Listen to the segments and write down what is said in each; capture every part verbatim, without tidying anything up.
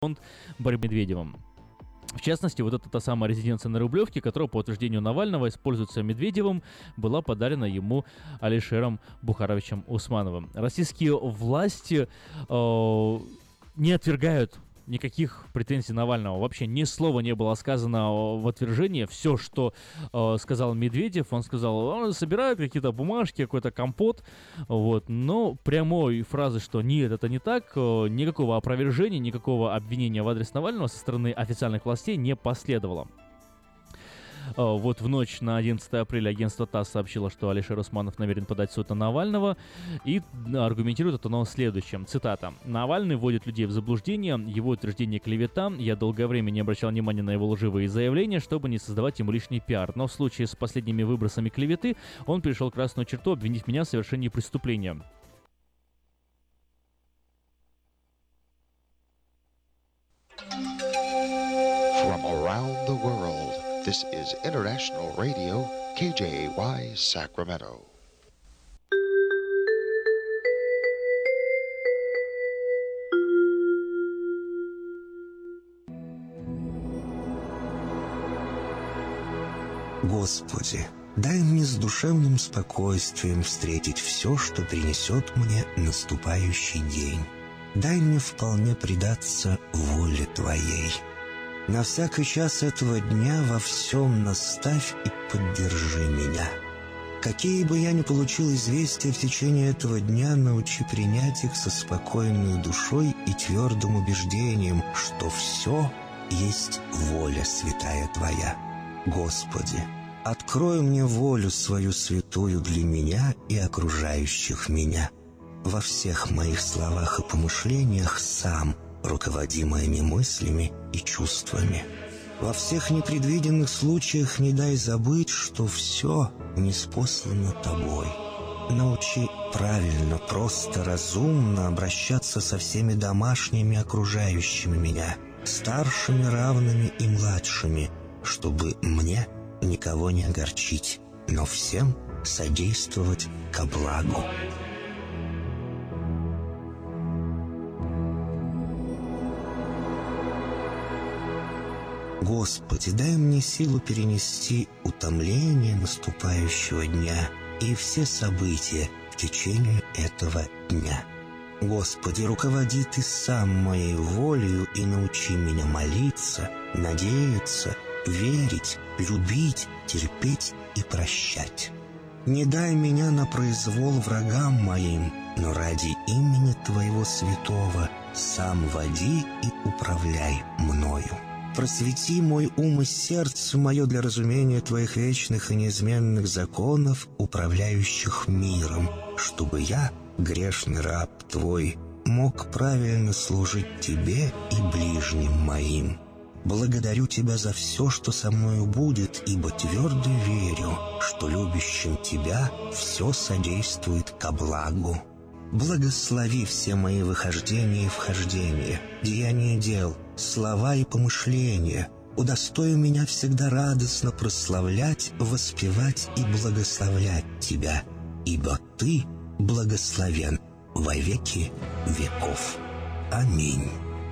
борьбы с Медведевым. В частности, вот эта та самая резиденция на Рублевке, которая, по утверждению Навального, используется Медведевым, была подарена ему Алишером Бухаровичем Усмановым. Российские власти э, не отвергают никаких претензий Навального. Вообще ни слова не было сказано в отвержении. Все, что э, сказал Медведев, он сказал, он собирает какие-то бумажки, какой-то компот. Вот. Но прямой фразы, что нет, это не так, э, никакого опровержения, никакого обвинения в адрес Навального со стороны официальных властей не последовало. Вот в ночь на одиннадцатое апреля агентство ТАСС сообщило, что Алишер Усманов намерен подать в суд на Навального, и аргументирует это оно следующим. Цитата. «Навальный вводит людей в заблуждение, его утверждение клевета. Я долгое время не обращал внимания на его лживые заявления, чтобы не создавать ему лишний пиар. Но в случае с последними выбросами клеветы он перешел красную черту, обвинив меня в совершении преступления». From around the world. This is International Radio, K J A Y, Sacramento. Господи, дай мне с душевным спокойствием встретить все, что принесет мне наступающий день. Дай мне вполне предаться воле Твоей. На всякий час этого дня во всем наставь и поддержи меня. Какие бы я ни получил известия в течение этого дня, научи принять их со спокойной душой и твердым убеждением, что все есть воля святая Твоя. Господи, открой мне волю свою святую для меня и окружающих меня. Во всех моих словах и помышлениях сам руководи моими мыслями и чувствами. Во всех непредвиденных случаях не дай забыть, что все ниспослано Тобой. Научи правильно, просто, разумно обращаться со всеми домашними, окружающими меня, старшими, равными и младшими, чтобы мне никого не огорчить, но всем содействовать ко благу. Господи, дай мне силу перенести утомление наступающего дня и все события в течение этого дня. Господи, руководи Ты сам моей волею и научи меня молиться, надеяться, верить, любить, терпеть и прощать. Не дай меня на произвол врагам моим, но ради имени Твоего святого сам води и управляй мною. Просвети мой ум и сердце мое для разумения Твоих вечных и неизменных законов, управляющих миром, чтобы я, грешный раб Твой, мог правильно служить Тебе и ближним моим. Благодарю Тебя за все, что со мною будет, ибо твердо верю, что любящим Тебя все содействует ко благу. Благослови все мои выхождения и вхождения, деяния дел, слова и помышления. Удостой меня всегда радостно прославлять, воспевать и благословлять Тебя, ибо Ты благословен во веки веков. Аминь.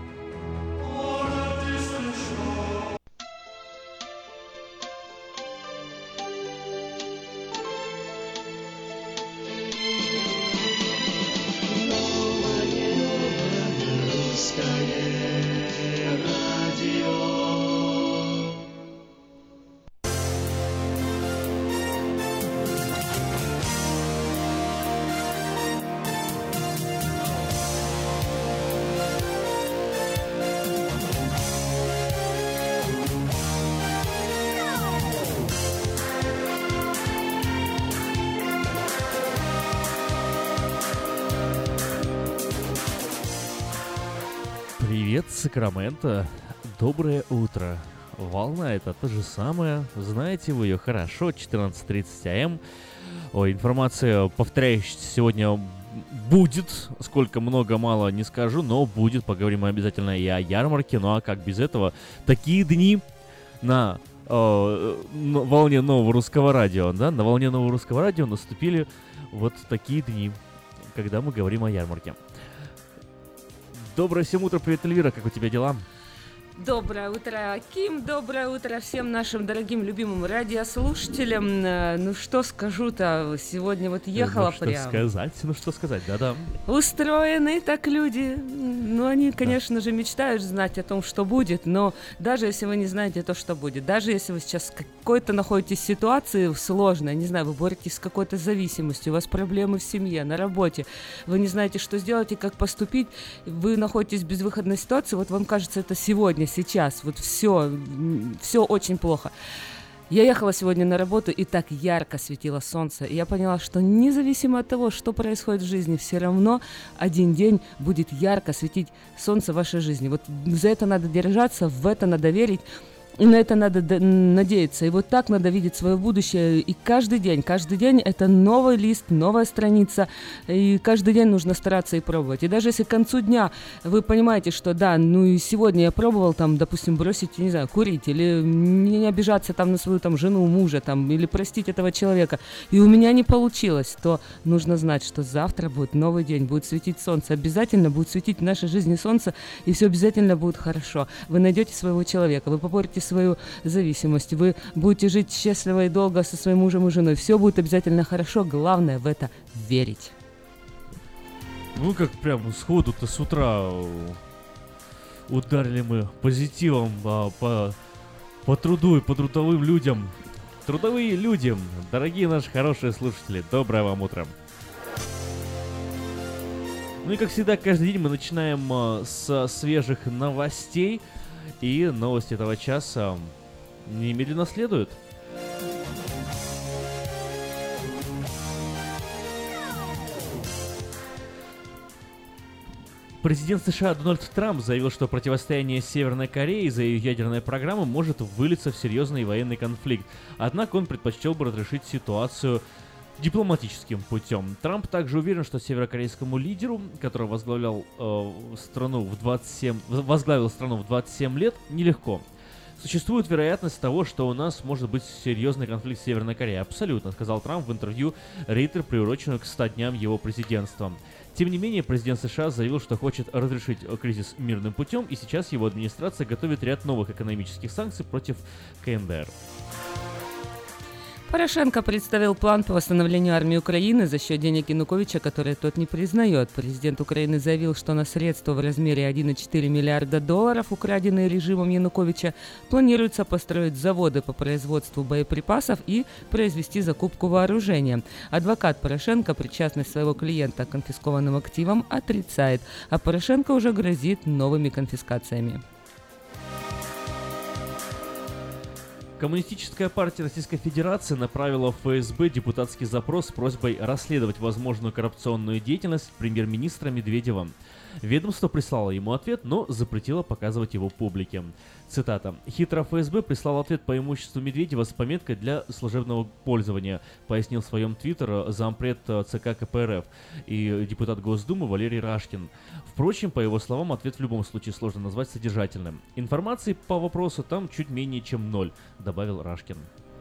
Привет, Сакраменто. Доброе утро. Волна это то же самое. Знаете вы ее хорошо. четырнадцать тридцать АМ. Ой, информация, повторяющаяся сегодня будет. Сколько много-мало не скажу, но будет. Поговорим мы обязательно и о ярмарке. Ну а как без этого? Такие дни на, э, на волне нового русского радио, да? На волне нового русского радио наступили вот такие дни, когда мы говорим о ярмарке. Доброе всем утро, привет, Эльвира, как у тебя дела? Доброе утро, Аким, доброе утро всем нашим дорогим, любимым радиослушателям. Ну что скажу-то, сегодня вот ехала ну, прям. Что сказать, ну что сказать, да-да. Устроены так люди. Ну, они, конечно да. же, мечтают знать о том, что будет, но даже если вы не знаете то, что будет, даже если вы сейчас в какой-то находитесь ситуации сложной, не знаю, вы боретесь с какой-то зависимостью, у вас проблемы в семье, на работе, вы не знаете, что сделать и как поступить, вы находитесь в безвыходной ситуации, вот вам кажется, это сегодня, сейчас, вот все, все очень плохо. Я ехала сегодня на работу, и так ярко светило солнце, и я поняла, что независимо от того, что происходит в жизни, все равно один день будет ярко светить солнце в вашей жизни. Вот за это надо держаться, в это надо верить, и на это надо д- надеяться. И вот так надо видеть свое будущее. И каждый день, каждый день это новый лист, новая страница. И каждый день нужно стараться и пробовать. И даже если к концу дня вы понимаете, что да, ну и сегодня я пробовал там, допустим, бросить, не знаю, курить, или не обижаться там на свою там жену, мужа, там, или простить этого человека, и у меня не получилось, то нужно знать, что завтра будет новый день, будет светить солнце. Обязательно будет светить в нашей жизни солнце, и все обязательно будет хорошо. Вы найдете своего человека, вы поборете свою зависимость, вы будете жить счастливо и долго со своим мужем и женой. Все будет обязательно хорошо, главное в это верить. Ну как прям сходу-то с утра ударили мы позитивом а, по, по труду и по трудовым людям. Трудовые люди, дорогие наши хорошие слушатели, доброе вам утро. Ну и как всегда, каждый день мы начинаем а, с свежих новостей. И новости этого часа немедленно следуют. Президент США Дональд Трамп заявил, что противостояние Северной Корее из-за ее ядерной программы может вылиться в серьезный военный конфликт. Однако он предпочел бы разрешить ситуацию дипломатическим путем. Трамп также уверен, что северокорейскому лидеру, который возглавлял э, страну в двадцать семь, возглавил страну в двадцать семь лет, нелегко. Существует вероятность того, что у нас может быть серьезный конфликт с Северной Кореей. Абсолютно, сказал Трамп в интервью Рейтер, приуроченную к ста дням его президентства. Тем не менее, президент США заявил, что хочет разрешить кризис мирным путем, и сейчас его администрация готовит ряд новых экономических санкций против КНДР. Порошенко представил план по восстановлению армии Украины за счет денег Януковича, которые тот не признает. Президент Украины заявил, что на средства в размере один целых четыре десятых миллиарда долларов, украденные режимом Януковича, планируется построить заводы по производству боеприпасов и произвести закупку вооружения. Адвокат Порошенко причастность своего клиента к конфискованным активам отрицает, а Порошенко уже грозит новыми конфискациями. Коммунистическая партия Российской Федерации направила в ФСБ депутатский запрос с просьбой расследовать возможную коррупционную деятельность премьер-министра Медведева. Ведомство прислало ему ответ, но запретило показывать его публике. Цитата. «Хитро ФСБ прислал ответ по имуществу Медведева с пометкой для служебного пользования», пояснил в своем твиттер зампред ЦК КПРФ и депутат Госдумы Валерий Рашкин. Впрочем, по его словам, ответ в любом случае сложно назвать содержательным. Информации по вопросу там чуть менее чем ноль, добавил Рашкин.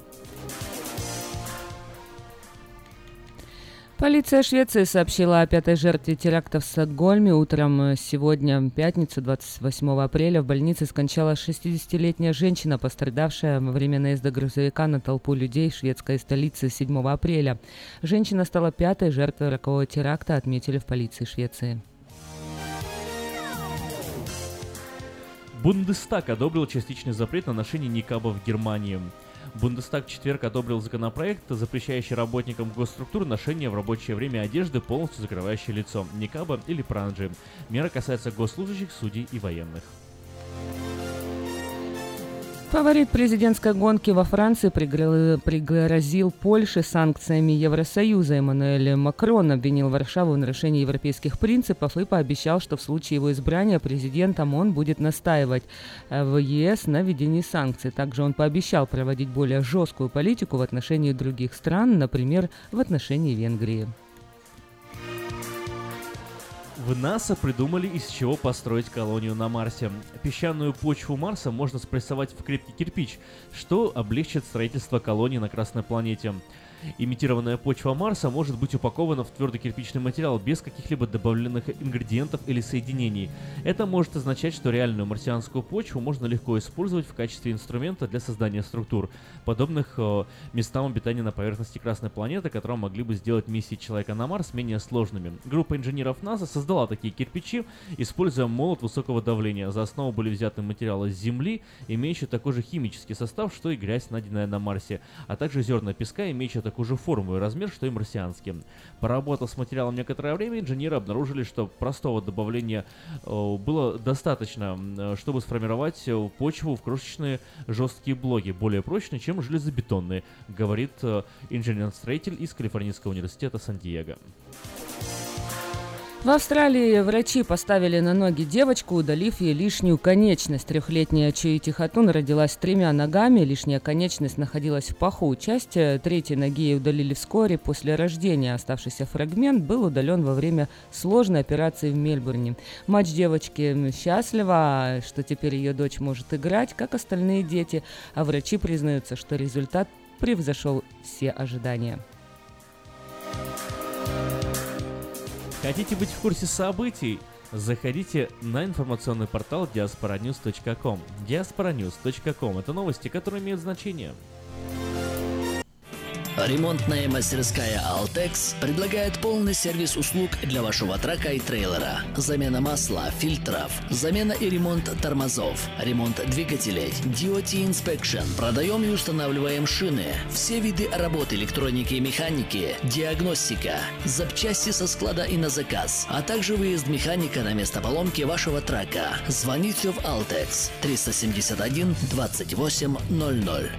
Полиция Швеции сообщила о пятой жертве теракта в Стокгольме. Утром сегодня, пятницу, двадцать восьмого апреля, в больнице скончалась шестидесятилетняя женщина, пострадавшая во время наезда грузовика на толпу людей в шведской столице седьмого апреля. Женщина стала пятой жертвой рокового теракта, отметили в полиции Швеции. Бундестаг одобрил частичный запрет на ношение никаба в Германии. Бундестаг в четверг одобрил законопроект, запрещающий работникам госструктур ношение в рабочее время одежды, полностью закрывающей лицо, никаба или пранджи. Мера касается госслужащих, судей и военных. Фаворит президентской гонки во Франции пригрозил Польше санкциями Евросоюза. Эммануэль Макрон обвинил Варшаву в нарушении европейских принципов и пообещал, что в случае его избрания президентом он будет настаивать в ЕС на введении санкций. Также он пообещал проводить более жесткую политику в отношении других стран, например, в отношении Венгрии. В НАСА придумали, из чего построить колонию на Марсе. Песчаную почву Марса можно спрессовать в крепкий кирпич, что облегчит строительство колонии на Красной планете. Имитированная почва Марса может быть упакована в твердый кирпичный материал без каких-либо добавленных ингредиентов или соединений. Это может означать, что реальную марсианскую почву можно легко использовать в качестве инструмента для создания структур, подобных э, местам обитания на поверхности Красной планеты, которые могли бы сделать миссии человека на Марс менее сложными. Группа инженеров НАСА создала такие кирпичи, используя молот высокого давления. За основу были взяты материалы с Земли, имеющие такой же химический состав, что и грязь, найденная на Марсе, а также зерна песка, имеющие такую же форму и размер, что и марсианские. Поработав с материалом некоторое время, инженеры обнаружили, что простого добавления э, было достаточно, э, чтобы сформировать э, почву в крошечные жесткие блоки, более прочные, чем железобетонные, говорит э, инженер-строитель из Калифорнийского университета Сан-Диего. В Австралии врачи поставили на ноги девочку, удалив ей лишнюю конечность. Трехлетняя Чоити Хатун родилась с тремя ногами, лишняя конечность находилась в паху. Часть третьей ноги ей удалили вскоре после рождения. Оставшийся фрагмент был удален во время сложной операции в Мельбурне. Мать девочки счастлива, что теперь ее дочь может играть, как остальные дети, а врачи признаются, что результат превзошел все ожидания. Хотите быть в курсе событий? Заходите на информационный портал диаспора ньюс точка ком. диаспора ньюс точка ком – это новости, которые имеют значение. Ремонтная мастерская «Алтекс» предлагает полный сервис услуг для вашего трака и трейлера. Замена масла, фильтров, замена и ремонт тормозов, ремонт двигателей, ди о ти Inspection. Продаем и устанавливаем шины, все виды работы электроники и механики, диагностика, запчасти со склада и на заказ, а также выезд механика на место поломки вашего трака. Звоните в «Алтекс» триста семьдесят один двадцать восемь ноль ноль.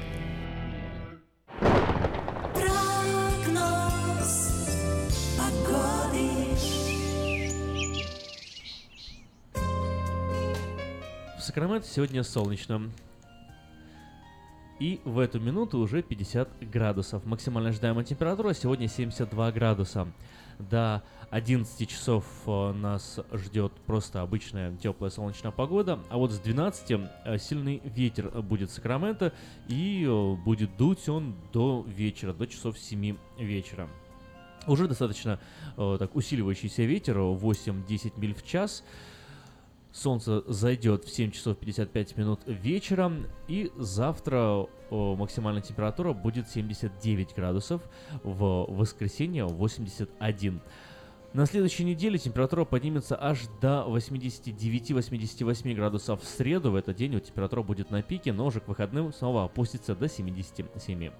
В Сакраменто сегодня солнечно. И в эту минуту уже пятьдесят градусов. Максимальная ожидаемая температура сегодня семьдесят два градуса. До одиннадцати часов нас ждет просто обычная теплая солнечная погода. А вот с двенадцати сильный ветер будет в Сакраменто. И будет дуть он до вечера, до часов семи вечера. Уже достаточно так усиливающийся ветер, восемь-десять миль в час. Солнце зайдет в семь часов пятьдесят пять минут вечера, и завтра о, максимальная температура будет семьдесят девять градусов, в воскресенье восемьдесят один. На следующей неделе температура поднимется аж до восемьдесят девять - восемьдесят восемь градусов в среду. В этот день вот температура будет на пике, но уже к выходным снова опустится до семидесяти семи.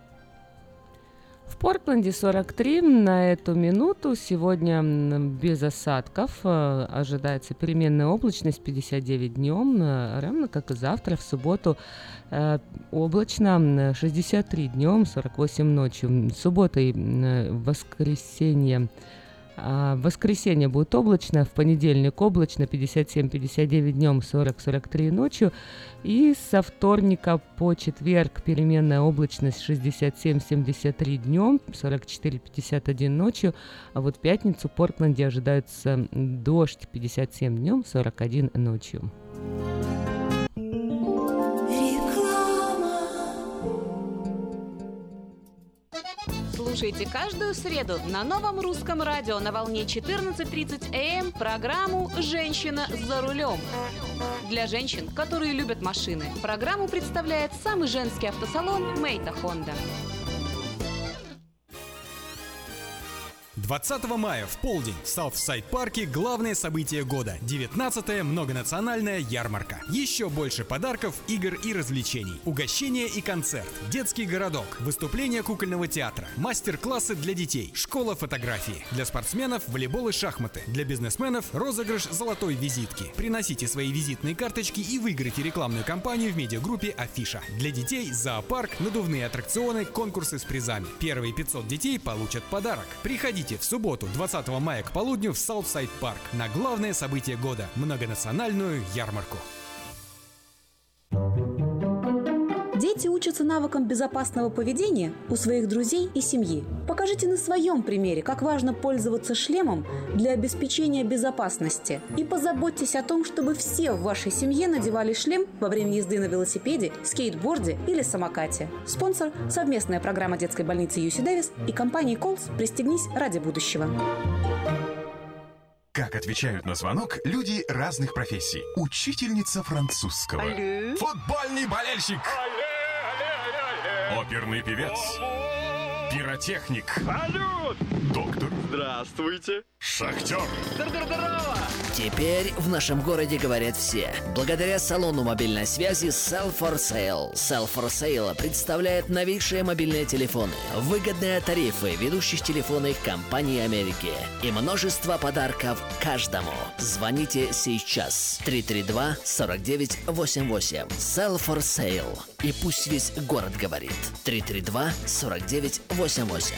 В Портленде сорок три на эту минуту. Сегодня без осадков. Ожидается переменная облачность, пятьдесят девять днем, равно как и завтра, в субботу, облачно, шестьдесят три днем, сорок восемь ночью. Суббота и воскресенье. В воскресенье будет облачно, в понедельник облачно, пятьдесят семь - пятьдесят девять днем, сорок - сорок три ночью. И со вторника по четверг переменная облачность, шестьдесят семь - семьдесят три днем, сорок четыре - пятьдесят один ночью. А вот в пятницу в Портленде ожидается дождь, пятьдесят семь днем, сорок один ночью. Слушайте каждую среду на Новом русском радио на волне четырнадцать тридцать эй эм программу «Женщина за рулем». Для женщин, которые любят машины, программу представляет самый женский автосалон «Мейта Хонда». двадцатого мая в полдень в Саутсайд-парке главное событие года – девятнадцатая многонациональная ярмарка. Еще больше подарков, игр и развлечений. Угощение и концерт, детский городок, выступления кукольного театра, мастер-классы для детей, школа фотографии. Для спортсменов – волейбол и шахматы. Для бизнесменов – розыгрыш золотой визитки. Приносите свои визитные карточки и выиграйте рекламную кампанию в медиагруппе «Афиша». Для детей – зоопарк, надувные аттракционы, конкурсы с призами. Первые пятьсот детей получат подарок. Приходите в субботу, двадцатого мая к полудню в Саутсайд-парк на главное событие года – многонациональную ярмарку. Дети Дети учатся навыкам безопасного поведения у своих друзей и семьи. Покажите на своем примере, как важно пользоваться шлемом для обеспечения безопасности. И позаботьтесь о том, чтобы все в вашей семье надевали шлем во время езды на велосипеде, скейтборде или самокате. Спонсор – совместная программа детской больницы Ю Си Дэвис и компании Колс «Пристегнись ради будущего». Как отвечают на звонок люди разных профессий. Учительница французского. Алле. Футбольный болельщик. Алле, алле, алле. Оперный певец. Алло. Пиротехник. Салют. Доктор. Здравствуйте. Шахтер. Здорово. Теперь в нашем городе говорят все. Благодаря салону мобильной связи Sell for Sale. Sell for Sale представляет новейшие мобильные телефоны, выгодные тарифы ведущих телефонных компаний Америки и множество подарков каждому. Звоните сейчас. три три два сорок девять восемьдесят восемь. Sell for Sale. И пусть весь город говорит. три три два сорок девять восемьдесят восемь.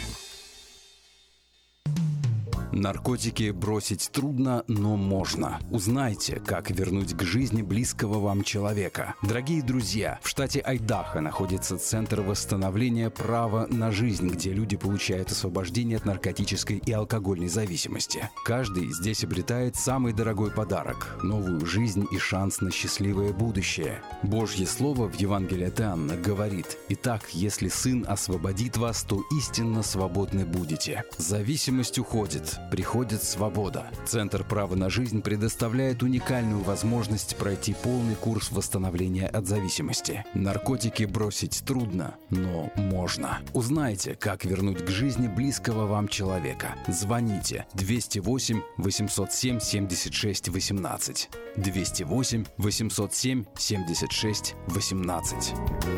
Наркотики бросить трудно, но можно. Узнайте, как вернуть к жизни близкого вам человека. Дорогие друзья, в штате Айдахо находится Центр восстановления права на жизнь, где люди получают освобождение от наркотической и алкогольной зависимости. Каждый здесь обретает самый дорогой подарок – новую жизнь и шанс на счастливое будущее. Божье Слово в Евангелии от Иоанна говорит: «Итак, если Сын освободит вас, то истинно свободны будете». Зависимость уходит. Приходит свобода. Центр права на жизнь предоставляет уникальную возможность пройти полный курс восстановления от зависимости. Наркотики бросить трудно, но можно. Узнайте, как вернуть к жизни близкого вам человека. Звоните двести восемь восемьсот семь семьдесят шесть восемнадцать. двести восемь восемьсот семь семьдесят шесть восемнадцать.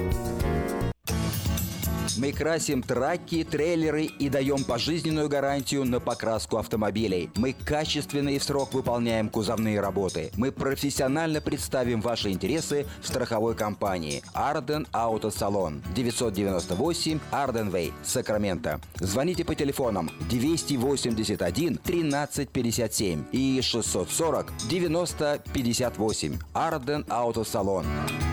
Мы красим траки, трейлеры и даем пожизненную гарантию на покраску автомобилей. Мы качественно и в срок выполняем кузовные работы. Мы профессионально представим ваши интересы в страховой компании Арден Auto Salon. девятьсот девяносто восемь Арден Way, Сакраменто. Звоните по телефонам двести восемьдесят один тринадцать пятьдесят семь и шестьсот сорок девяносто пятьдесят восемь. Арден Auto Salon.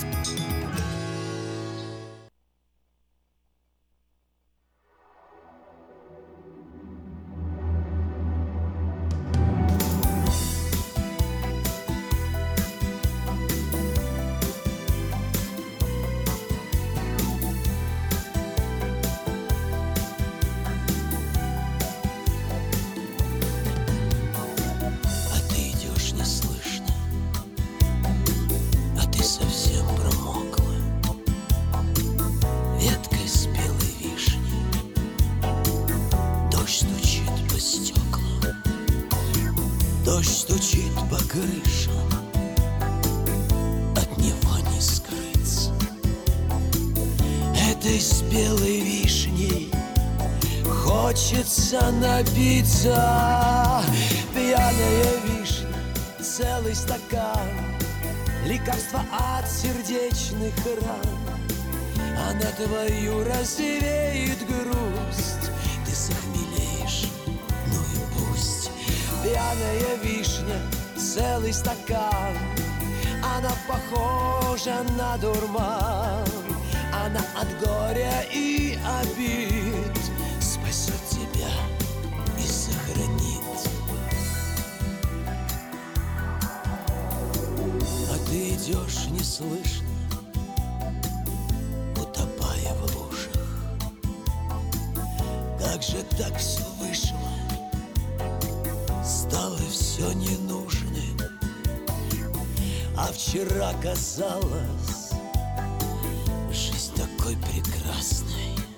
Напиться, пьяная вишня, целый стакан, лекарство от сердечных ран. Она твою развеет грусть, ты захмелеешь, ну и пусть. Пьяная вишня, целый стакан, она похожа на дурман. Она от горя и обид спасет тебя и сохранит. А ты идешь неслышно, утопая в лужах. Как же так все вышло? Стало все ненужным. А вчера казалось жизнь такой прекрасной.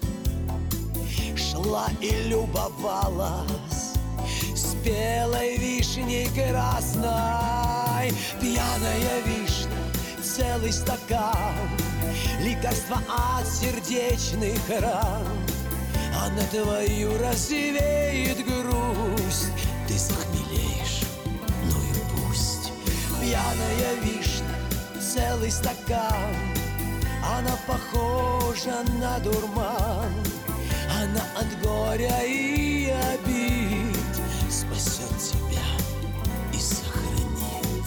Шла и любовалась спелой вишней красной. Пьяная вишня, целый стакан, лекарство от сердечных ран. Она твою развеет грусть, ты захмелеешь, ну и пусть. Пьяная вишня, целый стакан, она похожа на дурман. Она от горя и обид спасет тебя и сохранит.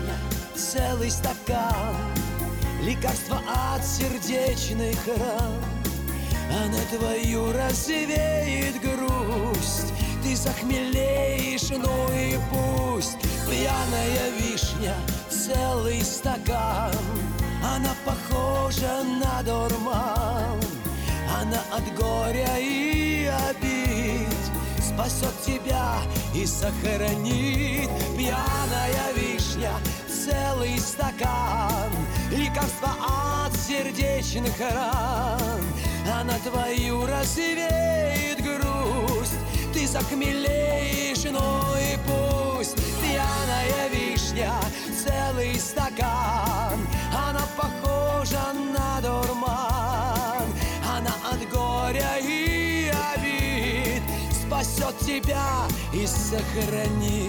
вишня, целый стакан, лекарство от сердечных ран. А на твою развеет грусть, ты захмелеешь, ну и пусть. Пьяная вишня, целый стакан, она похожа на дурман. Она от горя и обид спасет тебя и сохранит. Пьяная вишня, целый стакан, лекарство от сердечных ран. Она твою развеет грусть, ты захмелеешь, ну и пусть. Пьяная вишня, целый стакан, она похожа на дурман. Она от горя и обид спасет тебя и сохранит.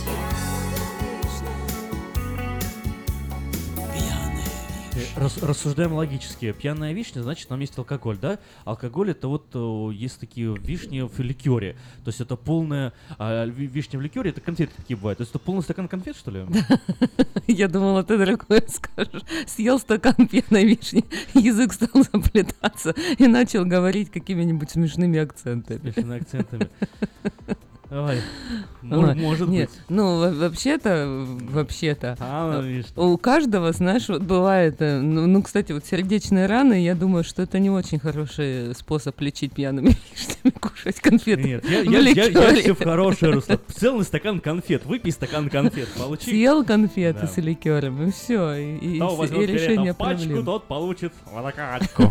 Рас, рассуждаем логически. Пьяная вишня, значит, там есть алкоголь, да? Алкоголь — это вот о, есть такие вишни в ликере. То есть это полная... А, вишня в ликере — это конфеты такие бывают. То есть это полный стакан конфет, что ли? Я думала, ты другое скажешь. Съел стакан пьяной вишни, язык стал заплетаться и начал говорить какими-нибудь смешными акцентами. Смешными акцентами. Ой, может, может Нет, быть. Ну, вообще-то, вообще-то, а, у каждого, знаешь, вот бывает, ну, ну, кстати, вот сердечные раны, я думаю, что это не очень хороший способ лечить пьяными вишнями, кушать конфеты. Нет, я, я, я, я все в хорошее русло. Целый стакан конфет, выпей стакан конфет, получи. Съел конфеты да. с ликером, и все, и, и, и, и решение пачку, проблем. Тот получит водокачку.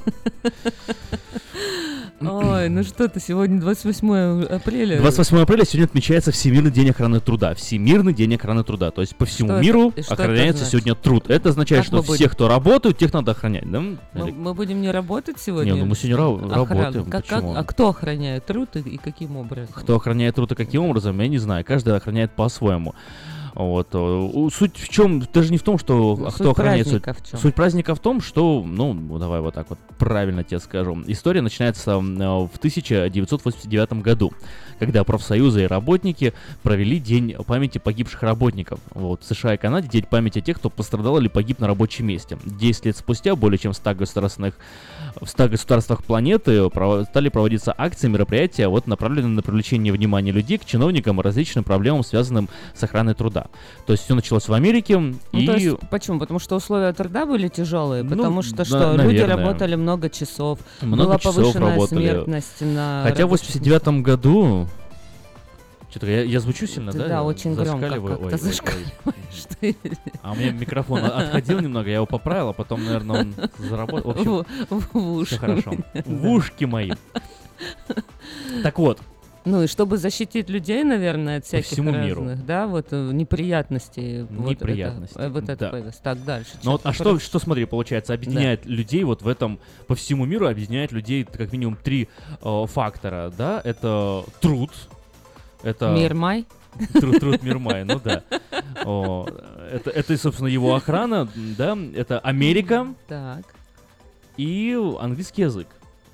Ой, ну что-то, сегодня двадцать восьмое апреля. двадцать восьмое апреля сегодня отмечается Всемирный день охраны труда. Всемирный день охраны труда. То есть по всему что миру это, охраняется сегодня труд. Это означает, как что всех, кто работают, тех надо охранять. Да? Мы, мы будем не работать сегодня? Нет, ну мы сегодня ра- работаем. Как, как, а кто охраняет труд и, и каким образом? Кто охраняет труд и каким образом, я не знаю. Каждый охраняет по-своему. Вот. Суть в чем, даже не в том, что ну, кто суть охраняет праздника в чем? Суть праздника в том, что, ну, давай вот так вот правильно тебе скажу. История начинается в тысяча девятьсот восемьдесят девятом году, когда профсоюзы и работники провели День памяти погибших работников. Вот. В США и Канаде День памяти тех, кто пострадал или погиб на рабочем месте. Десять лет спустя более чем в ста государственных в ста государствах планеты стали проводиться акции, мероприятия, вот, направленные на привлечение внимания людей к чиновникам и различным проблемам, связанным с охраной труда. То есть все началось в Америке. Ну, и... то есть, почему? Потому что условия труда были тяжелые, потому ну, что, что на, люди наверное. работали много часов, много была часов повышенная работали. смертность на Хотя в восемьдесят девятом году... Что-то я, я звучу сильно, Ты, да? Да, очень громко как-то зашкаливаешь. А у меня микрофон отходил немного, я его поправил, а потом, наверное, он заработал. В общем, в, в уши. Все хорошо. В ушки мои. Так вот. Ну и чтобы защитить людей, наверное, от всяких всему разных, миру. да, вот Неприятностей. неприятностей. Вот это, вот это да. появилось. Так, дальше. Ну вот, а что, что, смотри, получается, объединяет да. людей вот в этом, по всему миру объединяет людей как минимум три э, фактора, да, это труд, это... Мир май. Труд, труд, мир май, ну да. О, это, это, собственно, его охрана, да, это Америка так. и английский язык.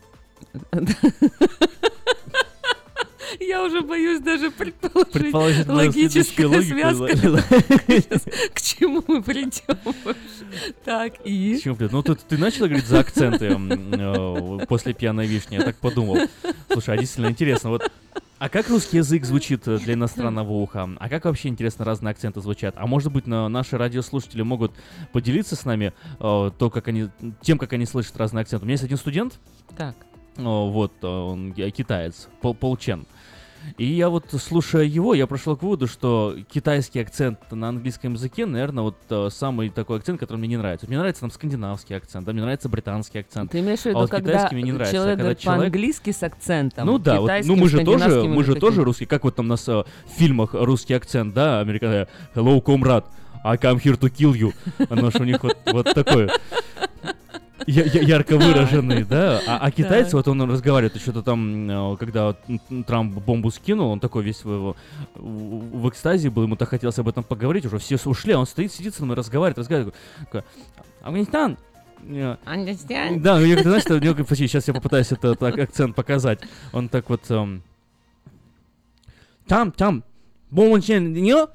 Я уже боюсь даже предположить логическая связка. К чему мы придем вообще? Так, и... Ну, ты, ты начала говорить за акценты э, после пьяной вишни, я так подумал. Слушай, а действительно интересно, вот... А как русский язык звучит для иностранного уха? А как вообще, интересно, разные акценты звучат? А может быть, на наши радиослушатели могут поделиться с нами э, то, как они, тем, как они слышат разные акценты? У меня есть один студент. Так. Э, вот, он китаец, Пол, Пол Чен. И я вот, слушая его, я пришел к выводу, что китайский акцент на английском языке, наверное, вот uh, самый такой акцент, который мне не нравится. Мне нравится там скандинавский акцент, да, мне нравится британский акцент. Ты имеешь в виду, а вот когда мне не нравится. человек а когда говорит человек... по-английски с акцентом, ну да, вот, ну мы же тоже, мы же таким... тоже русские, как вот там у нас uh, в фильмах русский акцент, да, американский, hello, comrade, I come here to kill you. Оно же у них вот, вот такое... Я, я, ярко выраженный, да, а, а китайцы, вот он разговаривает, что-то там, когда Трамп бомбу скинул, он такой весь в, в, в экстазе был, ему так хотелось об этом поговорить, уже все ушли, а он стоит, сидит со мной, разговаривает, разговаривает, такой, Афганистан, Understand? Да, ну я, ты знаешь, что, сейчас я попытаюсь этот акцент показать, он так вот, там, там, бомбу не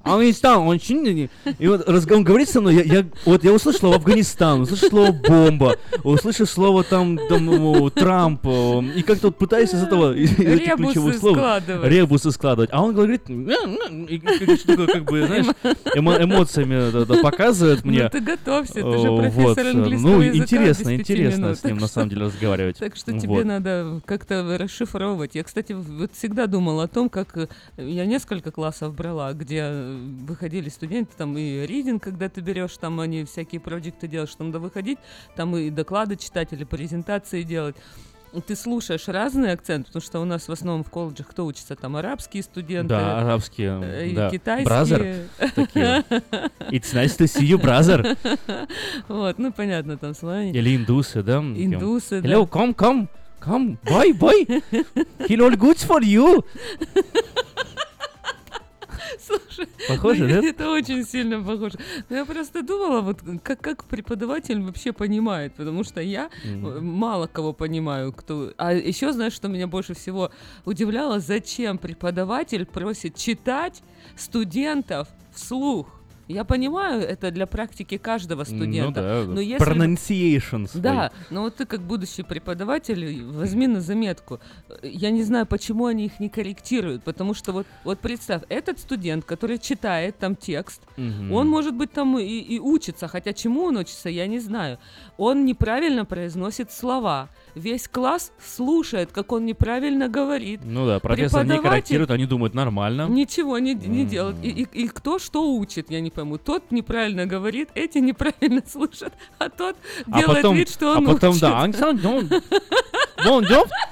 Афганистан, он очень... И вот разговор говорит со мной, я, я, вот я услышал слово Афганистан, услышал слово бомба, услышал слово там, там Трамп, и как-то вот пытаюсь из этого, из этих ключевых слов ребусы складывать. А он говорит, и такое, как бы, знаешь, эмо, эмоциями да, да, показывает мне. Ну ты готовься, ты же профессор вот. английского ну, языка. Ну интересно, интересно минут, с ним на самом деле разговаривать. Так что тебе вот. надо как-то расшифровывать. Я, кстати, вот всегда думала о том, как я несколько классов брала, где выходили студенты, там и ридинг, когда ты берешь, там они всякие проекты делаешь, что надо выходить, там и доклады читать или презентации делать. Ты слушаешь разные акценты, потому что у нас в основном в колледжах кто учится? Там арабские студенты. Да, арабские, и да. Китайские. Brother такие. It's nice to see you, brother. Вот, ну понятно, там славяне. Или индусы, да? Индусы, да. Hello, come, come, come, boy, boy. He'll all goods for you. Слушай, похоже, ну, да? Это очень сильно похоже. Но я просто думала, вот как, как преподаватель вообще понимает, потому что я mm-hmm. мало кого понимаю, кто... А еще, знаешь, что меня больше всего удивляло, зачем преподаватель просит читать студентов вслух? Я понимаю, это для практики каждого студента. Ну да, но если... pronunciation свой. Да, но вот ты как будущий преподаватель, возьми на заметку. Я не знаю, почему они их не корректируют, потому что вот, вот представь, этот студент, который читает там текст, угу. он, может быть, там и, и учится, хотя чему он учится, я не знаю. Он неправильно произносит слова. Весь класс слушает, как он неправильно говорит. Ну да, профессор не корректирует, они думают нормально. Ничего не, не mm. делают. И, и, и кто что учит, я не пойму. Тот неправильно говорит, эти неправильно слушают, а тот а делает потом, вид, что он а потом, учит. Да, он,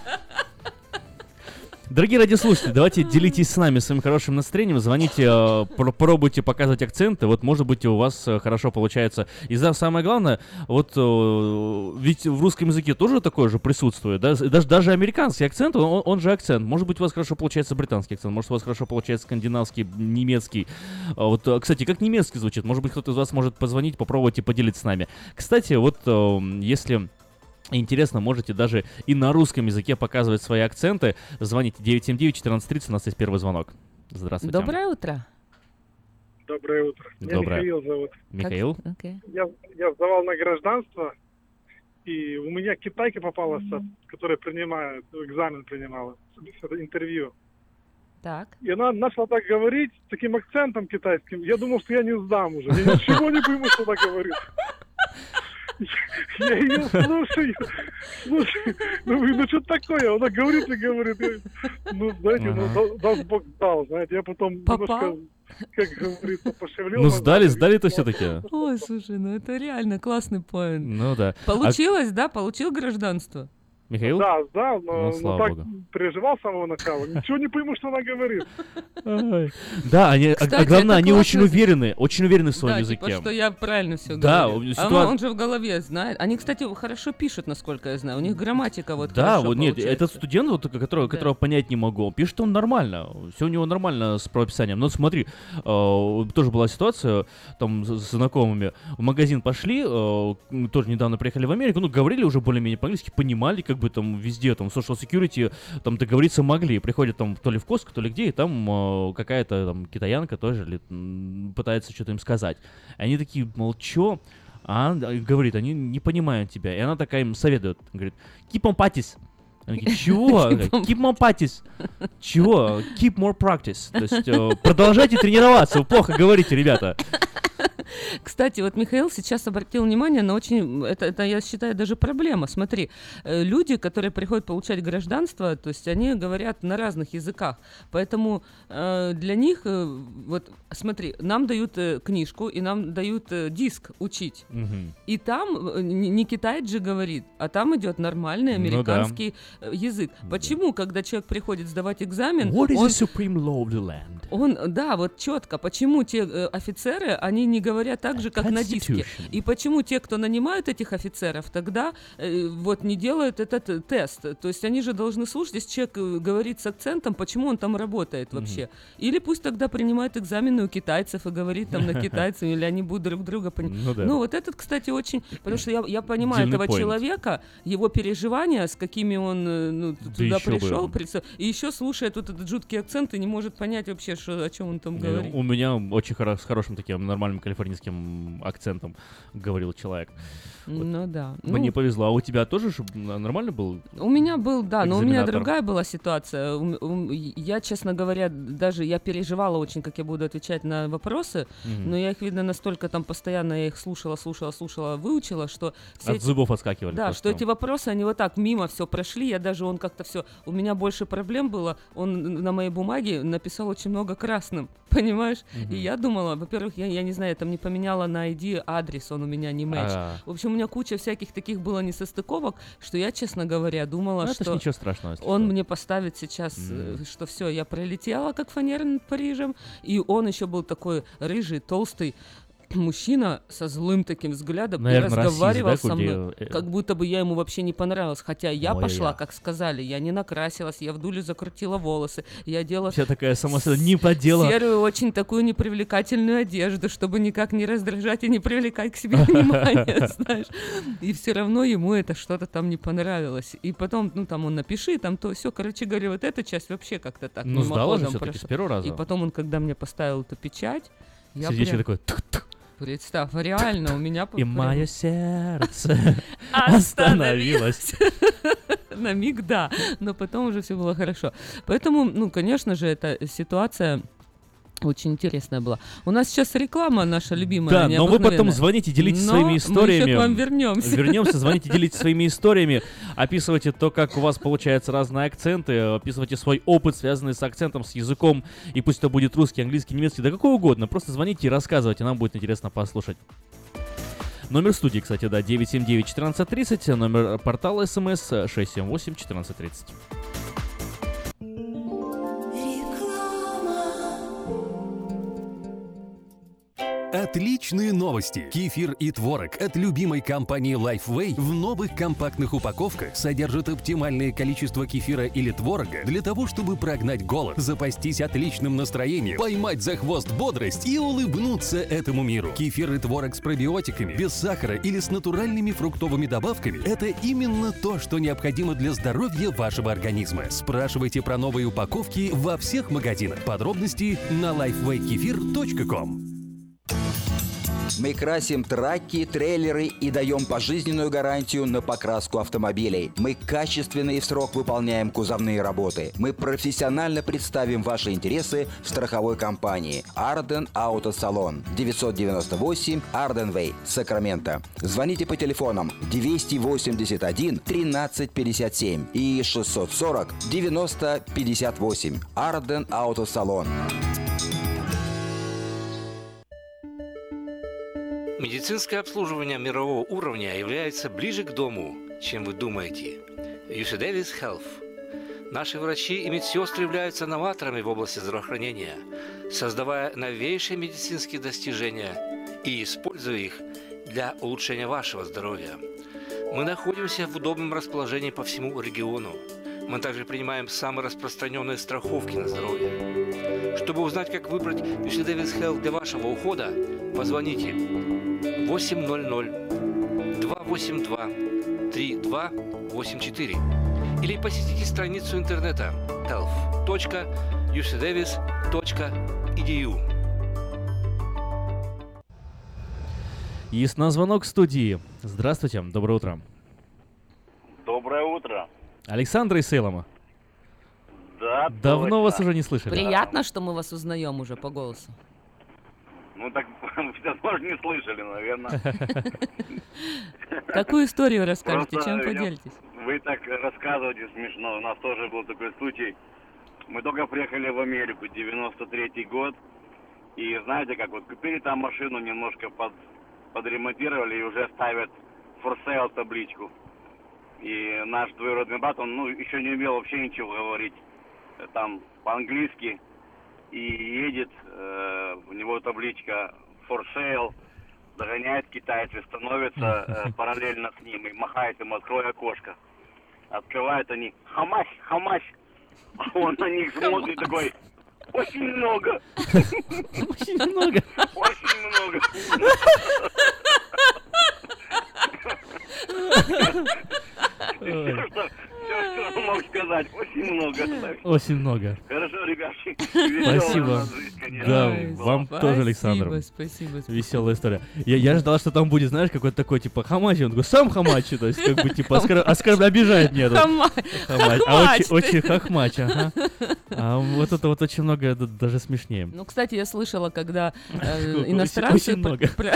дорогие радиослушатели, давайте делитесь с нами своим хорошим настроением, звоните, э, пробуйте показывать акценты, вот, может быть, у вас э, хорошо получается. И за, самое главное, вот, э, ведь в русском языке тоже такое же присутствует, да, даже, даже американский акцент, он, он же акцент. Может быть, у вас хорошо получается британский акцент, может, у вас хорошо получается скандинавский, немецкий. Вот, кстати, как немецкий звучит? Может быть, кто-то из вас может позвонить, попробовать и поделиться с нами. Кстати, вот, э, если... Интересно, можете даже и на русском языке показывать свои акценты. Звоните девять семь девять четырнадцать тридцать, у нас есть первый звонок. Здравствуйте. Доброе утро. Доброе утро. Меня Доброе. Михаил зовут. Михаил? Okay. Я, я сдавал на гражданство, и у меня китайка попалась, mm-hmm. которая принимает, экзамен принимала, интервью. Так. И она начала так говорить, с таким акцентом китайским. Я думал, что я не сдам уже. Я ничего не пойму, что она говорит. Я ее слушаю, слушаю, ну, ну что такое, она говорит и говорит, я, ну, знаете, ага. ну, даст Бог дал, знаете, я потом Попал? немножко, как говорится, пошевелил. Ну, сдали, сдали-то все-таки. Ой, слушай, ну это реально классный поинт. Ну, да. Получилось, а... да, получил гражданство? Михаил? Да, да, но, ну, но так Богу. Переживал с самого начала. Ничего не пойму, что она говорит. Да, они, Кстати, а главное, они классно. очень уверены, очень уверены в своем да, языке. Типа, что я правильно все да, говорю. Ситуа... А он же в голове знает. Они, кстати, хорошо пишут, насколько я знаю. У них грамматика вот да, хорошо вот нет, получается. этот студент, вот, которого, да. которого понять не могу, он пишет он нормально. Все у него нормально с правописанием. Но смотри, э, тоже была ситуация там с, с знакомыми. В магазин пошли, э, тоже недавно приехали в Америку, ну, говорили уже более-менее по-английски, понимали, как бы там везде, там, social security, там, договориться могли. Приходят там то ли в Костко, то ли где, и там э, какая-то там китаянка тоже ли, м, пытается что-то им сказать. И они такие, мол, чё? А она говорит, они не понимают тебя. И она такая им советует, говорит, keep on practice. Они говорят, чего? Keep more practice. Чего? Keep more practice. То есть э, продолжайте тренироваться, вы плохо говорите, ребята. Кстати, вот Михаил сейчас обратил внимание на очень, это, это я считаю, даже проблема. Смотри, э, люди, которые приходят получать гражданство, то есть они говорят на разных языках, поэтому э, для них, э, вот смотри, нам дают э, книжку и нам дают э, диск учить, угу. и там э, не, не китаец же говорит, а там идет нормальный американский ну, да. язык. Почему, когда человек приходит сдавать экзамен, What is он, the supreme law of the land? Он, да, вот четко, почему те э, офицеры, они не говорят так же, как на диске. И почему те, кто нанимают этих офицеров, тогда э, вот не делают этот э, тест? То есть они же должны слушать, если человек э, говорит с акцентом, почему он там работает вообще. Mm-hmm. Или пусть тогда принимает экзамены у китайцев и говорит там на китайцев, или они будут друг друга понимать. Ну, да. Ну вот этот, кстати, очень... Потому что я, я понимаю Дельный этого point. человека, его переживания, с какими он ну, да туда пришел, прицел, и еще слушает вот этот жуткий акцент и не может понять вообще, что, о чем он там говорит. У меня очень хоро- с хорошим таким нормальным калифорнийским акцентом говорил человек. Вот. Ну да. Мне ну, повезло. А у тебя тоже нормально был? У меня был, да, но у меня другая была ситуация. Я, честно говоря, даже я переживала очень, как я буду отвечать на вопросы, mm-hmm. но я их, видно, настолько там постоянно я их слушала, слушала, слушала, выучила, что... От эти... зубов отскакивали. Да, просто. Что эти вопросы, они вот так мимо все прошли. Я даже, он как-то все... У меня больше проблем было. Он на моей бумаге написал очень много красным, понимаешь? Mm-hmm. И я думала, во-первых, я, я не знаю, я там не поменяла на ай ди адрес, он у меня не мэч. А-а-а. В общем, у меня куча всяких таких было несостыковок, что я, честно говоря, думала, ну, что ничего страшного, он что. мне поставит сейчас, mm. что все, я пролетела, как фанера над Парижем, и он еще был такой рыжий, толстый мужчина со злым таким взглядом, наверное, и разговаривал расист, да, со мной, как будто бы я ему вообще не понравилась. Хотя я Ой, пошла, я. как сказали, я не накрасилась, я в дуле закрутила волосы, я одела вся такая сама не подела. серую, очень такую непривлекательную одежду, чтобы никак не раздражать и не привлекать к себе внимание, знаешь. И все равно ему это что-то там не понравилось. И потом, ну там он напиши, там то все, короче говоря, вот эта часть вообще как-то так. Ну сдала же все-таки с первого раза. И потом он, когда мне поставил эту печать, я прям... такой... Представь, реально, у меня... И мое сердце остановилось. На миг, да, но потом уже все было хорошо. Поэтому, ну, конечно же, эта ситуация... Очень интересная была. У нас сейчас реклама наша любимая. Да, но вы потом звоните, делитесь но своими историями. Мы еще к вам вернемся. Вернемся, звоните, делитесь своими историями. Описывайте то, как у вас получаются разные акценты. Описывайте свой опыт, связанный с акцентом, с языком. И пусть это будет русский, английский, немецкий, да какой угодно. Просто звоните и рассказывайте, нам будет интересно послушать. Номер студии, кстати, да, девять семь девять четырнадцать тридцать. Номер портала смс шесть семь восемь четырнадцать тридцать. Отличные новости! Кефир и творог от любимой компании Lifeway в новых компактных упаковках содержат оптимальное количество кефира или творога для того, чтобы прогнать голод, запастись отличным настроением, поймать за хвост бодрость и улыбнуться этому миру. Кефир и творог с пробиотиками, без сахара или с натуральными фруктовыми добавками – это именно то, что необходимо для здоровья вашего организма. Спрашивайте про новые упаковки во всех магазинах. Подробности на лайфвей кефир точка ком. Мы красим траки, трейлеры и даем пожизненную гарантию на покраску автомобилей. Мы качественно и в срок выполняем кузовные работы. Мы профессионально представим ваши интересы в страховой компании Арден Автосалон, девятьсот девяносто восемь Арден Вей, Сакраменто. Звоните по телефонам двести восемьдесят один тринадцать пятьдесят семь и шестьсот сорок девяносто пятьдесят восемь. Арден Автосалон. Медицинское обслуживание мирового уровня является ближе к дому, чем вы думаете. ю си Davis Health. Наши врачи и медсестры являются новаторами в области здравоохранения, создавая новейшие медицинские достижения и используя их для улучшения вашего здоровья. Мы находимся в удобном расположении по всему региону. Мы также принимаем самые распространенные страховки на здоровье. Чтобы узнать, как выбрать ю си Davis Health для вашего ухода, позвоните восемь ноль ноль два восемь два три два восемь четыре или посетите страницу интернета health точка ю си davis точка и ди ю. Есть на звонок студии. Здравствуйте, доброе утро. Доброе утро. Александр из Сейлома. Да, давно точно. Вас уже не слышали. Приятно, что мы вас узнаем уже по голосу. Ну так, вы тоже не слышали, наверное. Какую историю расскажете, чем поделитесь? Вы так рассказываете смешно. У нас тоже был такой случай. Мы только приехали в Америку, девяносто третий год. И знаете, как вот купили там машину, немножко под, подремонтировали и уже ставят for sale табличку. И наш двоюродный брат, он ну, еще не умел вообще ничего говорить там по-английски. И едет, э, у него табличка for sale, догоняет китайцы, становится э, параллельно с ним и махает им, открой окошко. Открывают они, хамась, хамась. А он на них смотрит такой, очень много. Очень много. Очень много. Все, что, все, что мог сказать, очень много. Очень много. Хорошо, ребятки. Спасибо. Да, Ой, вам спасибо, тоже, Александр. Спасибо, спасибо. Веселая история. Я, я ждал, что там будет, знаешь, какой-то такой, типа, хамачи. Он такой, сам хамачи, то есть, как бы, типа, оскор... оскорб... обижает меня. Хама... Хамач. А очень, очень хахмач, ага. А вот это вот очень много, это даже смешнее. Ну, кстати, я слышала, когда э, иностранцы очень много. про,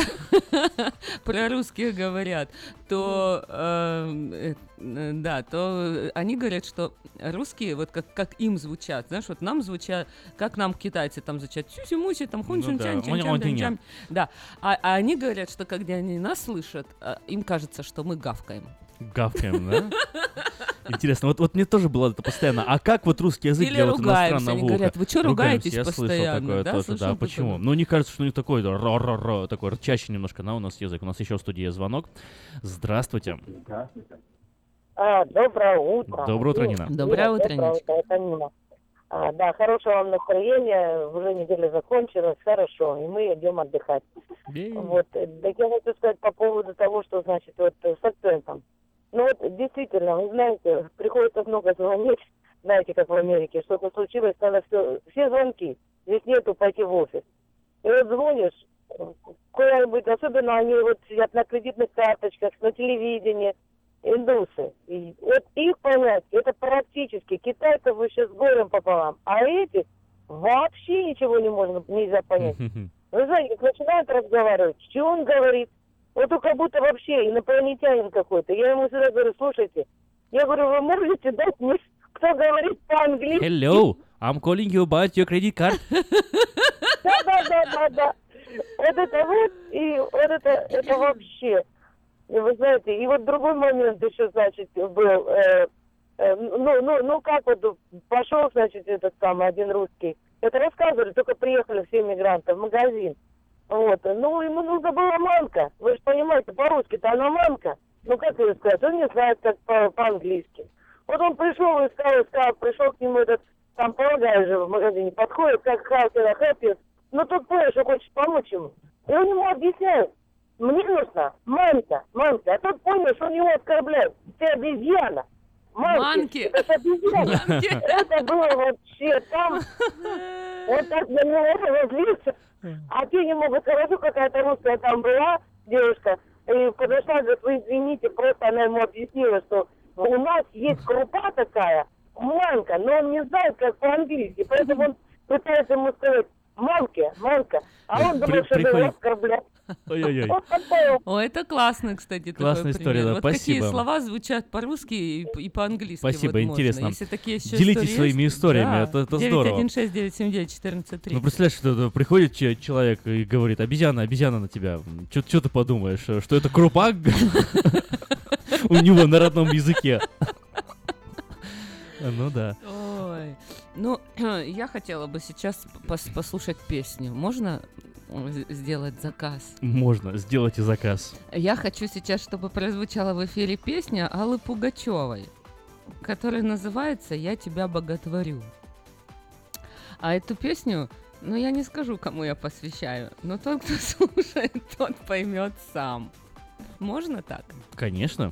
про русских говорят, то э, э, да, то они говорят, что русские, вот как, как им звучат, знаешь, вот нам звучат, как нам китайцы там звучат, сюси-муси, там хун чун чан чан чан чан да, а, а они говорят, что когда они нас слышат, им кажется, что мы гавкаем. Гавкаем, да? Интересно, вот, вот мне тоже было это постоянно. А как вот русский язык Или для вот ругаемся, иностранного они уха? говорят, вы что ругаетесь я постоянно? слышал такое Да, тоже, слышал да. такое? Почему? Ну, не кажется, что у них такой ро-ро-ро, такой рычащий немножко, да, у нас язык. У нас еще в студии звонок. Здравствуйте. Здравствуйте. А, доброе утро. Доброе утро, Нина. Доброе утро, Нина. Это Нина. А, да, хорошего вам настроения. Уже неделя закончилась, хорошо, и мы идем отдыхать. Вот. Так я хочу сказать по поводу того, что, значит, вот с акцентом. Ну вот, действительно, вы знаете, приходится много звонить, знаете, как в Америке, что-то случилось, надо все, все звонки, здесь нету пойти в офис. И вот звонишь, куда-нибудь, особенно они вот сидят на кредитных карточках, на телевидении, индусы. И вот их понять, это практически китайцев еще с горем пополам, а эти вообще ничего не можно, нельзя понять. Вы знаете, как начинают разговаривать, что он говорит? Вот он как будто вообще инопланетянин какой-то. Я ему всегда говорю, слушайте, я говорю, вы можете дать мне, кто говорит по-английски? Hello, I'm calling you about your credit card. Да-да-да-да-да. Вот это вот, и вот это, это вообще. И вы знаете, и вот другой момент еще, значит, был. Э, э, ну, ну, ну, как вот пошел, значит, этот самый один русский. Это рассказывали, только приехали все мигранты в магазин. Вот. Ну, ему нужна была манка. Вы же понимаете, по-русски-то она манка. Ну, как ее сказать? Он не знает, как по- по-английски. Вот он пришел, искал, искал, пришел к нему этот, там, полагаю же, в магазине подходит, как Халкина Хэппис. Ну, тут понял, что хочет помочь ему. И он ему объясняет, мне нужна манка, манка. А тот понял, что он его оскорбляет. Ты обезьяна. Манки. Это обезьяна. Это было вообще там. Вот так на него разлился. А те не могут сказать, какая-то русская там была девушка, и подошла, говорит, вы извините, просто она ему объяснила, что у нас есть крупа такая, манка, но он не знает, как по-английски, поэтому он пытается ему сказать манки, манка, а он думает, что его оскорбляет. Ой-ой-ой. О, это классно, кстати, Классная такой история, пример. да, Вот спасибо. какие слова звучат по-русски и, и по-английски. Спасибо, вот интересно. Можно. Если такие еще Делитесь истории своими есть, историями, да. это, это девять здорово. один шесть девять семь девять четырнадцать три. Ну, представляешь, что приходит че- человек и говорит, обезьяна, обезьяна на тебя. Что ты подумаешь, что это крупа у него на родном языке? Ну да. Ой. Ну, я хотела бы сейчас пос- послушать песню. Можно сделать заказ? Можно, сделайте заказ. Я хочу сейчас, чтобы прозвучала в эфире песня Аллы Пугачевой, которая называется «Я тебя боготворю». А эту песню, ну, я не скажу, кому я посвящаю, но тот, кто слушает, тот поймет сам. Можно так? Конечно.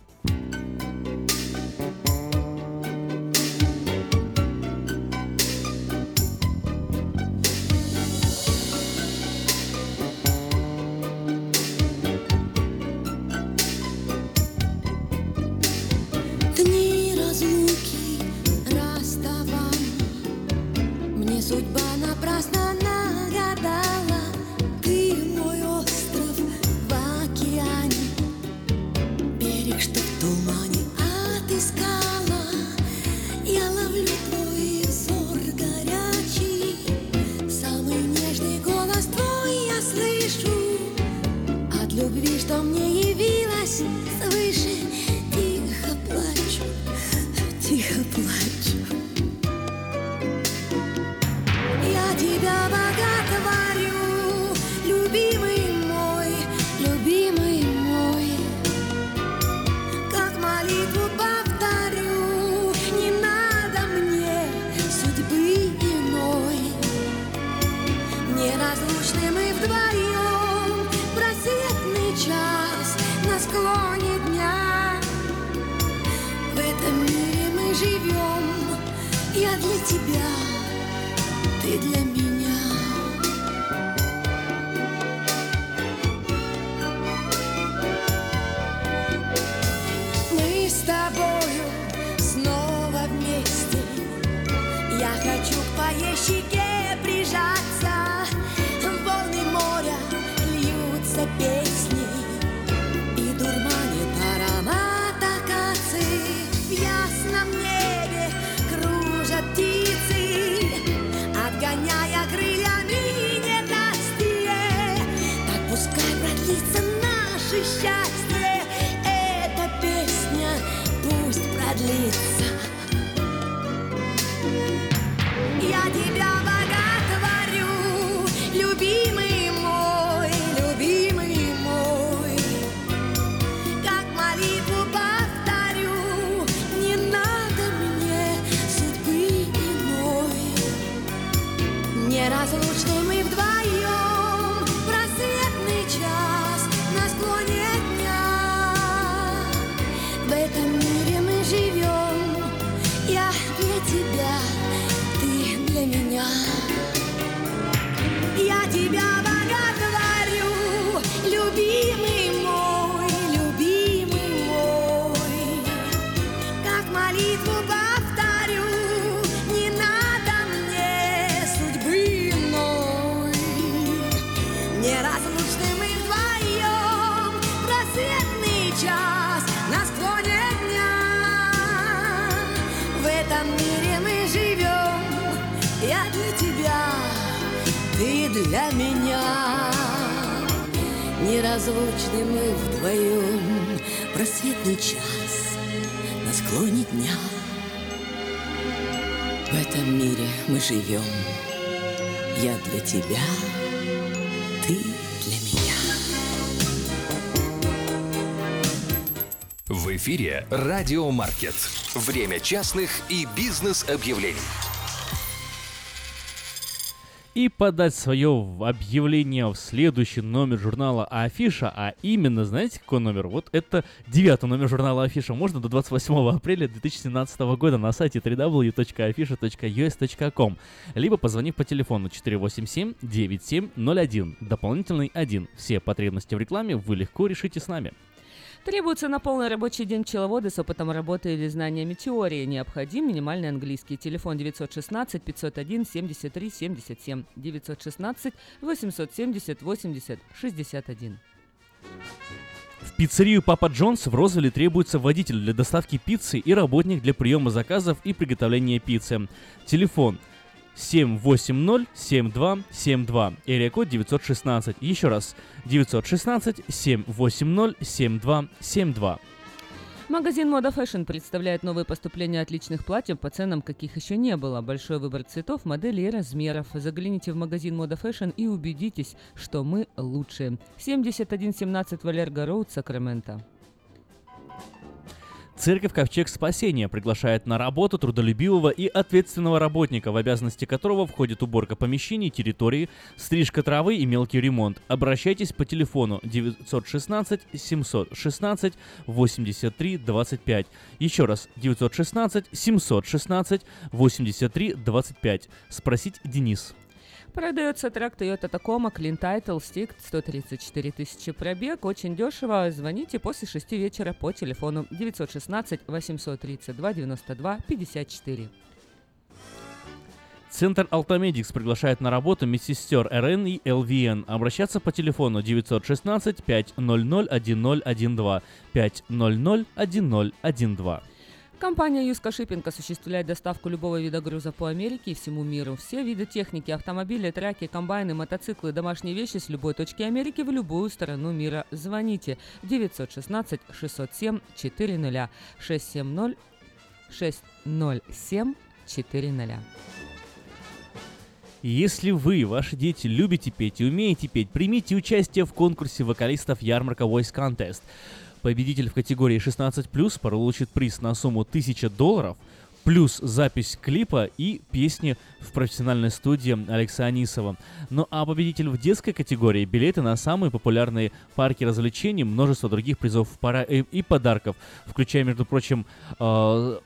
Дни разлуки, расставаний, мне судьба напрасно нагадала. Ты мой остров в океане, берег, что в тумане отыскала. Я ловлю твой взор горячий, самый нежный голос твой я слышу. От любви, что мне явилась свыше, тихо плачу, тихо плачу. Я тебя боготворю, любимый мой, любимый. тебя, ты для меня. Мы с тобою снова вместе. Я хочу к твоей щеке прижаться. Волны моря льются песни и дурманит аромат акации. В ясном небе кружат птицы, отгоняя крыльями ненастье. Так пускай продлится наше счастье. Эта песня пусть продлится. Я тебя боготворю, любимый мой, любимый мой. Как молитву повторю, не надо мне судьбы иной. Неразлучны мы вдвоем, просветный час на склоне дня. В этом мире мы живем, я для тебя, ты для меня. Я тебя боготворю, любимый мой, любимый мой. Как молитву повторю, не надо мне судьбы иной. Неразлучны мы вдвоем, просветный час на склоне дня. В этом мире мы живем, я для тебя, ты для меня. Неразлучны мы вдвоем, просветный час на склоне дня. В этом мире мы живем, я для тебя, ты для меня. В эфире Радиомаркет. Время частных и бизнес-объявлений. И подать свое объявление в следующий номер журнала Афиша, а именно, знаете, какой номер? Вот это девятый номер журнала Афиша. Можно до двадцать восьмого апреля две тысячи семнадцатого года на сайте дабл ю дабл ю дабл ю точка афиша точка ю эс точка ком, либо позвонив по телефону четыре восемь семь девять семь ноль один, дополнительный один. Все потребности в рекламе вы легко решите с нами. Требуется на полный рабочий день пчеловоды с опытом работы или знаниями теории. Необходим минимальный английский. Телефон девятьсот шестнадцать пятьсот один семьдесят три семьдесят семь, девятьсот шестнадцать восемьсот семьдесят восемьдесят шестьдесят один. В пиццерию Папа Джонс в Розвилле требуется водитель для доставки пиццы и работник для приема заказов и приготовления пиццы. Телефон семь восемь ноль семь два семь два, эрия-код девятьсот шестнадцать. Еще раз, девятьсот шестнадцать семь восемь ноль семь два семь два. Магазин Мода Fashion представляет новые поступления отличных платьев по ценам, каких еще не было. Большой выбор цветов, моделей и размеров. Загляните в магазин Мода Fashion и убедитесь, что мы лучшие. семьдесят один семнадцать Валерго Роуд, Сакраменто. Церковь Ковчег Спасения приглашает на работу трудолюбивого и ответственного работника, в обязанности которого входит уборка помещений, территории, стрижка травы и мелкий ремонт. Обращайтесь по телефону девятьсот шестнадцать семьсот шестнадцать восемьдесят три двадцать пять. Еще раз, девятьсот шестнадцать семьсот шестнадцать восемьдесят три двадцать пять. Спросить Денис. Продается трак Toyota Tacoma, Clean Title, Stick, сто тридцать четыре тысячи пробег. Очень дешево. Звоните после шести вечера по телефону девятьсот шестнадцать восемьсот тридцать два девяносто два пятьдесят четыре. Центр Алтамедикс приглашает на работу медсестер эр эн и эл ви эн. Обращаться по телефону девятьсот шестнадцать пятьсот один ноль один два, пятьсот один ноль один два. Компания Юска Шиппинг осуществляет доставку любого вида груза по Америке и всему миру. Все виды техники, автомобили, траки, комбайны, мотоциклы, домашние вещи с любой точки Америки в любую сторону мира. Звоните девятьсот шестнадцать шестьсот семь четыреста шесть семь ноль шесть ноль семь четыреста. Если вы и ваши дети любите петь и умеете петь, примите участие в конкурсе вокалистов Ярмарка Voice Contest. Победитель в категории шестнадцать плюс получит приз на сумму тысяча долларов, плюс запись клипа и песни в профессиональной студии Алекса Анисова. Ну а победитель в детской категории — билеты на самые популярные парки развлечений, множество других призов и подарков, включая, между прочим, э-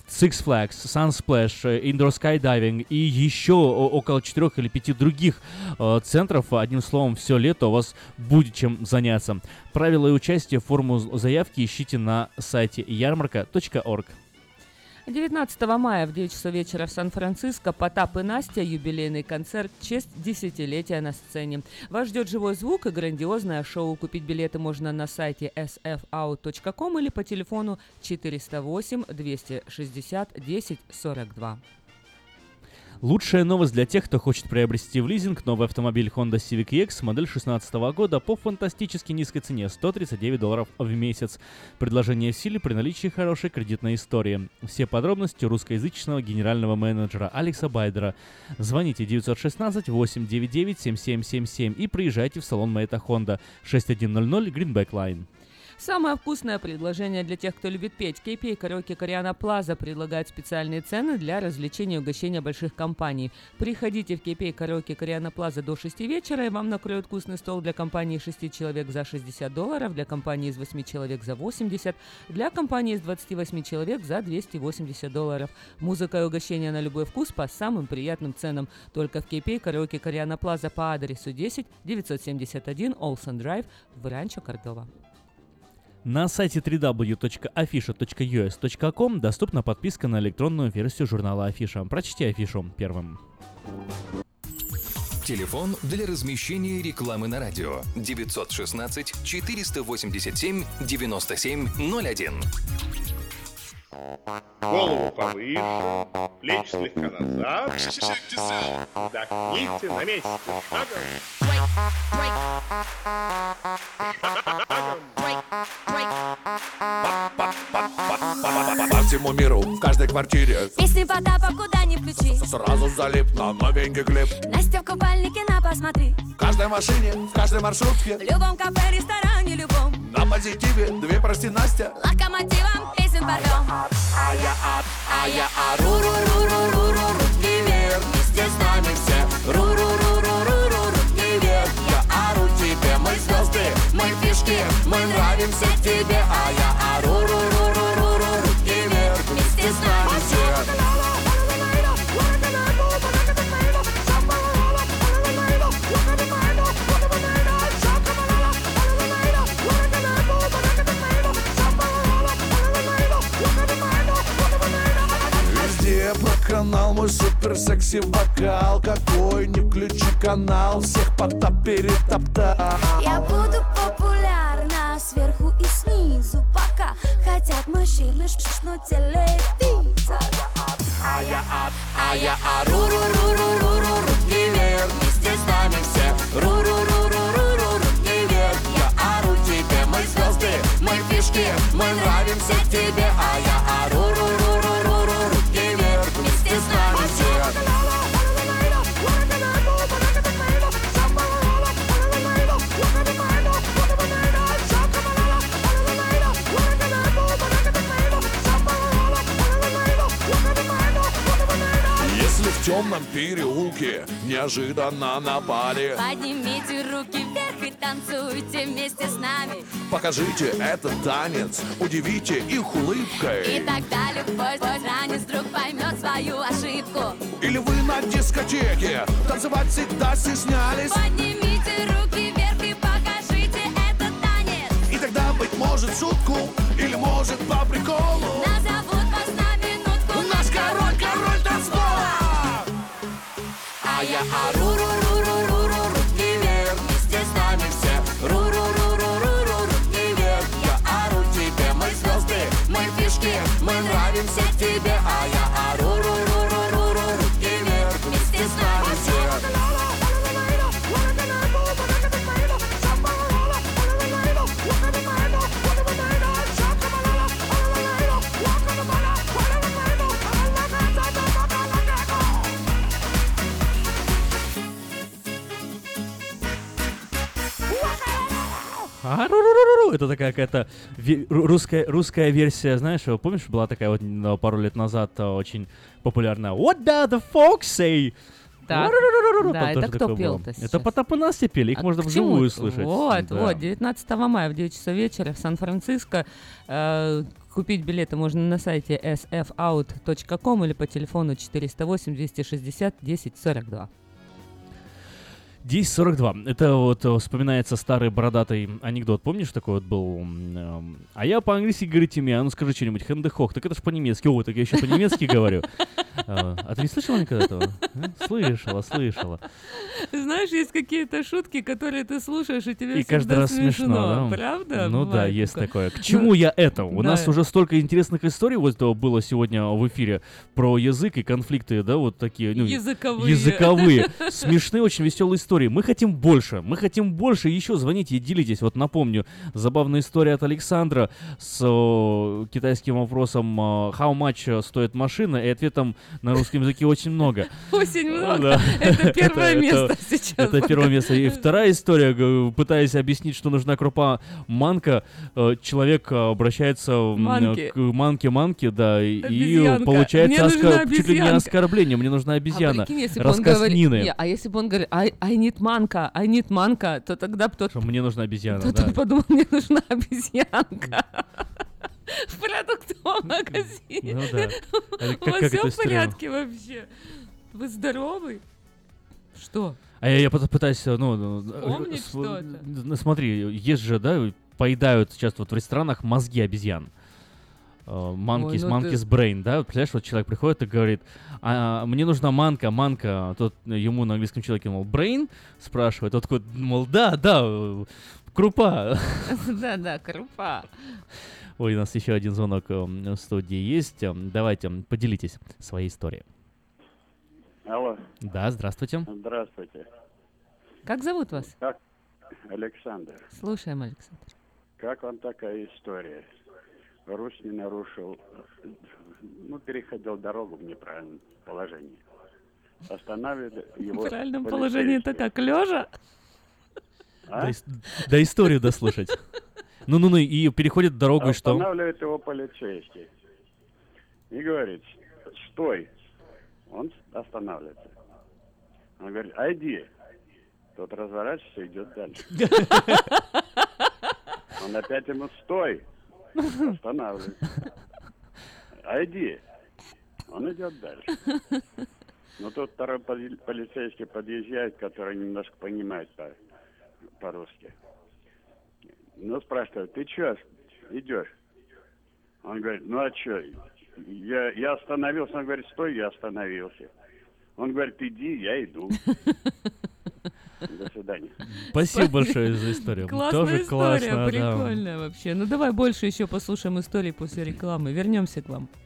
Six Flags, Sunsplash, Indoor Skydiving и еще около четырех или пяти других э, центров. Одним словом, все лето у вас будет чем заняться. Правила и участие, форму заявки ищите на сайте ярмарка точка орг. девятнадцатого мая в девять часов вечера в Сан-Франциско Потап и Настя, юбилейный концерт в честь десятилетия на сцене. Вас ждет живой звук и грандиозное шоу. Купить билеты можно на сайте эс эф аут точка ком или по телефону четыреста восемь двести шестьдесят десять сорок два. Лучшая новость для тех, кто хочет приобрести в лизинг новый автомобиль Honda Civic и экс модель шестнадцатого года по фантастически низкой цене сто тридцать девять долларов в месяц. Предложение в силе при наличии хорошей кредитной истории. Все подробности у русскоязычного генерального менеджера Алекса Байдера. Звоните девять один шесть восемь девять девять семь семь семь семь и приезжайте в салон Мэйта Honda шесть один ноль ноль Greenback Line. Самое вкусное предложение для тех, кто любит петь. кей пи эй Караоке Кориана Плаза предлагает специальные цены для развлечения и угощения больших компаний. Приходите в кей пи эй Караоке Кориана Плаза до шести вечера, и вам накроют вкусный стол для компании шести человек за шестьдесят долларов, для компании из восьми человек за восемьдесят, для компании из двадцати восьми человек за двести восемьдесят долларов. Музыка и угощение на любой вкус по самым приятным ценам. Только в кей пи эй Караоке Кориана Плаза по адресу десять девятьсот семьдесят один Олсен Драйв в Ранчо Кордова. На сайте дабл ю дабл ю дабл ю точка афиша точка ю эс точка ком доступна подписка на электронную версию журнала Афиша. Прочти афишу первым. Телефон для размещения рекламы на радио девятьсот шестнадцать четыреста восемьдесят семь девяносто семь ноль один. Голову повыше, плечи слегка назад. Вдохните на месте. По всему миру, в каждой квартире Песни Потапа куда ни включи, сразу залип на новенький клип. Настя в купальнике, на посмотри. В каждой машине, в каждой маршрутке, В любом кафе, ресторане, любом. на позитиве, две прости, Настя. Локомотивом песен порвем. А я от, а я ору-ру-ру-ру-ру-ру, руки вверх, вместе с нами все. Ру-ру-ру-ру-ру-ру, руки вверх. Я ору тебе, мы звезды, мы фишки, мы нравимся тебе. А я ору-ру-ру-ру-ру-ру, руки вверх, вместе с нами все. Канал мой супер секси вокал. Какой не включи канал, всех Потап перетоптал. Я буду популярна сверху и снизу, пока хотят мужчины, но телевизор. А я от, а я ору-ру-ру-ру-ру-ру, руки вверх, вместе с нами все. Ру-ру-ру-ру-ру-ру, руки вверх. Я ору тебе, мы звезды, мы фишки, мы нравимся тебе. А я ору-ру-ру-ру-ру-ру, руки вверх, вместе с нами все. Если в темном переулке неожиданно напали, Поднимите руки вверх и танцуйте вместе с нами. покажите этот танец, удивите их улыбкой. И тогда любой ранец вдруг поймет свою ошибку. Или вы на дискотеке танцевать всегда стеснялись. Поднимите руки вверх и покажите этот танец. И тогда, быть может, в шутку, или может по приколу, Назовут вас на минутку. наш король, король танцпола. А я ору-ру-ру-ру-ру-ру, руки вверх, вместе с нами все. Ру-ру-ру-ру-ру-ру, руки вверх. Я ору тебе, мы звезды, мы фишки, мы нравимся тебе. А я ору-ру-ру-ру-ру-ру, руки вверх, вместе с нами все. А-ру-ру-ру-ру-ру. Это такая какая-то ве- ру- русская, русская версия, знаешь, помнишь, была такая вот м, пару лет назад а, очень популярная What do the folks say? Так, Ру-ру-ру-ру-ру. да, Там это тоже кто такое пел-то было. сейчас? Это Потап и Настя пели, их А можно к вживую чему? слышать. Вот, Да. вот, девятнадцатого мая в девять часов вечера в Сан-Франциско э, Купить билеты можно на сайте эс эф аут точка ком или по телефону четыреста восемь двести шестьдесят десять сорок два. десять сорок два. Это вот вспоминается старый бородатый анекдот. Помнишь, такой вот был? А я по-английски говорите мне, а ну скажи что-нибудь, хэндехох. Так это ж по-немецки. О, так я еще по-немецки говорю. А ты не слышала никогда этого? Слышала, слышала. Знаешь, есть какие-то шутки, которые ты слушаешь, и тебе и всегда каждый раз смешно. смешно, да? Правда? Ну Бывает да, есть такое. такое. К чему Ну, я это? У да. нас уже столько интересных историй вот было сегодня в эфире про язык и конфликты, да, вот такие. Ну, Языковые. Языковые. Смешные, очень веселые истории. Мы хотим больше. Мы хотим больше. Еще звоните и делитесь. Вот напомню, забавная история от Александра с о, китайским вопросом «How much стоит машина?» и ответом на русском языке очень много. Очень много. Да. Это первое Это- место это- сейчас. Это первое место. И вторая история, г- пытаясь объяснить, что нужна крупа манка, э, человек э, обращается м, Манке. к манке-манке, да, и- и Обезьянка. получается Мне нужна оска- чуть ли не обезьянка. оскорбление. Мне нужна А обезьяна. прикинь, если бы он Рассказ говорит, Нины. не, а если бы он говорит, I, I need манка, I need манка, то тогда бы тот, Что мне нужна обезьяна, тот да. подумал, мне нужна обезьянка. В продуктовом магазине. Ну да. Это как- У вас как все эту в историю? порядке вообще? Вы здоровы? Что? А я, я пыт- пытаюсь, э, ну, ну, Помнить с- что-то. ну, смотри, есть же, да, поедают часто вот в ресторанах мозги обезьян. Манки, Ой, ну манки с ты- brain, да, вот, представляешь, вот человек приходит и говорит, а, мне нужна манка, манка, тот ему на английском человеке, мол, brain, спрашивает, тот такой, мол, да, да, э, крупа. Да-да, крупа. Ой, у нас еще один звонок э, в студии есть, Э, давайте, м, поделитесь своей историей. Алло. Да, здравствуйте. Здравствуйте. Как зовут вас? Как? Александр. Слушаем, Александр. Как вам такая история? Рус не нарушил, ну, переходил дорогу в неправильном положении. Останавливали его В правильном полицейские. положении это как, лежа? А? Да, ис- да историю дослушать. Ну-ну-ну, и переходит дорогу, и что? Останавливает его полицейский. И говорит, стой. Он останавливается. Он говорит, айди. Тот разворачивается и идет дальше. Он опять ему, стой. Останавливается. Айди. Он идет дальше. Но тут второй поли- полицейский подъезжает, который немножко понимает по- по-русски. Ну, спрашивает, ты что идешь? Он говорит, ну а что? Я, я остановился. Он говорит, стой, я остановился. Он говорит, иди, я иду. До свидания. Спасибо большое за историю. Классная Тоже история, классно, да. прикольная вообще. Ну давай больше еще послушаем истории после рекламы. Вернемся к вам.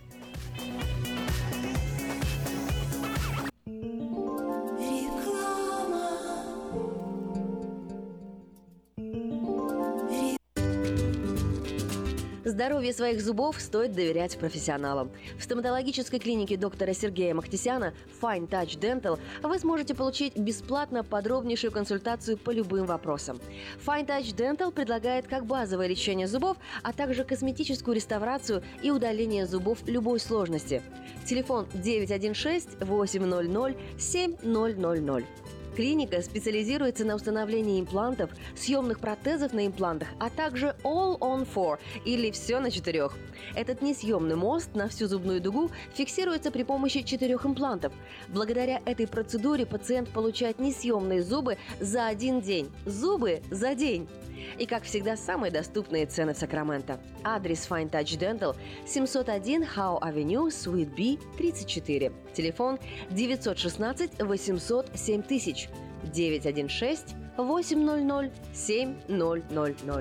Здоровье своих зубов стоит доверять профессионалам. В стоматологической клинике доктора Сергея Махтисяна Fine Touch Dental вы сможете получить бесплатно подробнейшую консультацию по любым вопросам. Fine Touch Dental предлагает как базовое лечение зубов, а также косметическую реставрацию и удаление зубов любой сложности. Телефон девять один шесть восемь ноль ноль семь ноль ноль ноль. Клиника специализируется на установлении имплантов, съемных протезов на имплантах, а также All on Four или все на четырех. Этот несъемный мост на всю зубную дугу фиксируется при помощи четырех имплантов. Благодаря этой процедуре пациент получает несъемные зубы за один день. Зубы за день. И, как всегда, самые доступные цены в Сакраменто. Адрес Fine Touch Dental семьсот один Howe Avenue, Suite B, тридцать четыре. Телефон девять один шесть восемьсот семь тысяч. девять один шесть восемь ноль ноль семь ноль ноль ноль.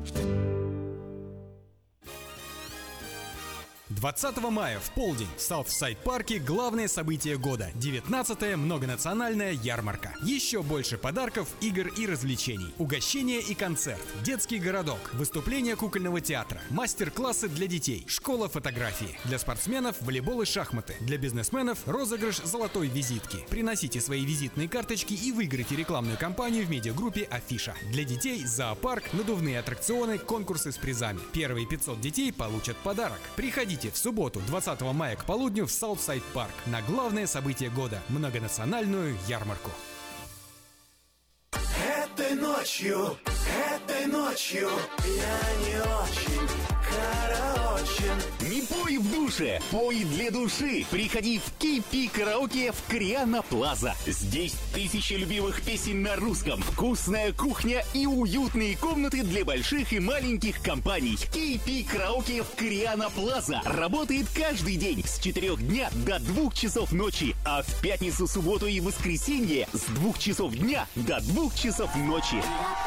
двадцатого мая в полдень в Саутсайд-парке главное событие года – девятнадцатая многонациональная ярмарка. Еще больше подарков, игр и развлечений. Угощение и концерт, детский городок, выступление кукольного театра, мастер-классы для детей, школа фотографии. Для спортсменов – волейбол и шахматы. Для бизнесменов – розыгрыш золотой визитки. Приносите свои визитные карточки и выиграйте рекламную кампанию в медиагруппе «Афиша». Для детей – зоопарк, надувные аттракционы, конкурсы с призами. Первые пятьсот детей получат подарок. Приходите в субботу, двадцатого мая к полудню в Саутсайд-парк на главное событие года – многонациональную ярмарку. Этой ночью, этой Этой ночью я не очень караочен. Не пой в душе, пой для души. Приходи в кей пи Караоке в Криана Плаза. Здесь тысячи любимых песен на русском, вкусная кухня и уютные комнаты для больших и маленьких компаний. кей пи Караоке в Криана Плаза работает каждый день с четырёх дня до двух часов ночи, а в пятницу, субботу и воскресенье с двух часов дня до двух часов ночи.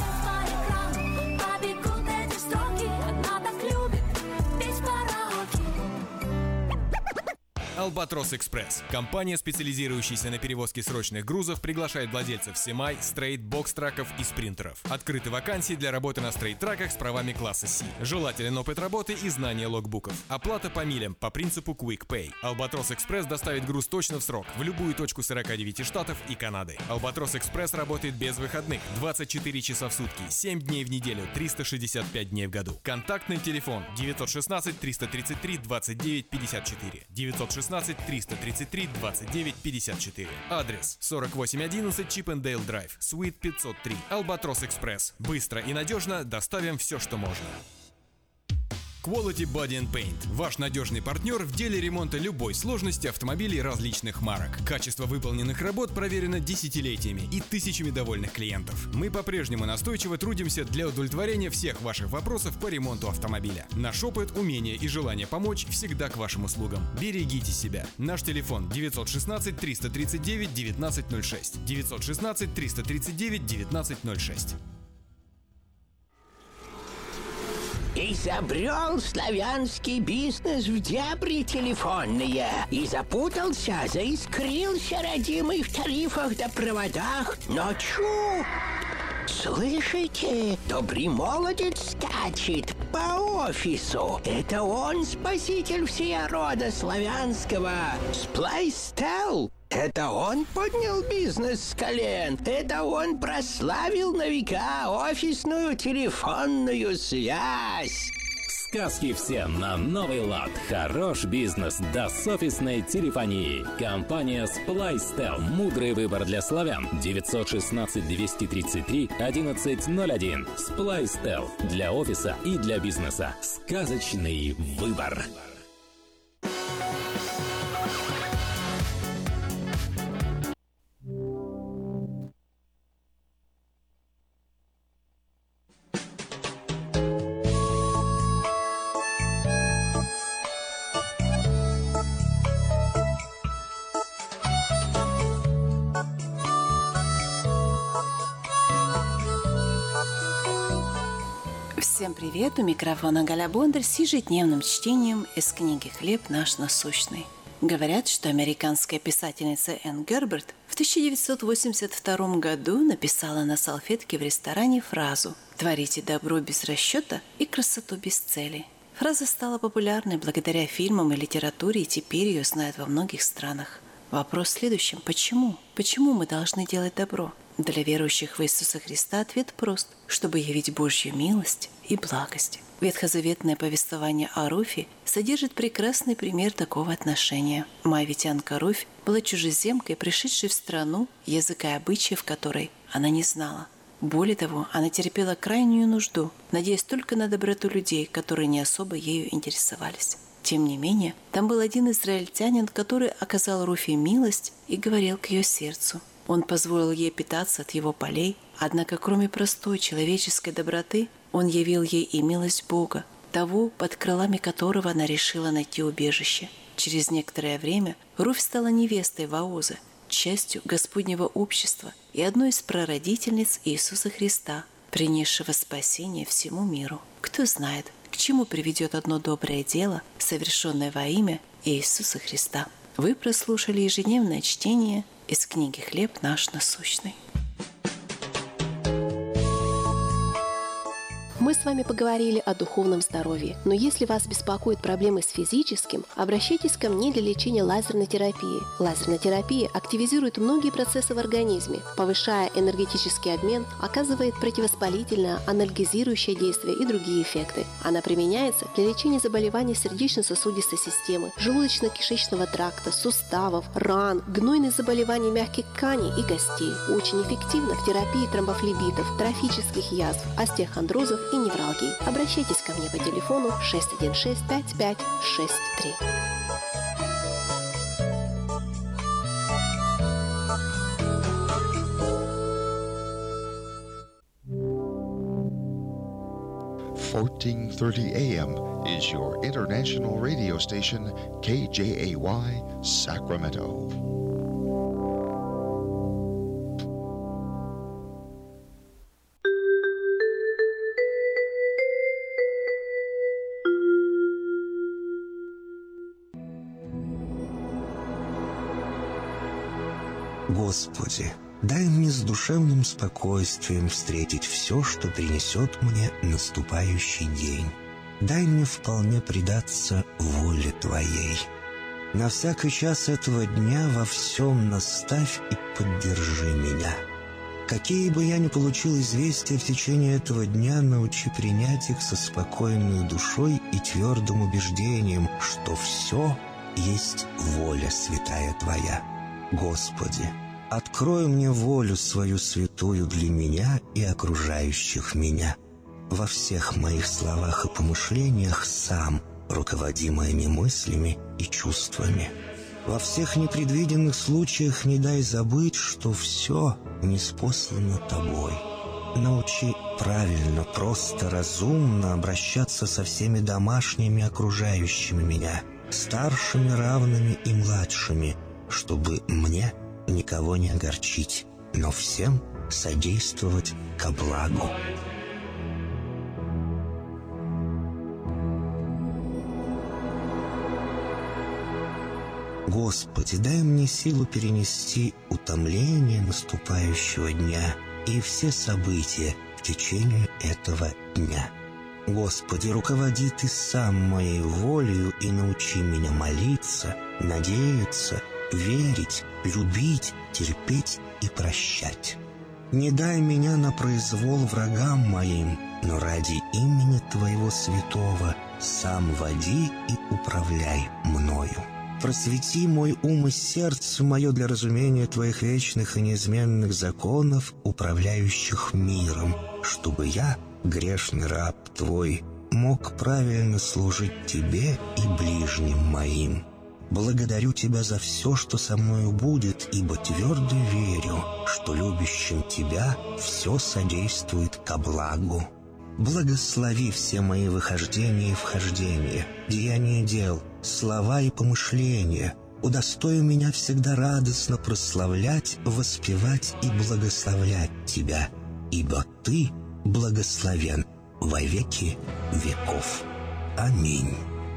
Albatross Express. Компания, специализирующаяся на перевозке срочных грузов, приглашает владельцев Семай, стрейт, бокс-траков и спринтеров. Открыты вакансии для работы на стрейт-траках с правами класса C. Желателен опыт работы и знание логбуков. Оплата по милям по принципу Quick Pay. Albatross Express доставит груз точно в срок в любую точку сорока девяти штатов и Канады. Albatross Express работает без выходных, двадцать четыре часа в сутки, семь дней в неделю, триста шестьдесят пять дней в году. Контактный телефон девять один шесть триста тридцать три двадцать девять пятьдесят четыре. девять один шесть триста тридцать три двадцать девять пятьдесят четыре. Адрес сорок восемь одиннадцать Чиппендейл Драйв, Суит пятьсот три. Albatross Express. Быстро и надежно доставим все, что можно. Quality Body and Paint. Ваш надежный партнер в деле ремонта любой сложности автомобилей различных марок. Качество выполненных работ проверено десятилетиями и тысячами довольных клиентов. Мы по-прежнему настойчиво трудимся для удовлетворения всех ваших вопросов по ремонту автомобиля. Наш опыт, умение и желание помочь всегда к вашим услугам. Берегите себя. Наш телефон девять один шесть триста тридцать девять девятнадцать ноль шесть. девять один шесть триста тридцать девять девятнадцать ноль шесть. Изобрел славянский бизнес в дебри телефонные и запутался, заискрился родимый в тарифах да проводах. Но чу! Слышите? Добрый молодец скачет по офису. Это он спаситель всея рода славянского. Сплайстел. Это он поднял бизнес с колен. Это он прославил на века офисную телефонную связь. Сказки все на новый лад. Хорош бизнес да с офисной телефонии. Компания Splystel. Мудрый выбор для славян. девять один шесть двести тридцать три одиннадцать ноль один. Splystel. Для офиса и для бизнеса. Сказочный выбор. Всем привет! У микрофона Галя Бондарь с ежедневным чтением из книги «Хлеб наш насущный». Говорят, что американская писательница Энн Герберт в тысяча девятьсот восемьдесят втором году написала на салфетке в ресторане фразу «Творите добро без расчета и красоту без цели». Фраза стала популярной благодаря фильмам и литературе, и теперь ее знают во многих странах. Вопрос в следующем: почему? Почему мы должны делать добро? Для верующих в Иисуса Христа ответ прост: чтобы явить Божью милость и благость. Ветхозаветное повествование о Руфе содержит прекрасный пример такого отношения. Моавитянка Руфь была чужеземкой, пришедшей в страну, языка и обычаев которой она не знала. Более того, она терпела крайнюю нужду, надеясь только на доброту людей, которые не особо ею интересовались. Тем не менее, там был один израильтянин, который оказал Руфе милость и говорил к ее сердцу. Он позволил ей питаться от его полей, однако кроме простой человеческой доброты, он явил ей и милость Бога, того, под крылами которого она решила найти убежище. Через некоторое время Руфь стала невестой Вооза, частью Господнего общества и одной из прародительниц Иисуса Христа, принесшего спасение всему миру. Кто знает, к чему приведет одно доброе дело, совершенное во имя Иисуса Христа. Вы прослушали ежедневное чтение из книги «Хлеб наш насущный». Мы с вами поговорили о духовном здоровье, но если вас беспокоят проблемы с физическим, обращайтесь ко мне для лечения лазерной терапии. Лазерная терапия активизирует многие процессы в организме, повышая энергетический обмен, оказывает противовоспалительное, анальгезирующее действие и другие эффекты. Она применяется для лечения заболеваний сердечно-сосудистой системы, желудочно-кишечного тракта, суставов, ран, гнойных заболеваний мягких тканей и костей. Очень эффективно в терапии тромбофлебитов, трофических язв, остеохондрозов и невралгии. Обращайтесь ко мне по телефону шесть один шесть пять пять шесть три. fourteen thirty A M is your international radio station K J A Y Sacramento. Господи, дай мне с душевным спокойствием встретить все, что принесет мне наступающий день. Дай мне вполне предаться воле Твоей. На всякий час этого дня во всем наставь и поддержи меня. Какие бы я ни получил известия в течение этого дня, научи принять их со спокойной душой и твердым убеждением, что все есть воля святая Твоя. Господи, открой мне волю свою святую для меня и окружающих меня. Во всех моих словах и помышлениях сам руководи моими мыслями и чувствами. Во всех непредвиденных случаях не дай забыть, что все ниспослано Тобой. Научи правильно, просто, разумно обращаться со всеми домашними окружающими меня, старшими, равными и младшими, чтобы мне никого не огорчить, но всем содействовать ко благу. Господи, дай мне силу перенести утомление наступающего дня и все события в течение этого дня. Господи, руководи Ты сам моей волею и научи меня молиться, надеяться, верить, любить, терпеть и прощать. Не дай меня на произвол врагам моим, но ради имени Твоего святого сам води и управляй мною. Просвети мой ум и сердце мое для разумения Твоих вечных и неизменных законов, управляющих миром, чтобы я, грешный раб Твой, мог правильно служить Тебе и ближним моим. Благодарю Тебя за все, что со мною будет, ибо твердо верю, что любящим Тебя все содействует ко благу. Благослови все мои выхождения и вхождения, деяния дел, слова и помышления. Удостой меня всегда радостно прославлять, воспевать и благословлять Тебя, ибо Ты благословен во веки веков. Аминь.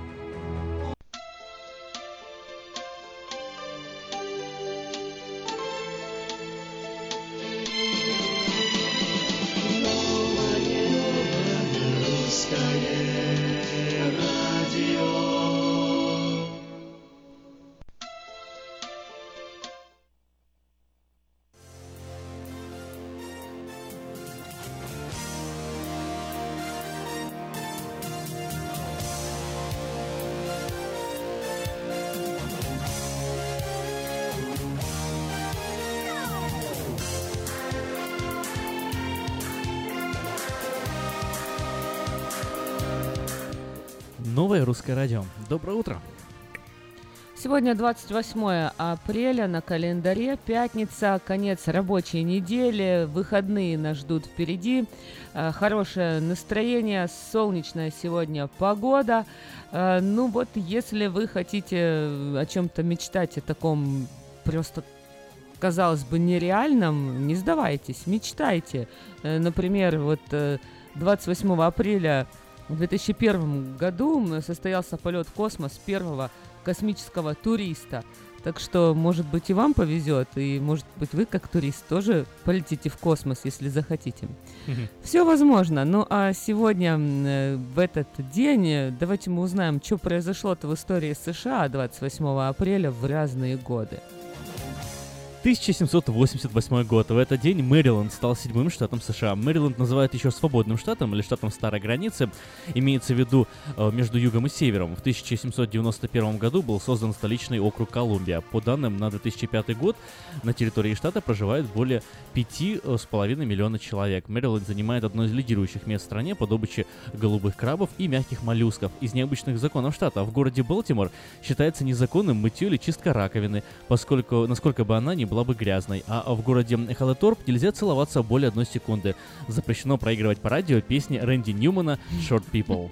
Новое русское радио. Доброе утро. Сегодня двадцать восьмое апреля, на календаре пятница, конец рабочей недели, выходные нас ждут впереди, хорошее настроение, солнечная сегодня погода. Ну вот, если вы хотите о чем-то мечтать, о таком просто, казалось бы, нереальном, не сдавайтесь, мечтайте. Например, вот двадцать восьмого апреля в две тысячи первом году состоялся полет в космос первого космического туриста. Так что, может быть, и вам повезет, и, может быть, вы, как турист, тоже полетите в космос, если захотите. Мгм. Все возможно. Ну, а сегодня, э, в этот день, э, давайте мы узнаем, что произошло-то в истории США двадцать восьмого апреля в разные годы. тысяча семьсот восемьдесят восьмой год. В этот день Мэриленд стал седьмым штатом США. Мэриленд называют еще свободным штатом или штатом старой границы. Имеется в виду э, между югом и севером. В тысяча семьсот девяносто первом году был создан столичный округ Колумбия. По данным на две тысячи пятый год на территории штата проживает более пяти с половиной миллиона человек. Мэриленд занимает одно из лидирующих мест в стране по добыче голубых крабов и мягких моллюсков. Из необычных законов штата в городе Балтимор считается незаконным мытье или чистка раковины, поскольку, насколько бы она ни была бы грязной, а в городе Халлеторп нельзя целоваться более одной секунды. Запрещено проигрывать по радио песни Рэнди Ньюмана «Short People».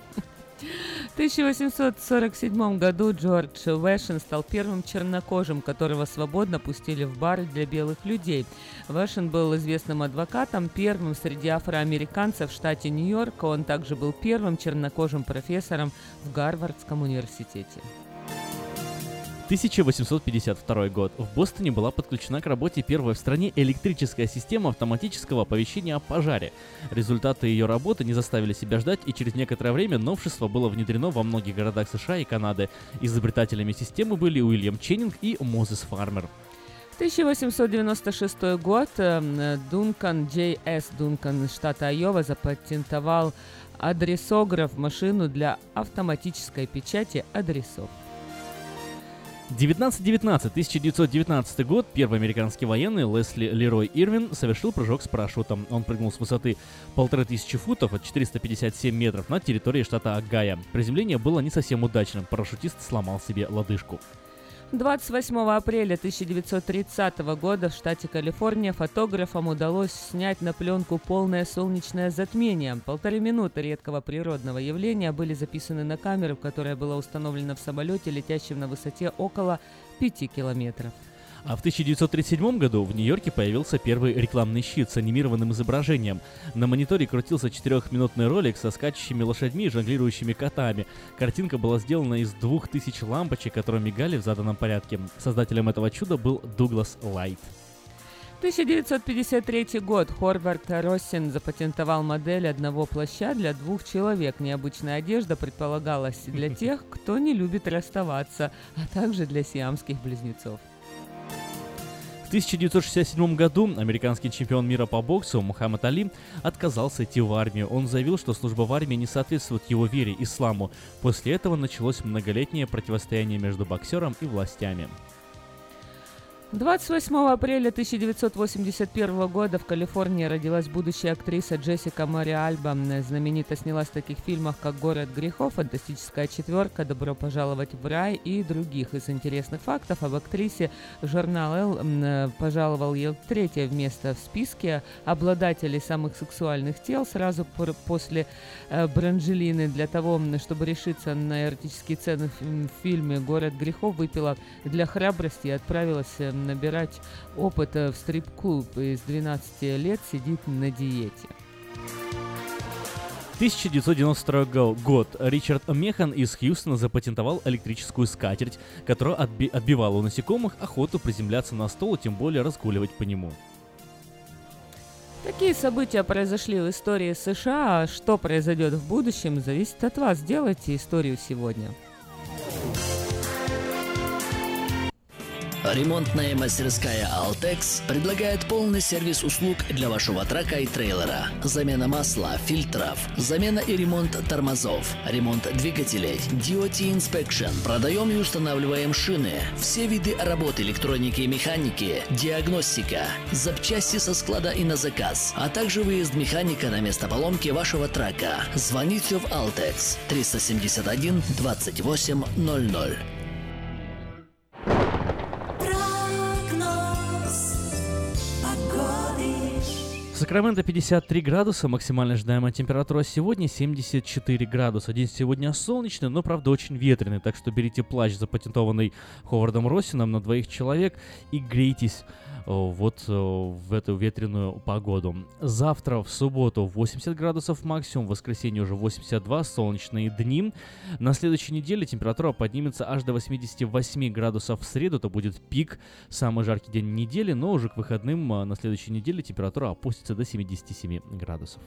В тысяча восемьсот сорок седьмом году Джордж Вэшен стал первым чернокожим, которого свободно пустили в бары для белых людей. Вэшен был известным адвокатом, первым среди афроамериканцев в штате Нью-Йорк. Он также был первым чернокожим профессором в Гарвардском университете. тысяча восемьсот пятьдесят второй год. В Бостоне была подключена к работе первая в стране электрическая система автоматического оповещения о пожаре. Результаты ее работы не заставили себя ждать, и через некоторое время новшество было внедрено во многих городах США и Канады. Изобретателями системы были Уильям Ченнинг и Мозес Фармер. тысяча восемьсот девяносто шестой год. э, Дункан Джей Эс Дункан из штата Айова запатентовал адресограф, машину для автоматической печати адресов. девятнадцать девятнадцать, тысяча девятьсот девятнадцатый год. Первый американский военный Лесли Лерой Ирвин совершил прыжок с парашютом. Он прыгнул с высоты полторы тысячи футов от четыреста пятьдесят семь метров над территорией штата Огайо. Приземление было не совсем удачным. Парашютист сломал себе лодыжку. двадцать восьмого апреля тысяча девятьсот тридцатого года в штате Калифорния фотографам удалось снять на пленку полное солнечное затмение. Полторы минуты редкого природного явления были записаны на камеру, которая была установлена в самолете, летящем на высоте около пяти километров. А в тысяча девятьсот тридцать седьмом году в Нью-Йорке появился первый рекламный щит с анимированным изображением. На мониторе крутился четырехминутный ролик со скачущими лошадьми и жонглирующими котами. Картинка была сделана из двух тысяч лампочек, которые мигали в заданном порядке. Создателем этого чуда был Дуглас Лайт. тысяча девятьсот пятьдесят третий год. Хорвард Россин запатентовал модель одного плаща для двух человек. Необычная одежда предполагалась для тех, кто не любит расставаться, а также для сиамских близнецов. В тысяча девятьсот шестьдесят седьмом году американский чемпион мира по боксу Мухаммад Али отказался идти в армию. Он заявил, что служба в армии не соответствует его вере, исламу. После этого началось многолетнее противостояние между боксером и властями. двадцать восьмого апреля тысяча девятьсот восемьдесят первого года в Калифорнии родилась будущая актриса Джессика Мари Альба. Знаменито снялась в таких фильмах, как «Город грехов», «Фантастическая четверка», «Добро пожаловать в рай» и других. Из интересных фактов об актрисе журнал «Эл» пожаловал ей третье место в списке обладателей самых сексуальных тел сразу после э, Бранжелины. Для того, чтобы решиться на эротические сцены в фильме «Город грехов», выпила для храбрости и отправилась набирать опыта в стрип-клуб. И с двенадцати лет сидит на диете. тысяча девятьсот девяносто второй год. Ричард Механ из Хьюстона запатентовал электрическую скатерть, которая отби- отбивала у насекомых охоту приземляться на стол и тем более разгуливать по нему. Какие события произошли в истории США, а что произойдет в будущем, зависит от вас. Делайте историю сегодня. Ремонтная мастерская «Алтекс» предлагает полный сервис услуг для вашего трака и трейлера. Замена масла, фильтров, замена и ремонт тормозов, ремонт двигателей, ди о ти Inspection. Продаем и устанавливаем шины, все виды работы электроники и механики, диагностика, запчасти со склада и на заказ, а также выезд механика на место поломки вашего трака. Звоните в «Алтекс» триста семьдесят один двадцать восемь ноль ноль. В Сакраменто пятьдесят три градуса, максимальная ожидаемая температура сегодня семьдесят четыре градуса. День сегодня солнечный, но, правда, очень ветреный, так что берите плащ, запатентованный Ховардом Россином на двоих человек, и грейтесь вот в эту ветреную погоду. Завтра, в субботу, восемьдесят градусов максимум, в воскресенье уже восемьдесят два, солнечные дни. На следующей неделе температура поднимется аж до восемьдесят восемь градусов в среду, это будет пик, самый жаркий день недели, но уже к выходным на следующей неделе температура опустится до семьдесят семь градусов.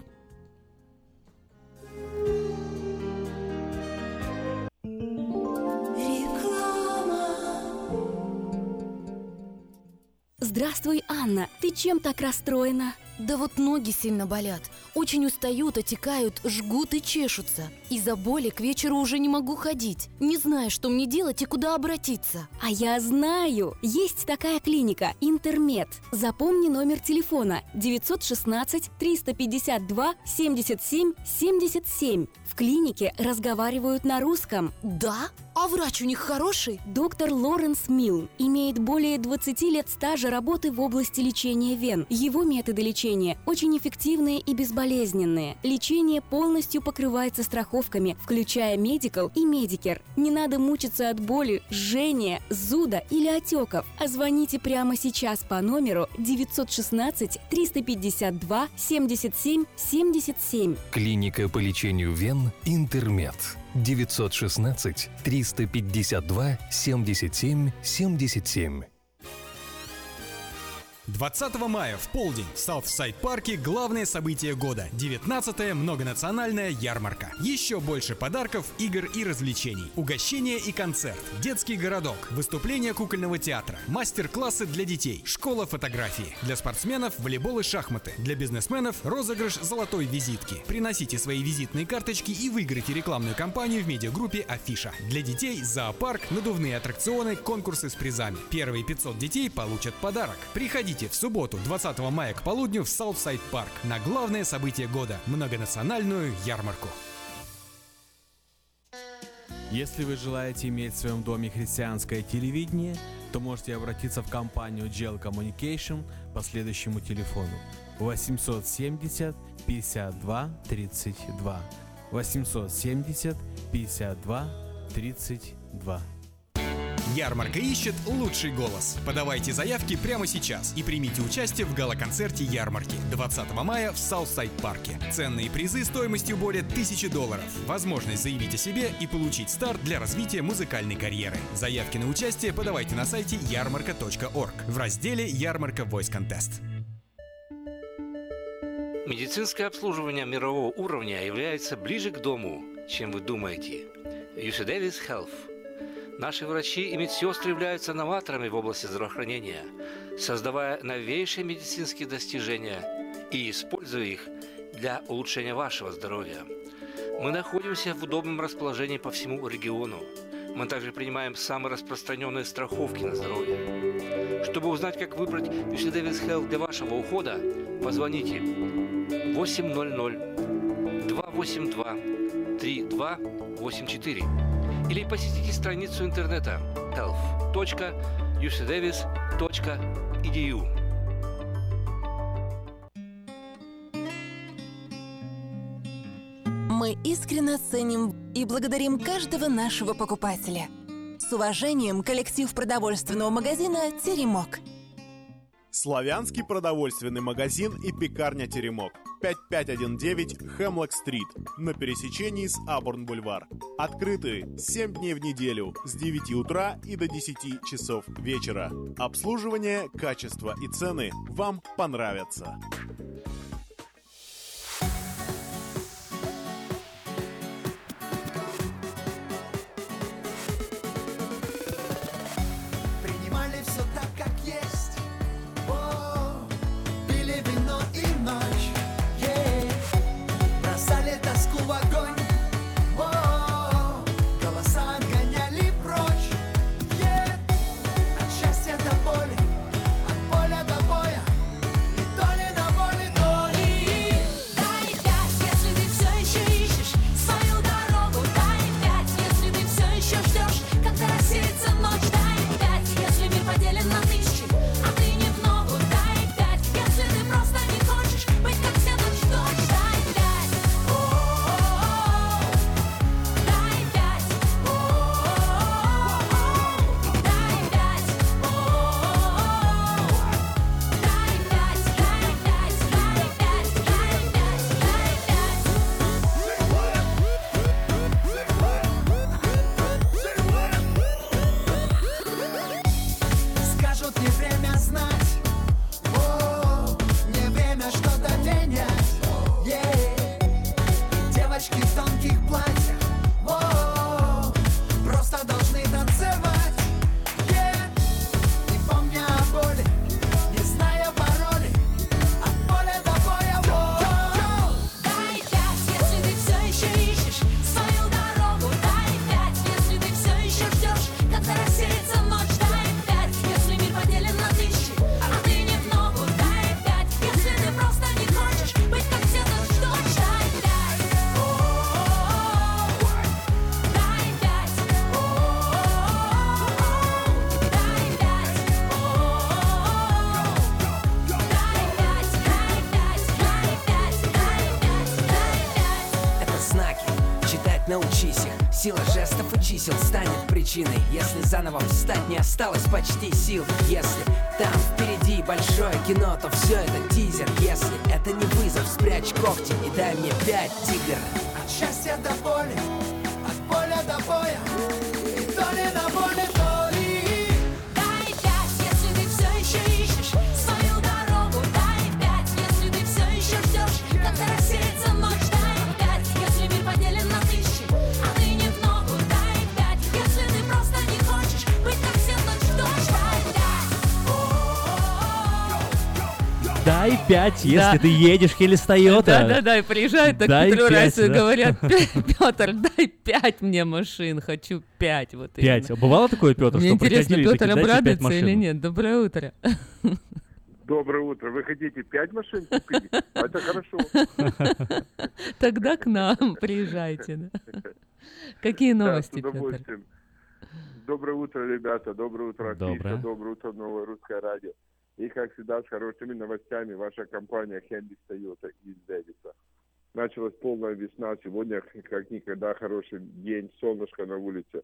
Здравствуй, Анна. Ты чем так расстроена? Да вот ноги сильно болят. Очень устают, отекают, жгут и чешутся. Из-за боли к вечеру уже не могу ходить. Не знаю, что мне делать и куда обратиться. А я знаю! Есть такая клиника «Интермед». Запомни номер телефона девятьсот шестнадцать триста пятьдесят два семьдесят семь семьдесят семь. В клинике разговаривают на русском. Да? А врач у них хороший? Доктор Лоренс Милн имеет более двадцати лет стажа работы в области лечения вен. Его методы лечения очень эффективные и безболезненные. Лечение полностью покрывается страховками, включая Medical и Medicare. Не надо мучиться от боли, жжения, зуда или отеков. А звоните прямо сейчас по номеру девятьсот шестнадцать триста пятьдесят два семьдесят семь семьдесят семь. Клиника по лечению вен «Интермед». девятьсот шестнадцать триста пятьдесят два семьдесят семь семьдесят семь. двадцатого мая в полдень в Саутсайд-парке главное событие года – девятнадцатая многонациональная ярмарка. Еще больше подарков, игр и развлечений. Угощение и концерт, детский городок, выступление кукольного театра, мастер-классы для детей, школа фотографии. Для спортсменов – волейбол и шахматы. Для бизнесменов – розыгрыш золотой визитки. Приносите свои визитные карточки и выиграйте рекламную кампанию в медиагруппе «Афиша». Для детей – зоопарк, надувные аттракционы, конкурсы с призами. Первые пятьсот детей получат подарок. Приходите в субботу, двадцатого мая к полудню в Саутсайд-парк на главное событие года – многонациональную ярмарку. Если вы желаете иметь в своем доме христианское телевидение, то можете обратиться в компанию джи эл Communication по следующему телефону восемьсот семьдесят пятьдесят два тридцать два. восемьсот семьдесят пятьдесят два тридцать два. Ярмарка ищет лучший голос. Подавайте заявки прямо сейчас и примите участие в гала-концерте ярмарки двадцатого мая в Саутсайд-парке. Ценные призы стоимостью более тысячи долларов. Возможность заявить о себе и получить старт для развития музыкальной карьеры. Заявки на участие подавайте на сайте ярмарка точка орг в разделе «Ярмарка Voice Contest». Медицинское обслуживание мирового уровня является ближе к дому, чем вы думаете. ю си Davis Health. Наши врачи и медсестры являются новаторами в области здравоохранения, создавая новейшие медицинские достижения и используя их для улучшения вашего здоровья. Мы находимся в удобном расположении по всему региону. Мы также принимаем самые распространенные страховки на здоровье. Чтобы узнать, как выбрать ю си Davis Health для вашего ухода, позвоните восемь ноль ноль два восемь два три два восемь четыре или посетите страницу интернета health точка ю си davis точка и ди ю. Мы искренне ценим и благодарим каждого нашего покупателя. С уважением, коллектив продовольственного магазина «Теремок». Славянский продовольственный магазин и пекарня «Теремок». пять пять один девять Хемлок-стрит на пересечении с Абурн-бульвар. Открыты семь дней в неделю с девяти утра и до десяти часов вечера. Обслуживание, качество и цены вам понравятся. Принимали все так, как есть. О, пили вино и ночь. Ей, бросали тоску в огонь. О, голоса отгоняли прочь. Ей, от счастья до боли, от поля до боя. И то ли на воле. тонких платьях. Воу, просто должны танцевать. Yeah. Не помня о боли, не зная пароли, от поля до боя. Воу. Дай пять, если ты все еще ищешь свою дорогу. Дай пять, если ты все еще ждешь, когда рассеется ночь. Дай пять, если мир поделен на тысячи, а ты не в ногу. Дай пять, если ты просто не хочешь быть как все, то что ж. Дай пять, дай пять, Это знаки, читать научись их. Сила жестов и чисел станет причиной. Если заново встать не осталось почти сил. Если там впереди большое кино, то все это тизер. Если это не вызов, спрячь когти и дай мне пять, тигр. От счастья до боли, от поля до боя, и то ли на воле, то ли. дай пять, если ты все еще ищешь свою дорогу. Дай пять, если ты все еще ждешь, когда рассеется ночь. Дай пять, если мир поделен на тысячи, а ты не в ногу. Дай пять, если ты просто не хочешь быть как все, то что ж. Дай пять. Дай пять, если Да. ты едешь Хелис Тойота. Да-да-да, и приезжают так Дай Петру пять, Райсу и да. говорят: Петр, дай пять мне машин, хочу пять. Вот Пять. именно. Бывало такое, Петр, Мне что интересно, приходили Петр такие, «Дайте пять обрадуется или машин». нет? Доброе утро. Доброе утро. Вы хотите пять машин купить? Это хорошо. Тогда к нам приезжайте. да. Какие новости, Да, с Петр? удовольствием. Доброе утро, ребята. Доброе утро, Афиша. Доброе. Доброе утро, Новое Русское Радио. И, как всегда, с хорошими новостями ваша компания Хенди Тойота из Дэвиса. Началась полная весна. Сегодня, как никогда, хороший день. Солнышко на улице.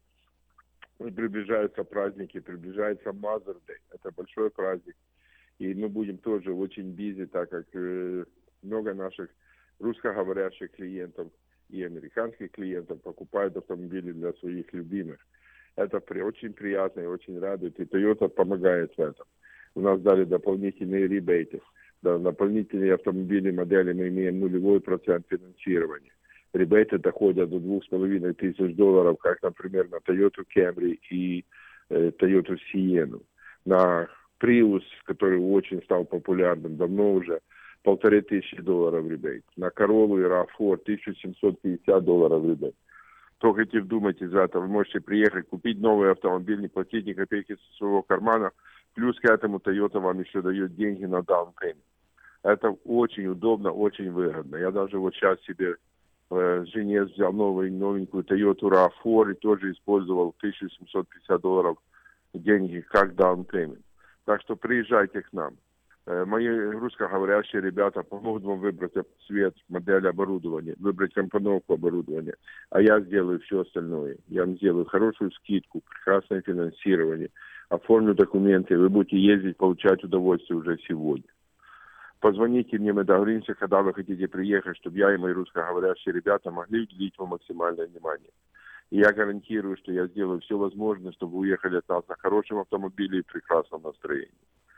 Приближаются праздники. Приближается Mother's Day. Это большой праздник. И мы будем тоже очень бизи, так как э, много наших русскоговорящих клиентов и американских клиентов покупают автомобили для своих любимых. Это при, очень приятно и очень радует. И Toyota помогает в этом. У нас дали дополнительные ребейты. Да, дополнительные автомобили модели мы имеем нулевой процент финансирования. Ребейты доходят до двух с половиной тысяч долларов, как, например, на Toyota Camry и э, Toyota Sienna. На Prius, который очень стал популярным давно уже, полторы тысячи долларов ребейт. На Corolla и рав фор тысяча семьсот пятьдесят долларов ребейт. Только вдумайтесь в это. Вы можете приехать, купить новый автомобиль, не платить ни копейки со своего кармана. Плюс к этому Toyota вам еще дает деньги на down payment. Это очень удобно, очень выгодно. Я даже вот сейчас себе э, жене взял новый, новенькую Toyota рав фор и тоже использовал тысяча семьсот пятьдесят долларов деньги как down payment. Так что приезжайте к нам. Э, мои русскоговорящие ребята помогут вам выбрать цвет, модель оборудования, выбрать компоновку оборудования. А я сделаю все остальное. Я вам сделаю хорошую скидку, прекрасное финансирование, оформлю документы, вы будете ездить, получать удовольствие уже сегодня. Позвоните мне, мы договоримся, когда вы хотите приехать, чтобы я и мои русскоговорящие ребята могли уделить вам максимальное внимание. И я гарантирую, что я сделаю все возможное, чтобы вы уехали от нас на хорошем автомобиле и прекрасном настроении.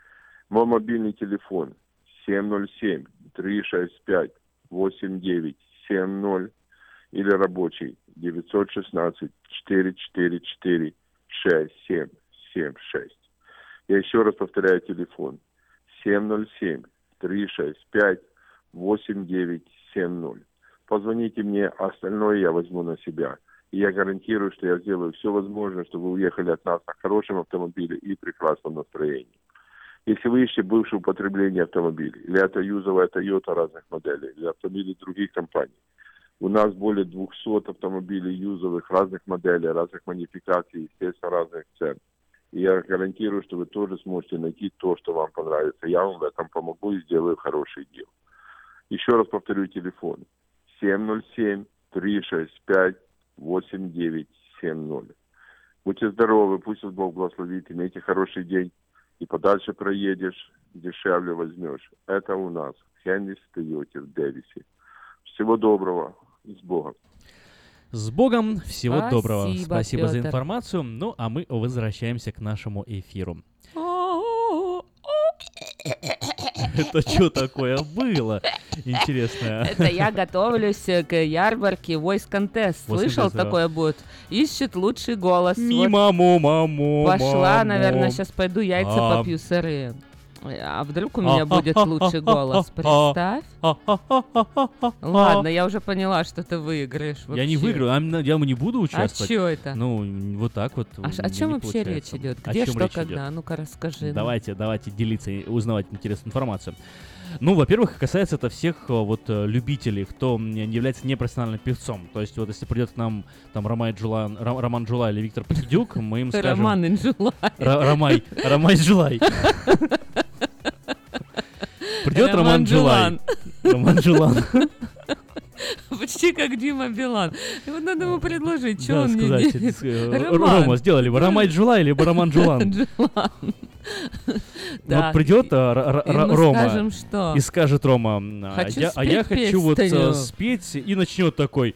Мой мобильный телефон семь ноль семь три шесть пять восемь девять семь ноль или рабочий девять один шесть четыре четыре четыре шесть семь семь шесть. Я еще раз повторяю телефон семь ноль семь три шесть пять восемь девять семь ноль. Позвоните мне, а остальное я возьму на себя. И я гарантирую, что я сделаю все возможное, чтобы вы уехали от нас на хорошем автомобиле и прекрасном настроении. Если вы ищете бывшее употребление автомобилей, или это юзовая Toyota разных моделей, или автомобили других компаний, у нас более двухсот автомобилей юзовых разных моделей, разных модификаций, естественно, разных цен. И я гарантирую, что вы тоже сможете найти то, что вам понравится. Я вам в этом помогу и сделаю хороший дело. Еще раз повторю телефон семь ноль семь три шесть пять восемь девять семь ноль. Будьте здоровы, пусть вас Бог благословит, имейте хороший день. И подальше проедешь, дешевле возьмешь. Это у нас в Хенди Тойоте в Дэвисе. Всего доброго и с Богом. С Богом, всего Спасибо, доброго. Спасибо Петр. за информацию. Ну, а мы возвращаемся к нашему эфиру. Это что такое было? Интересно. Это я готовлюсь к ярмарке Voice Contest. Voice Слышал, Contest, да. такое будет? Ищет лучший голос. Мимо, мамо, мамо. Пошла, наверное, сейчас пойду яйца А. попью сырые. А вдруг у меня будет лучший голос? Представь. Ладно, я уже поняла, что ты выиграешь. Я не вообще. выиграю, а м- я не буду участвовать. А чё это? Ну, вот так вот. А ш- о не чем вообще получается. речь идет? О Где, чем что, речь когда? идет? Ну-ка, расскажи. нам. Давайте, давайте делиться и узнавать интересную информацию. Ну, во-первых, касается это всех э, вот э, любителей, кто м, не является непрофессиональным певцом. То есть вот если придет к нам там Ромай Джулан, Ра- Роман Джулай или Виктор Покидюк, мы им скажем... Роман Инжулай. Ра- Ромай, Ромай Джулай. Придет Роман Роман Джулай. Джулан. Роман Джулан. Почти как Дима Билан. И вот надо ему предложить, что Да, он сказать, мне делает. э, Роман. Рома, сделай либо Ромай Джулай, либо Роман Джулан. Джулан. Вот Так, придет а, Р- и Р- мы Рома скажем, что? и скажет Рома, а Хочу я, а я спеть хочу вот песню. а, спеть, и начнет такой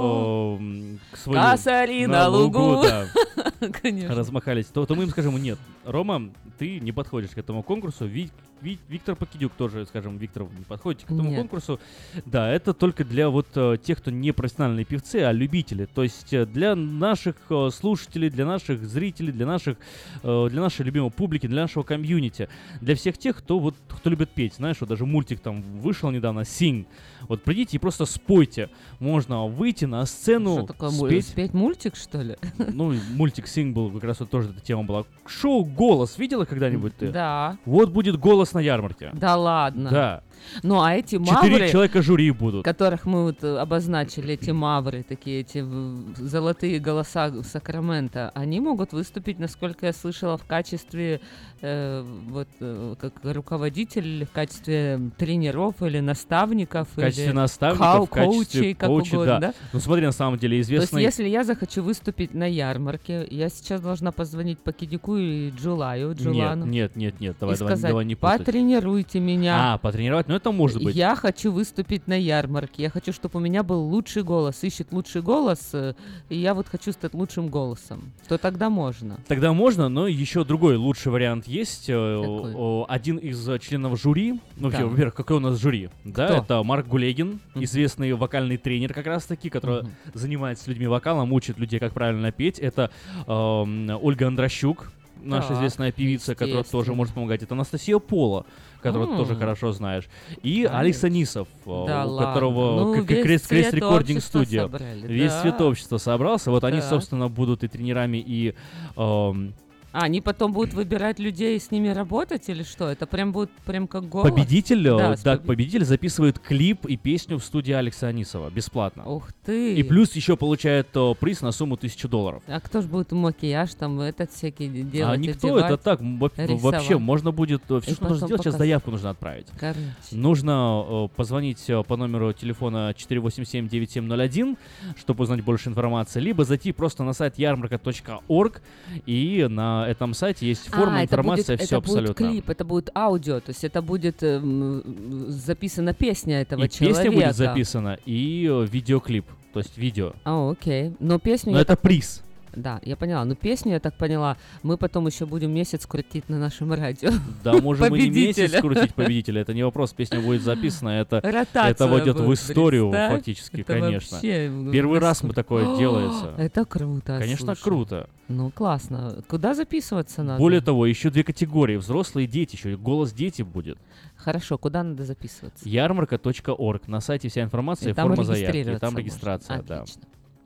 О. эм, к свою- Косари на лугу. да, Конечно. размахались, то, то мы им скажем, нет, Рома, ты не подходишь к этому конкурсу, Ви- Ви- Виктор Покидюк тоже, скажем, Виктор, не подходите к этому Нет. конкурсу. Да, это только для вот э, тех, кто не профессиональные певцы, а любители. То есть э, для наших э, слушателей, для наших зрителей, для наших, э, для нашей любимой публики, для нашего комьюнити, для всех тех, кто вот кто любит петь. Знаешь, вот даже мультик там вышел недавно, Sing. Вот придите и просто спойте. Можно выйти на сцену, Что такое, муль- спеть. спеть мультик, что ли? Ну, мультик Sing был, как раз вот тоже эта тема была. Шоу «Голос» видела когда-нибудь ты? Да. Вот будет «Голос» на ярмарке. Да ладно. Да. Ну, а эти Четыре мавры, человека жюри будут. которых мы вот э, обозначили, эти мавры, такие эти в- золотые голоса Сакрамента, они могут выступить, насколько я слышала, в качестве э, вот э, как руководитель или в качестве тренеров или наставников, В качестве или наставников, хау- в качестве коучей, как коучей, угодно, да. да? Ну смотри, на самом деле То есть, известный... если я захочу выступить на ярмарке, я сейчас должна позвонить Покидюку и Джулаю, Джулану. Нет, нет, нет, нет, давай, и давай, сказать, давай не путать. потренируйте меня. А, потренировать, ну это может быть. Я хочу выступить на ярмарке. Я хочу, чтобы у меня был лучший голос. Ищет лучший голос, э, и я вот хочу стать лучшим голосом. То тогда можно. Тогда можно, но еще другой лучший вариант есть. Э, Какой? о, Один из э, членов жюри, ну, Да. вообще, во-первых, какой у нас жюри? Да, Кто? это Марк Гулегин, Мгм. известный вокальный тренер как раз-таки, который Мгм. занимается с людьми вокалом, учит людей, как правильно петь. Это эм, Ольга Андрощук, наша Так, известная певица, которая тоже естественно. может помогать. Это Анастасия Пола, которую ты М. тоже хорошо знаешь. И Конечно. Алекс Анисов, э, Да у ладно. которого Ну, к- к- весь Крест цвет Крест Рекординг общества студия. собрали, Весь да. цвет общества собрался. Вот они, Так. собственно, будут и тренерами, и... эм, А, они потом будут выбирать людей и с ними работать или что? Это прям будет прям как голос? Победитель, э, Да, да, с побед- победитель записывает клип и песню в студии Алекса Анисова бесплатно. Ух ты! И плюс еще получает э, приз на сумму тысячу долларов. А кто ж будет макияж там этот всякий делать, А никто, одевать, это так, м, во- рисовать? вообще можно будет, все, И что нужно потом сделать, сейчас показать. заявку нужно отправить. Короче. Нужно э, позвонить э, по номеру телефона четыре восемь семь девять семь ноль один, чтобы узнать больше информации, либо зайти просто на сайт ярмарка точка орг, и на этом сайте есть форма, а, информация, это будет, все это будет абсолютно. клип, это будет аудио, то есть это будет эм, записана песня этого И человека. песня будет записана, и э, видеоклип, то есть видео. А, окей. Но песню... Но я это так- приз. Да, я поняла. Но песню, я так поняла, мы потом еще будем месяц крутить на нашем радио. Да, можем мы не месяц Победителя. крутить победителя, это не вопрос, песня будет записана, это, Ротация это войдет в будет, историю представь. фактически, Это конечно. вообще, ну, Первый раз мы насколько- такое делается. Это круто. Конечно, слушай. круто. Ну, классно. Куда записываться надо? Более того, еще две категории, взрослые и дети, еще и голос дети будет. Хорошо, куда надо записываться? ярмарка точка орг, на сайте вся информация, И там форма заявки, и регистрироваться там можно. регистрация, да. Отлично.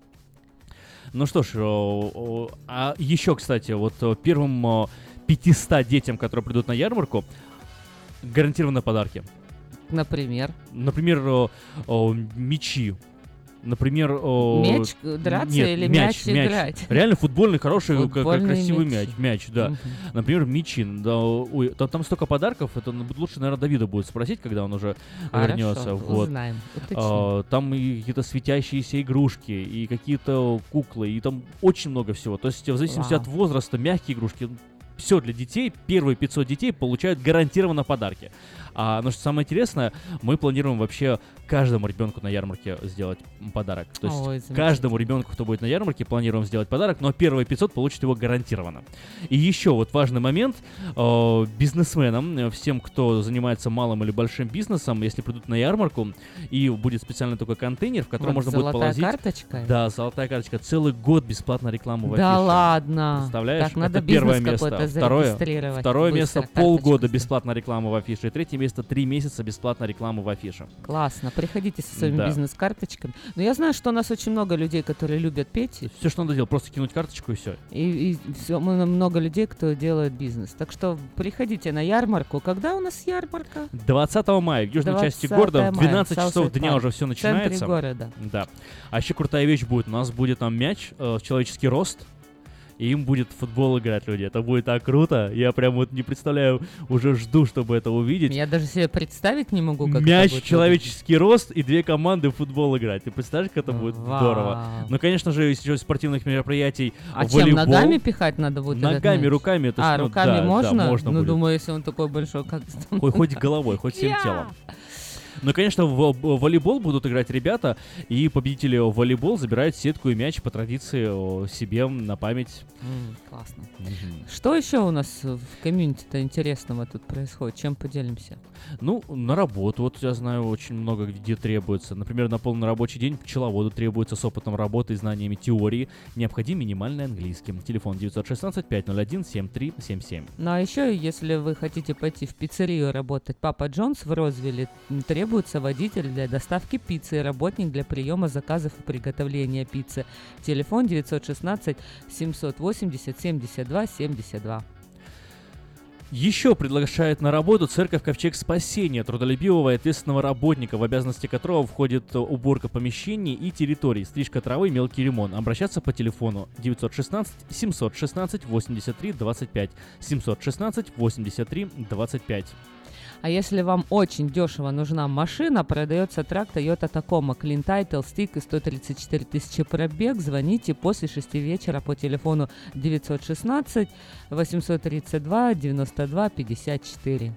Ну что ж, о, о, а еще, кстати, вот о, первым о, пятистам детям, которые придут на ярмарку, гарантированы подарки. Например? Например, о, о, мячи. Например, о, Мяч, э, драться нет, или мяч, мяч играть? Реально футбольный, хороший, к- Футбольные красивый мячи. мяч, мяч, да. Мгм. Например, мячи. Да, ой, там, там столько подарков, это ну, лучше, наверное, Давида будет спросить, когда он уже Хорошо, вернется. Вот. узнаем, уточним. А, там и какие-то светящиеся игрушки, и какие-то куклы, и там очень много всего. То есть в зависимости Вау. от возраста, мягкие игрушки, все для детей, первые пятьсот детей получают гарантированно подарки. А, но что самое интересное, мы планируем вообще каждому ребенку на ярмарке сделать подарок. То есть Ой, каждому ребенку, кто будет на ярмарке, планируем сделать подарок, но первые пятьсот получат его гарантированно. И еще вот важный момент. Э, бизнесменам, всем, кто занимается малым или большим бизнесом, если придут на ярмарку, и будет специальный такой контейнер, в котором Вот можно будет положить... золотая карточка? Да, золотая карточка. Целый год бесплатно рекламу в афише. Да ладно. Представляешь? Так, надо это первое бизнес место. какой-то Второе, зарегистрировать. второе Быстро место полгода бесплатно рекламы в афише. И третье место три месяца бесплатно рекламы в афише. Классно. Приходите со своими Да. бизнес-карточками. Но я знаю, что у нас очень много людей, которые любят петь. Все, что надо делать, просто кинуть карточку и все. И, и все, мы, много людей, кто делает бизнес. Так что приходите на ярмарку. Когда у нас ярмарка? двадцатого мая в южной части двадцатого города в мая, двенадцать часов Southside дня Park. уже все В начинается. центре города. Да. А еще крутая вещь будет. У нас будет там мяч, э, человеческий рост, и им будет в футбол играть люди. Это будет так круто. Я прям вот не представляю, уже жду, чтобы это увидеть. Я даже себе представить не могу, как Мяч, это будет человеческий рост и две команды в футбол играть. Ты представляешь, как это будет Вау. здорово? Ну, конечно же, из еще спортивных мероприятий А волейбол. чем, ногами пихать надо будет? этот Ногами, мяч? руками. Это А, ж, ну, руками да, да, можно? можно ну, будет. думаю, если он такой большой, как там. Хоть, хоть головой, хоть всем Я! телом. Ну и, конечно, в, в волейбол будут играть ребята, и победители в волейбол забирают сетку и мяч по традиции о, себе на память. М, классно. Мгм. Что еще у нас в комьюнити-то интересного тут происходит? Чем поделимся? Ну, на работу, вот я знаю, очень много где требуется. Например, на полный рабочий день пчеловоду требуется с опытом работы и знаниями теории. Необходим минимальный английский. Телефон девятьсот шестнадцать пятьсот один семь три семь семь. Ну а еще, если вы хотите пойти в пиццерию работать, Папа Джонс в Розвилле, м, требуется водитель для доставки пиццы и работник для приема заказов и приготовления пиццы. Телефон девятьсот шестнадцать семьсот восемьдесят семьдесят два семьдесят два. Еще приглашает на работу церковь Ковчег Спасения, трудолюбивого и ответственного работника, в обязанности которого входит уборка помещений и территорий, стрижка травы, мелкий ремонт. Обращаться по телефону девятьсот шестнадцать семьсот шестнадцать восемьдесят три двадцать пять. семьсот шестнадцать восемьдесят три двадцать пять. А если вам очень дешево нужна машина, продается трак Toyota Tacoma, Clean Title, стик и сто тридцать четыре тысячи пробег. Звоните после шести вечера по телефону девятьсот шестнадцать восемьсот тридцать два девяносто два пятьдесят четыре.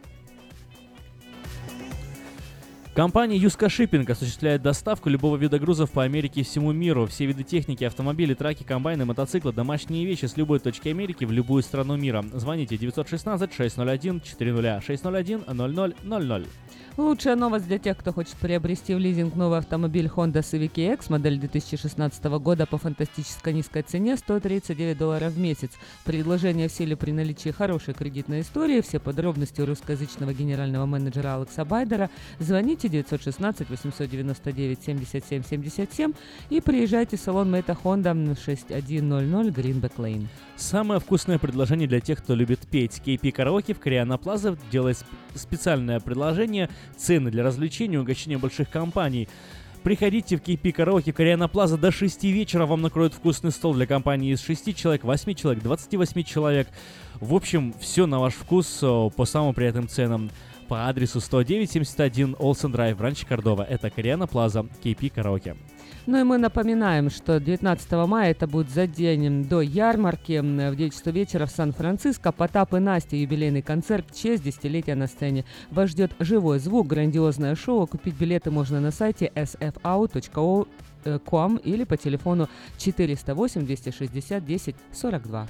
Компания Юска Shipping осуществляет доставку любого вида грузов по Америке и всему миру. Все виды техники, автомобили, траки, комбайны, мотоциклы, домашние вещи с любой точки Америки в любую страну мира. Звоните девятьсот шестнадцать шестьсот один четыреста шестьсот один ноль ноль ноль ноль. Лучшая новость для тех, кто хочет приобрести в лизинг новый автомобиль Honda Civic и X, модель две тысячи шестнадцатого года по фантастически низкой цене сто тридцать девять долларов в месяц. Предложение в силе при наличии хорошей кредитной истории. Все подробности у русскоязычного генерального менеджера Алекса Байдера. Звоните девятьсот шестнадцать восемьсот девяносто девять семьдесят семь семьдесят семь и приезжайте в салон Мэйта Honda шесть один ноль ноль Greenback Lane. Самое вкусное предложение для тех, кто любит петь. кей пи Караоке в Кориана Плаза делает сп- специальное предложение. Цены для развлечений, угощения больших компаний. Приходите в кей пи Караоке в Кориана Плаза до шести вечера. Вам накроют вкусный стол для компании из шести человек, восьми человек, двадцати восьми человек. В общем, все на ваш вкус о, по самым приятным ценам. По адресу сто девять семьдесят один Олсен Драйв, Ранчо Кордова. Это Кориана Плаза, кей пи Караоке. Ну и мы напоминаем, что девятнадцатого мая это будет за день до ярмарки в девять часов вечера в Сан-Франциско. Потап и Настя, юбилейный концерт в честь десятилетия на сцене. Вас ждет живой звук, грандиозное шоу. Купить билеты можно на сайте эс эф ау точка ком или по телефону четыреста восемь двести шестьдесят десять сорок два.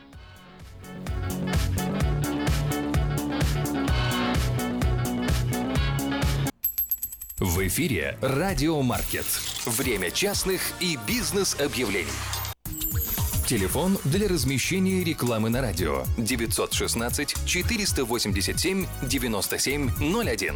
В эфире «Радио Маркет». Время частных и бизнес-объявлений. Телефон для размещения рекламы на радио девятьсот шестнадцать четыреста восемьдесят семь девяносто семь ноль один.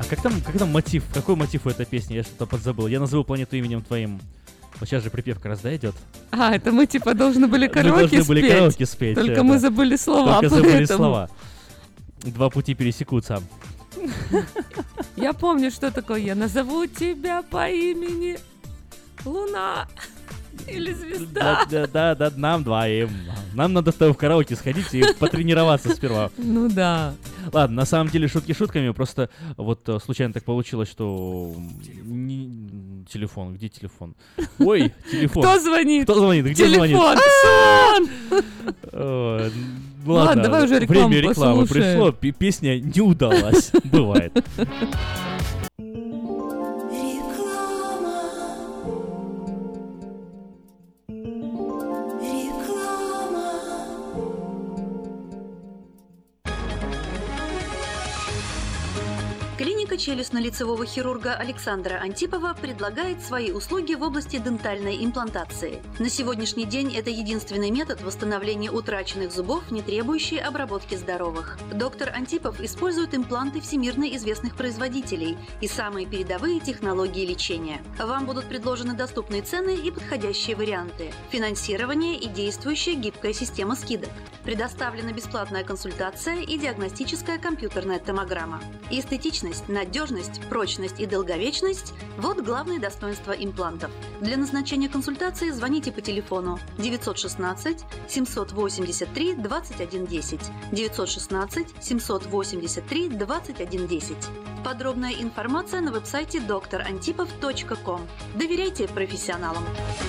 А как там, как там мотив? Какой мотив у этой песни? Я что-то подзабыл. Я назову планету именем твоим. Вот сейчас же припевка раз, да, идет? А, это мы типа должны были караоке мы должны спеть. были караоке спеть. Только это. мы забыли слова. Только забыли поэтому... слова. Два пути пересекутся. Я помню, что такое. Я назову тебя по имени Луна или Звезда. Да, да, да, нам двоим. Нам надо с тобой в караоке сходить и потренироваться сперва. Ну да. Ладно, на самом деле шутки шутками, просто вот случайно так получилось, что не... телефон, где телефон? Ой, телефон. Кто звонит? Кто звонит? Где телефон. звонит? Сон! Ну ладно, давай уже рекламу Время рекламы послушаем. пришло, песня не удалась. Бывает. Клиника челюстно-лицевого хирурга Александра Антипова предлагает свои услуги в области дентальной имплантации. На сегодняшний день это единственный метод восстановления утраченных зубов, не требующий обработки здоровых. Доктор Антипов использует импланты всемирно известных производителей и самые передовые технологии лечения. Вам будут предложены доступные цены и подходящие варианты, финансирование и действующая гибкая система скидок. Предоставлена бесплатная консультация и диагностическая компьютерная томограмма. Эстетичность, надежность, прочность и долговечность – вот главные достоинства имплантов. Для назначения консультации звоните по телефону девятьсот шестнадцать семьсот восемьдесят три двадцать один десять, девятьсот шестнадцать семьсот восемьдесят три двадцать один десять. Подробная информация на веб-сайте доктор антипов точка ком. Доверяйте профессионалам.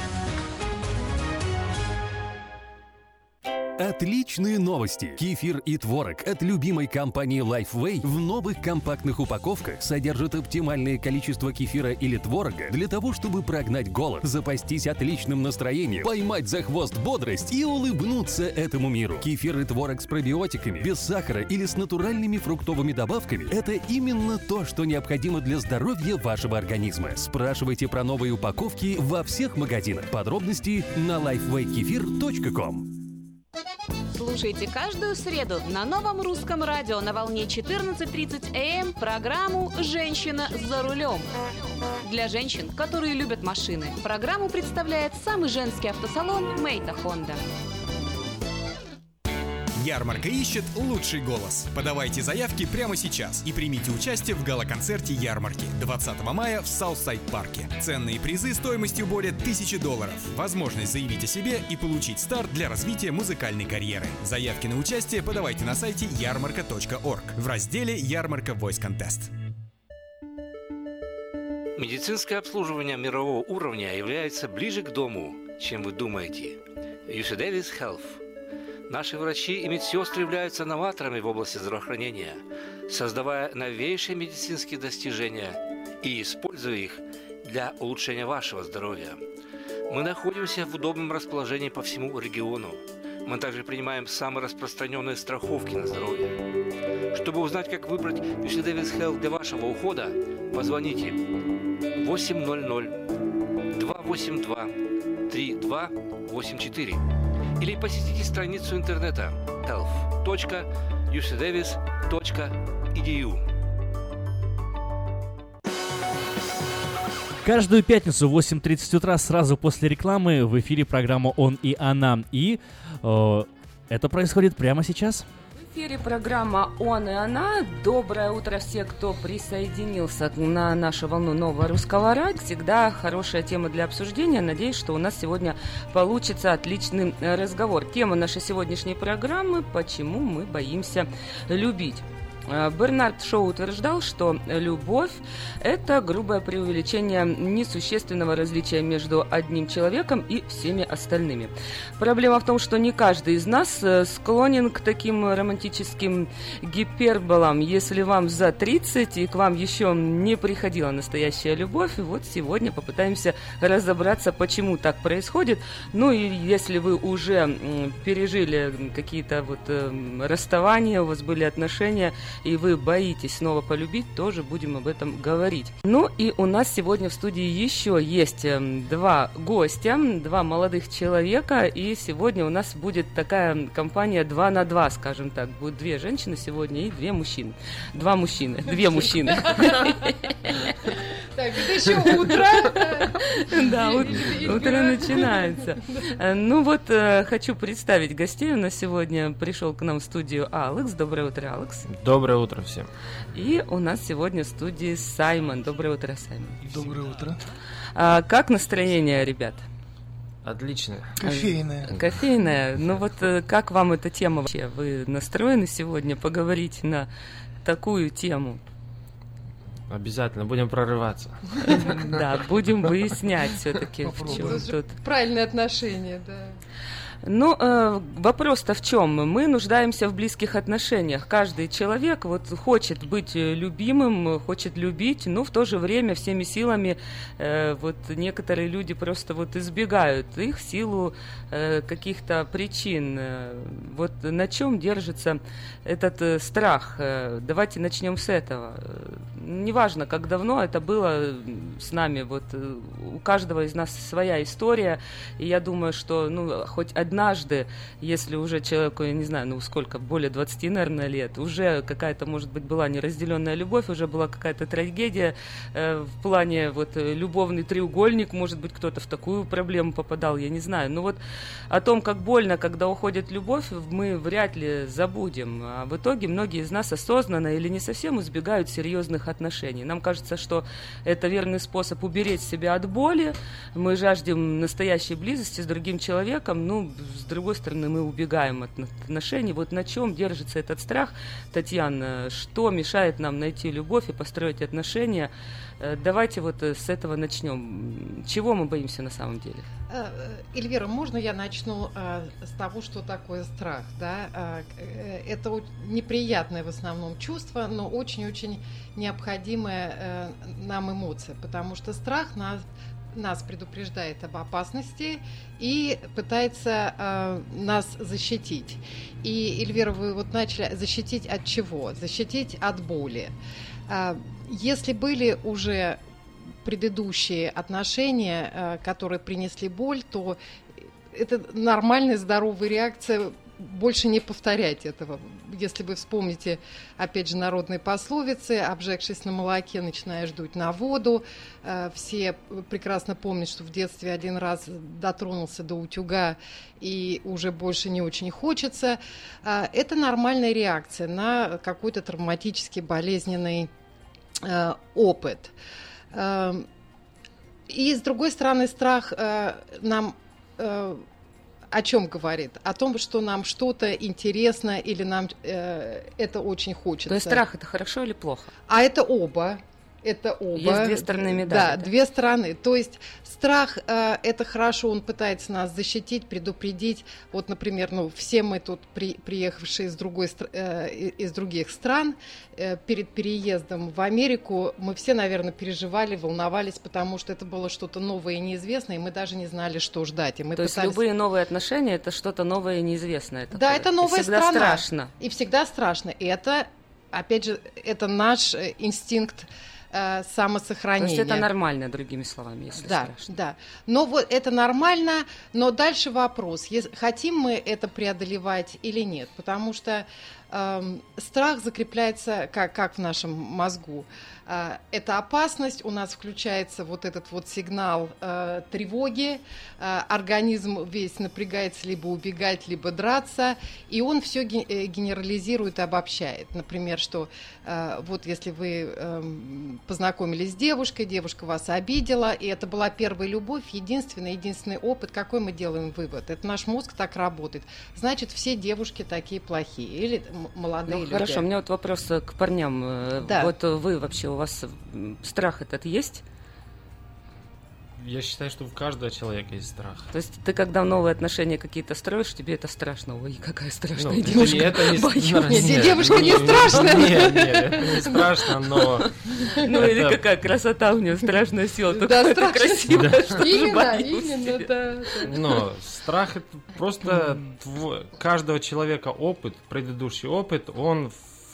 Отличные новости! Кефир и творог от любимой компании Lifeway в новых компактных упаковках содержат оптимальное количество кефира или творога для того, чтобы прогнать голод, запастись отличным настроением, поймать за хвост бодрость и улыбнуться этому миру. Кефир и творог с пробиотиками, без сахара или с натуральными фруктовыми добавками – это именно то, что необходимо для здоровья вашего организма. Спрашивайте про новые упаковки во всех магазинах. Подробности на лайфвей кефир точка ком. Слушайте каждую среду на новом русском радио на волне четырнадцать тридцать эй эм программу «Женщина за рулем». Для женщин, которые любят машины, программу представляет самый женский автосалон «Мейта Хонда». Ярмарка ищет лучший голос. Подавайте заявки прямо сейчас и примите участие в гала-концерте ярмарки двадцатого мая в Саутсайд-парке. Ценные призы стоимостью более тысячи долларов. Возможность заявить о себе и получить старт для развития музыкальной карьеры. Заявки на участие подавайте на сайте ярмарка точка орг в разделе «Ярмарка Voice Contest». Медицинское обслуживание мирового уровня является ближе к дому, чем вы думаете. ю си Davis Health. Наши врачи и медсестры являются новаторами в области здравоохранения, создавая новейшие медицинские достижения и используя их для улучшения вашего здоровья. Мы находимся в удобном расположении по всему региону. Мы также принимаем самые распространенные страховки на здоровье. Чтобы узнать, как выбрать ю си Davis Health для вашего ухода, позвоните восемь ноль ноль два восемь два три два восемь четыре или посетите страницу интернета health точка ю си davis точка и ди ю. Каждую пятницу в восемь тридцать утра сразу после рекламы в эфире программа «Он и она». И э, это происходит прямо сейчас. В эфире программа «Он и она». Доброе утро все, кто присоединился на нашу волну нового русского радио. Всегда хорошая тема для обсуждения. Надеюсь, что у нас сегодня получится отличный разговор. Тема нашей сегодняшней программы – «Почему мы боимся любить». Бернард Шоу утверждал, что любовь – это грубое преувеличение несущественного различия между одним человеком и всеми остальными. Проблема в том, что не каждый из нас склонен к таким романтическим гиперболам. Если вам за тридцать и к вам еще не приходила настоящая любовь, вот сегодня попытаемся разобраться, почему так происходит. Ну и если вы уже пережили какие-то вот расставания, у вас были отношения, и вы боитесь снова полюбить, тоже будем об этом говорить. Ну и у нас сегодня в студии еще есть два гостя, два молодых человека, и сегодня у нас будет такая компания два на два, скажем так. Будут две женщины сегодня и две мужчины. Два мужчины, две мужчины. Так, это еще утро. Да, утро начинается. Ну вот, хочу представить гостей. У нас сегодня пришел к нам в студию Алекс. Доброе утро, Алекс. Доброе утро всем. И у нас сегодня в студии Саймон. Доброе утро, Саймон. Доброе утро. А как настроение, ребят? Отлично. Кофейная. Кофейная. Ну вот, как вам эта тема вообще? Вы настроены сегодня поговорить на такую тему? Обязательно будем прорываться. Да, будем выяснять все-таки, в чем тут. Правильные отношения, да. Ну, э, вопрос-то в чем? Мы нуждаемся в близких отношениях. Каждый человек вот хочет быть любимым, хочет любить, но в то же время всеми силами э, вот некоторые люди просто вот избегают их в силу э, каких-то причин. Вот на чем держится этот э, страх? Э, давайте начнем с этого. Неважно, как давно это было с нами, вот э, у каждого из нас своя история, и я думаю, что ну хоть однажды, если уже человеку, я не знаю, ну сколько, более двадцати, наверное, лет, уже какая-то, может быть, была неразделенная любовь, уже была какая-то трагедия э, в плане вот любовный треугольник, может быть, кто-то в такую проблему попадал, я не знаю. Но вот о том, как больно, когда уходит любовь, мы вряд ли забудем. А в итоге многие из нас осознанно или не совсем избегают серьезных отношений. Нам кажется, что это верный способ уберечь себя от боли. Мы жаждем настоящей близости с другим человеком, ну, с другой стороны, мы убегаем от отношений. Вот на чем держится этот страх, Татьяна? Что мешает нам найти любовь и построить отношения? Давайте вот с этого начнем. Чего мы боимся на самом деле? Эльвира, можно я начну с того, что такое страх? Да? Это неприятное в основном чувство, но очень-очень необходимая нам эмоция, потому что страх нас нас предупреждает об опасности и пытается э, нас защитить. И, Эльвира, вы вот начали защитить от чего? Защитить от боли. Э, если были уже предыдущие отношения, э, которые принесли боль, то это нормальная здоровая реакция больше не повторять этого. Если вы вспомните, опять же, народные пословицы, обжегшись на молоке, начинаешь дуть на воду. Все прекрасно помнят, что в детстве один раз дотронулся до утюга и уже больше не очень хочется. Это нормальная реакция на какой-то травматический, болезненный опыт. И, с другой стороны, страх нам о чем говорит? О том, что нам что-то интересно или нам э, это очень хочется. То есть страх — это хорошо или плохо? А это оба. Это оба. Есть две стороны медали. Да, да? две стороны. То есть страх э, – это хорошо, он пытается нас защитить, предупредить. Вот, например, ну, все мы тут, при, приехавшие из, другой, э, из других стран, э, перед переездом в Америку, мы все, наверное, переживали, волновались, потому что это было что-то новое и неизвестное, и мы даже не знали, что ждать. И мы То пытались... есть любые новые отношения – это что-то новое и неизвестное? Да, это новая и всегда страна. страшно. И всегда страшно. И это, опять же, это наш инстинкт самосохранения. То есть это нормально, другими словами, если да, страшно. Да, но вот это нормально, но дальше вопрос, хотим мы это преодолевать или нет, потому что э, страх закрепляется как, как в нашем мозгу. Э, это опасность, у нас включается вот этот вот сигнал э, тревоги, э, организм весь напрягается либо убегать, либо драться, и он все генерализирует и обобщает. Например, что э, вот если вы э, познакомились с девушкой, девушка вас обидела, и это была первая любовь, единственный, единственный опыт, какой мы делаем вывод? Это наш мозг так работает. Значит, все девушки такие плохие или молодые ну, люди. Хорошо, у меня вот вопрос к парням. Да. Вот вы вообще, у вас страх этот есть? Я считаю, что у каждого человека есть страх. То есть ты, когда новые отношения какие-то строишь, тебе это страшно? Ой, какая страшная ну, девушка. Это не, Боюсь. Нет, нет, девушка не страшная. Нет, нет, это не страшно, но... Ну это... или какая красота у нее, страшная сила. Да, это красиво, да. что именно, именно, да. Но страх — это просто каждого человека опыт, предыдущий опыт, он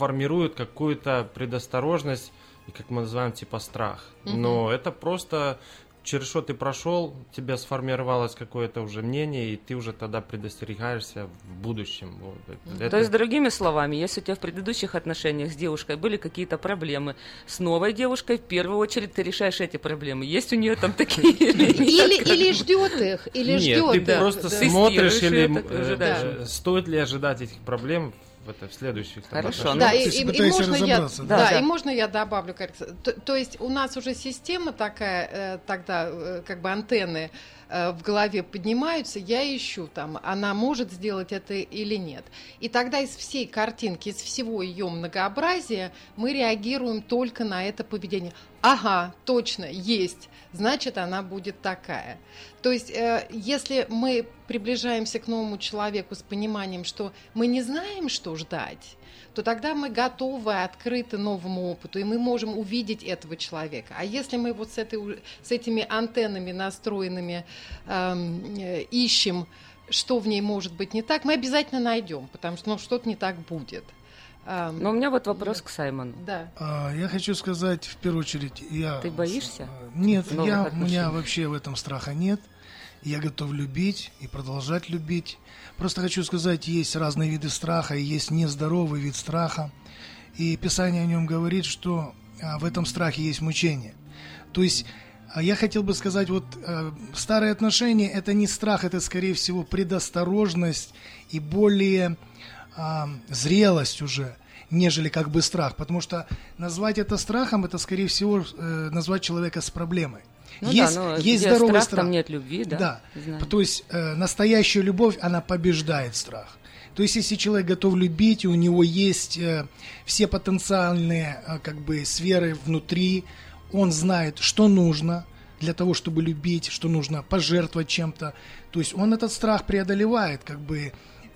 формирует какую-то предосторожность, и как мы называем, типа страх. Мгм. Но это просто через что ты прошел, у тебя сформировалось какое-то уже мнение, и ты уже тогда предостерегаешься в будущем. Вот. Это- То есть, другими словами, если у тебя в предыдущих отношениях с девушкой были какие-то проблемы, с новой девушкой в первую очередь ты решаешь эти проблемы. Есть у нее там такие или нет? Или, или ждет их, или Нет, ждет. ты да, просто да. смотришь, Тестируешь или её, так э, ожидаешь. э, стоит ли ожидать этих проблем в, это, в следующих там, Хорошо, отношениях. Да, ну, и, ты и- и пытаешься можно я, разобраться, да, да. Да. и можно я добавлю, как, то, то есть у нас уже система такая, э, тогда э, как бы антенны э, в голове поднимаются, я ищу там, она может сделать это или нет. И тогда из всей картинки, из всего ее многообразия мы реагируем только на это поведение. Ага, точно, есть, значит, она будет такая. То есть, э, если мы приближаемся к новому человеку с пониманием, что мы не знаем, что ждать, то тогда мы готовы, открыты новому опыту, и мы можем увидеть этого человека. А если мы вот с, этой, у- с этими антеннами настроенными эм, э, ищем, что в ней может быть не так, мы обязательно найдем, потому что ну, что-то не так будет. Эм, Но у меня вот вопрос к Саймону. Да. А, Я хочу сказать, в первую очередь, я... Ты боишься? Нет, новых я, у отношений? меня вообще в этом страха нет. Я готов любить и продолжать любить. Просто хочу сказать, есть разные виды страха, и есть нездоровый вид страха. И Писание о нем говорит, что а, в этом страхе есть мучение. То есть а, я хотел бы сказать, вот а, старые отношения – это не страх, это, скорее всего, предосторожность и более а, зрелость уже, нежели как бы страх. Потому что назвать это страхом – это, скорее всего, э, назвать человека с проблемой. Ну есть да, но есть где здоровый страх, страх. там нет любви, да? Да. Знаю. То есть э, настоящая любовь, она побеждает страх. То есть если человек готов любить, и у него есть э, все потенциальные э, как бы сферы внутри, он знает, что нужно для того, чтобы любить, что нужно пожертвовать чем-то. То есть он этот страх преодолевает, как бы,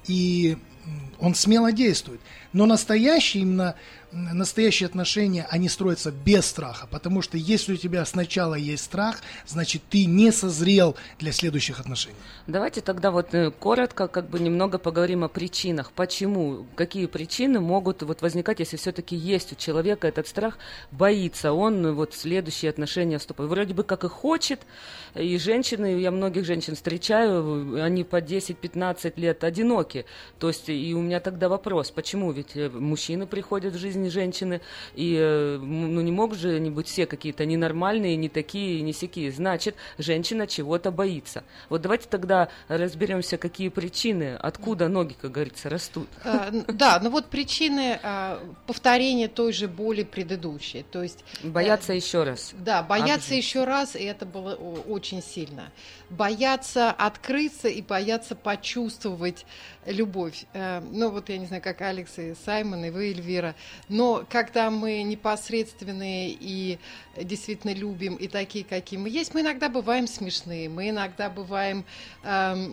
и м, он смело действует. Но настоящие, именно м, настоящие отношения, они строятся без страха. Потому что если у тебя сначала есть страх, значит ты не созрел для следующих отношений. Давайте тогда вот э, коротко, как бы немного поговорим о причинах. Почему, какие причины могут вот возникать, если все-таки есть у человека этот страх, боится он вот в следующие отношения вступать. Вроде бы как и хочет, и женщины, я многих женщин встречаю, они по десять-пятнадцать лет одиноки. То есть и у меня тогда вопрос, почему? Ведь э, мужчины приходят в жизнь женщины, и э, м, ну не могут же они быть все какие-то ненормальные, не такие, не сякие. Значит, женщина чего-то боится. Вот давайте тогда разберемся, какие причины, откуда ноги, как говорится, растут. Э, н- Да, ну вот причины э, повторения той же боли предыдущей. То есть, э, Бояться еще раз. Да, бояться Обжить. еще раз, и это было о- очень сильно. Бояться открыться и бояться почувствовать любовь. Э, Ну вот я не знаю, как Алекс и Саймон, и вы, Эльвира, но когда мы непосредственные и действительно любим, и такие, какие мы есть, мы иногда бываем смешные, мы иногда бываем эм,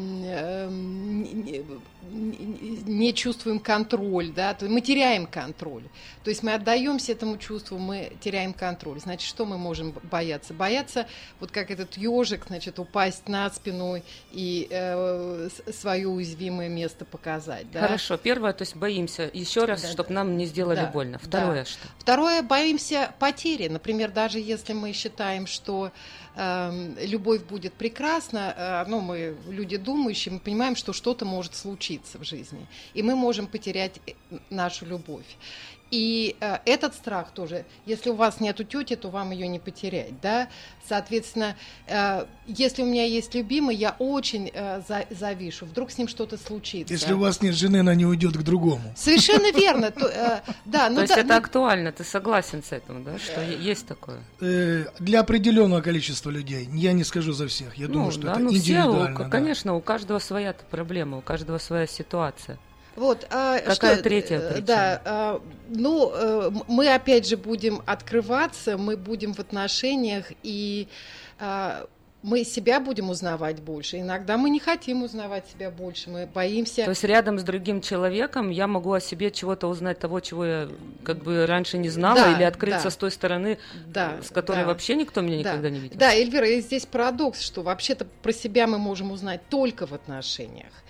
эм, не- не- не чувствуем контроль, да, то есть мы теряем контроль. То есть мы отдаемся этому чувству, мы теряем контроль. Значит, что мы можем бояться? Бояться, вот как этот ежик, значит, упасть на спину и э, с- свое уязвимое место показать. Да? Хорошо, первое, то есть боимся еще раз, Да, чтобы нам не сделали Да, больно. да. Второе что? Второе, боимся потери. Например, даже если мы считаем, что э, любовь будет прекрасна, э, ну, мы люди думающие, мы понимаем, что что-то может случиться в жизни, и мы можем потерять э, нашу любовь. И э, этот страх тоже, если у вас нету тети, то вам ее не потерять, да. Соответственно, э, если у меня есть любимый, я очень э, за- завишу, вдруг с ним что-то случится. Если у вас нет жены, она не уйдет к другому. Совершенно верно. То, э, да, ну То есть да, это ну, актуально, ты согласен с этим, да, что е- есть такое? Э, Для определенного количества людей. Я не скажу за всех. Я Ну, думаю, что да, это ну, все, индивидуально. у- да. конечно, у каждого своя проблема, у каждого своя ситуация. Вот, а, Какая что, третья э, причина? Да, а, ну, э, м- мы опять же будем открываться, мы будем в отношениях, и а, мы себя будем узнавать больше. Иногда мы не хотим узнавать себя больше, мы боимся. То есть рядом с другим человеком я могу о себе чего-то узнать, того, чего я как бы раньше не знала, Да, или открыться да. с той стороны, Да, с которой да. вообще никто меня Да. никогда не видел. Да, Эльвира, и здесь парадокс, что вообще-то про себя мы можем узнать только в отношениях.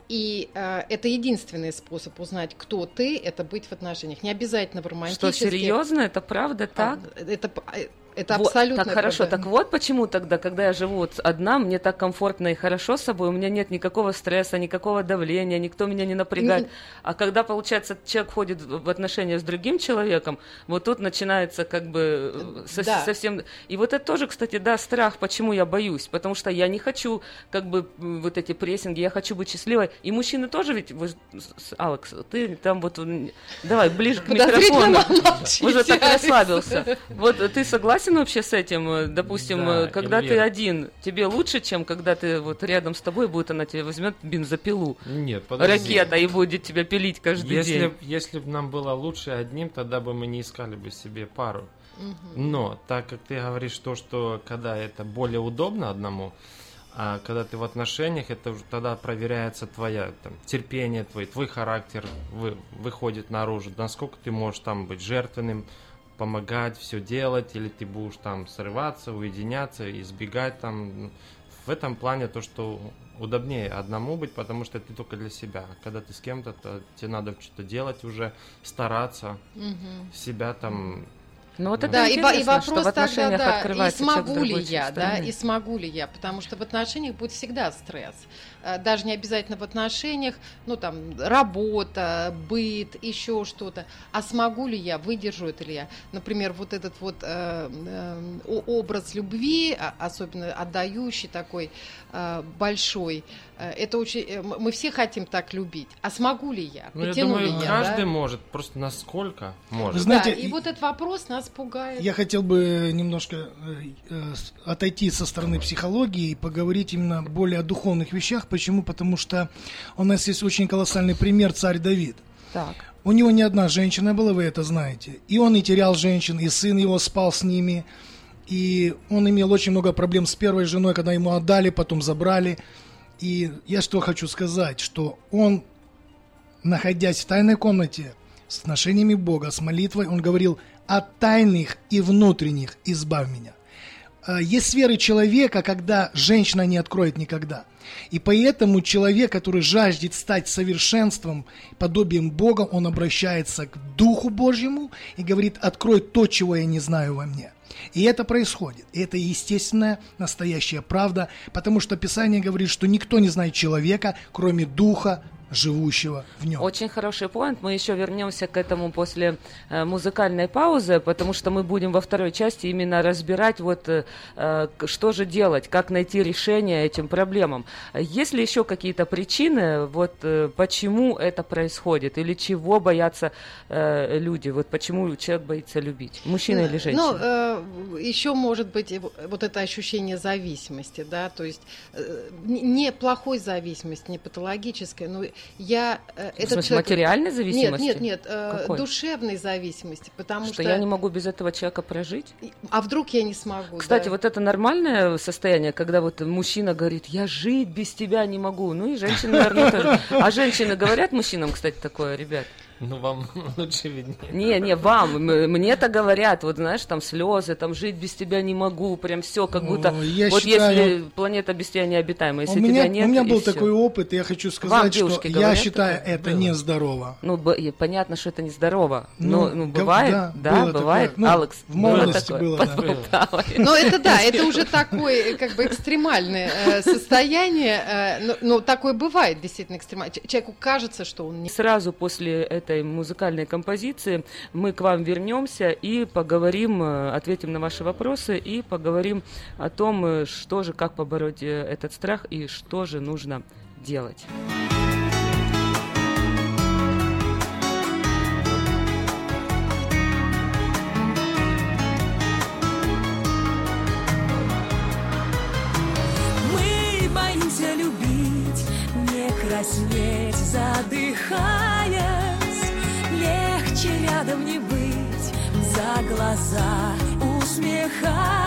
И э, это единственный способ узнать, кто ты, это быть в отношениях. Не обязательно в Что, романтических. серьезно? Это правда так? А, это, это Вот, абсолютно так хорошо, правда. так вот почему тогда, когда я живу вот одна, мне так комфортно и хорошо с собой, у меня нет никакого стресса, никакого давления, никто меня не напрягает. Н- А когда, получается, человек входит в отношения с другим человеком, вот тут начинается как бы со- Да. совсем... И вот это тоже, кстати, да, страх, почему я боюсь, потому что я не хочу как бы м, вот эти прессинги, я хочу быть счастливой. И мужчины тоже ведь, вы ж- с- Алекс, ты там вот, м, давай, ближе к Подозрительно микрофону, молчите, уже так Алекс. расслабился. Вот ты согласен вообще с этим? Допустим, Да, когда ты Эльвира. один, тебе лучше, чем когда ты вот рядом с тобой, будет она тебе возьмет бензопилу, Нет, подожди. ракета, и будет тебя пилить каждый Если, день. если бы нам было лучше одним, тогда бы мы не искали бы себе пару. Мгм. Но так как ты говоришь то, что когда это более удобно одному, а когда ты в отношениях, это уже тогда проверяется твоя там, терпение, твой, твой характер вы, выходит наружу, насколько ты можешь там быть жертвенным, помогать, все делать, или ты будешь там срываться, уединяться, избегать там. В этом плане то, что удобнее одному быть, потому что ты только для себя. А когда ты с кем-то, то тебе надо что-то делать уже, стараться, Мгм. себя там... Ну вот это Да, и, во- и интересно, вопрос что в отношениях тогда, да, и открывается человек с смогу ли другой я, да, стороны. и смогу ли я, потому что в отношениях будет всегда стресс. Э, Даже не обязательно в отношениях, ну там, работа, быт, еще что-то. А смогу ли я, выдержу это ли я? Например, вот этот вот э, э, о- образ любви, а- особенно отдающий такой, э, большой, э, это очень, э, м- мы все хотим так любить. А смогу ли я? Ну, я Потяну думаю, ли я, каждый да? может, просто насколько может. Вы знаете, Да, и вот этот вопрос нас пугает. Я хотел бы немножко э, э, с- отойти со стороны психологии и поговорить именно более о духовных вещах. Почему? Потому что у нас есть очень колоссальный пример царь Давид. Так. У него не одна женщина была, вы это знаете. И он и терял женщин, и сын его спал с ними. И он имел очень много проблем с первой женой, когда ему отдали, потом забрали. И я что хочу сказать, что он, находясь в тайной комнате с отношениями Бога, с молитвой, он говорил: от тайных и внутренних избавь меня. А, Есть сферы человека, когда женщина не откроет никогда. И поэтому человек, который жаждет стать совершенством, подобием Бога, он обращается к Духу Божьему и говорит: открой то, чего я не знаю во мне. И это происходит. И это естественная, настоящая правда, потому что Писание говорит, что никто не знает человека, кроме Духа, живущего в нем. Очень хороший поинт. Мы еще вернемся к этому после э, музыкальной паузы, потому что мы будем во второй части именно разбирать, вот, э, э, к- что же делать, как найти решение этим проблемам. Есть ли еще какие-то причины, вот, э, почему это происходит, или чего боятся э, люди, вот почему человек боится любить, мужчина или женщина? Ну, э, еще может быть и вот вот это ощущение зависимости, да, то есть э, не не плохой зависимости, не патологической, но я э, В этот смысле, человек- материальной зависимости? Нет, нет, нет, э, Какой? душевной зависимости, потому что, Что я не могу без этого человека прожить? а вдруг я не смогу? Кстати, да? вот это нормальное состояние, когда вот мужчина говорит: я жить без тебя не могу. Ну и женщины, наверное, тоже. А женщины говорят мужчинам, кстати, такое, ребят? Ну, вам лучше виднее. Не, не, вам, м- мне-то говорят, вот знаешь, там слезы, там жить без тебя не могу, прям все, как будто, О, я вот считаю- если планета без тебя необитаема, если у меня, тебя нет, у меня и был всё. такой опыт, и я хочу Вам сказать, что девушки я говорят считаю такое? это Было. нездорово. Ну, б- и понятно, что это нездорово. Ну, Ну, ну, гов- бывает, да, да, было бывает. такое. Ну, Алекс, в молодости такое? было, да. Поболтала. Ну, это да, это уже такое, как бы, экстремальное э, состояние, э, но, но такое бывает действительно экстремально. Ч- Человеку кажется, что он не... Сразу после этой музыкальной композиции мы к вам вернемся и поговорим, э, ответим на ваши вопросы и поговорим о том, э, что же, как побороть э, этот страх и что же нужно делать. Мы боимся любить, не краснеть, задыхаясь. Легче рядом не быть, за глаза усмехаясь.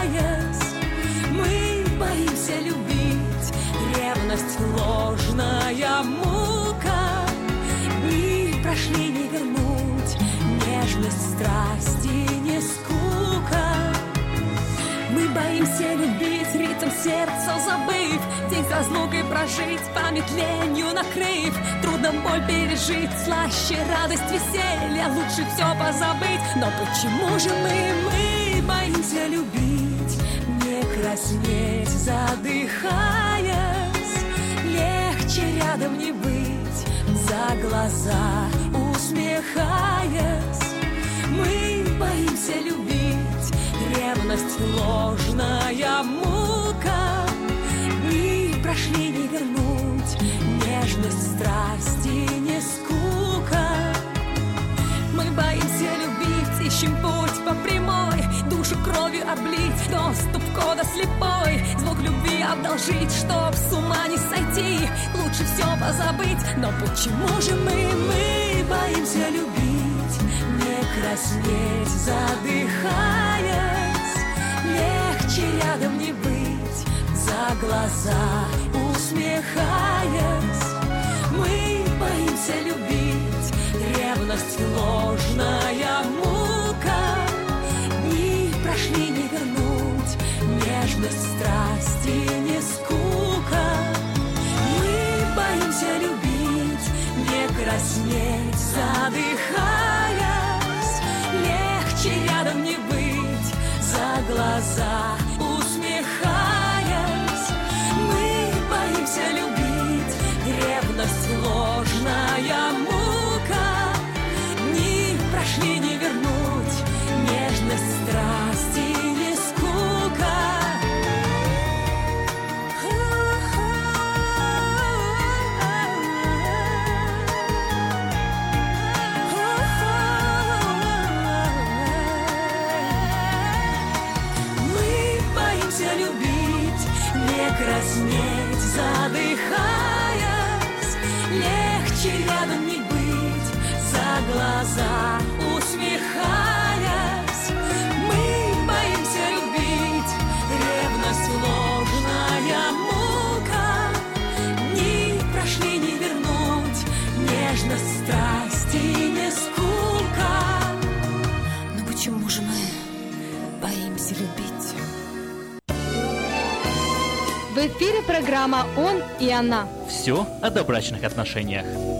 Мы боимся любить, ревность ложная мука. Дни прошли не вернуть, нежность, страсти, не скука. Мы боимся любить, ритм сердца забыв, день с разлукой прожить. прожить, память ленью накрыв. Трудно боль пережить, слаще радость, веселье, лучше все позабыть. Но почему же мы, мы боимся любить, не краснеть, задыхаясь? Легче рядом не быть, за глаза усмехаясь. Мы боимся любить, ревность ложная мука. Дни прошли, не вернуть, нежность, страсти, не скука. Мы боимся любить, ищем путь по прямой, душу кровью облить, доступ кода слепой, звук любви обдолжить, чтоб с ума не сойти, лучше все позабыть. Но почему же мы, мы боимся любить, не краснеть, задыхаясь? Легче рядом не быть, за глаза усмехаясь. Мы боимся любить, ревность ложная мука. Дни прошли, не вернуть, нежность, страсти, не скука. Мы боимся любить, не краснеть, задыхаясь. Легче рядом не быть, за глаза усмехаясь. Мы боимся любить, ревность ложная мука. Дни прошли, не вернуть, нежность, страсти, не скука. Мы боимся любить, не краснеть, задыхаясь. Легче рядом не быть, за глаза усмехаясь. Мы боимся любить, ревность ложная мука. Дни прошли, не вернуть, нежность, страсти, не скука. Но почему же мы боимся любить? В эфире программа «Он и она». Все о добрачных отношениях.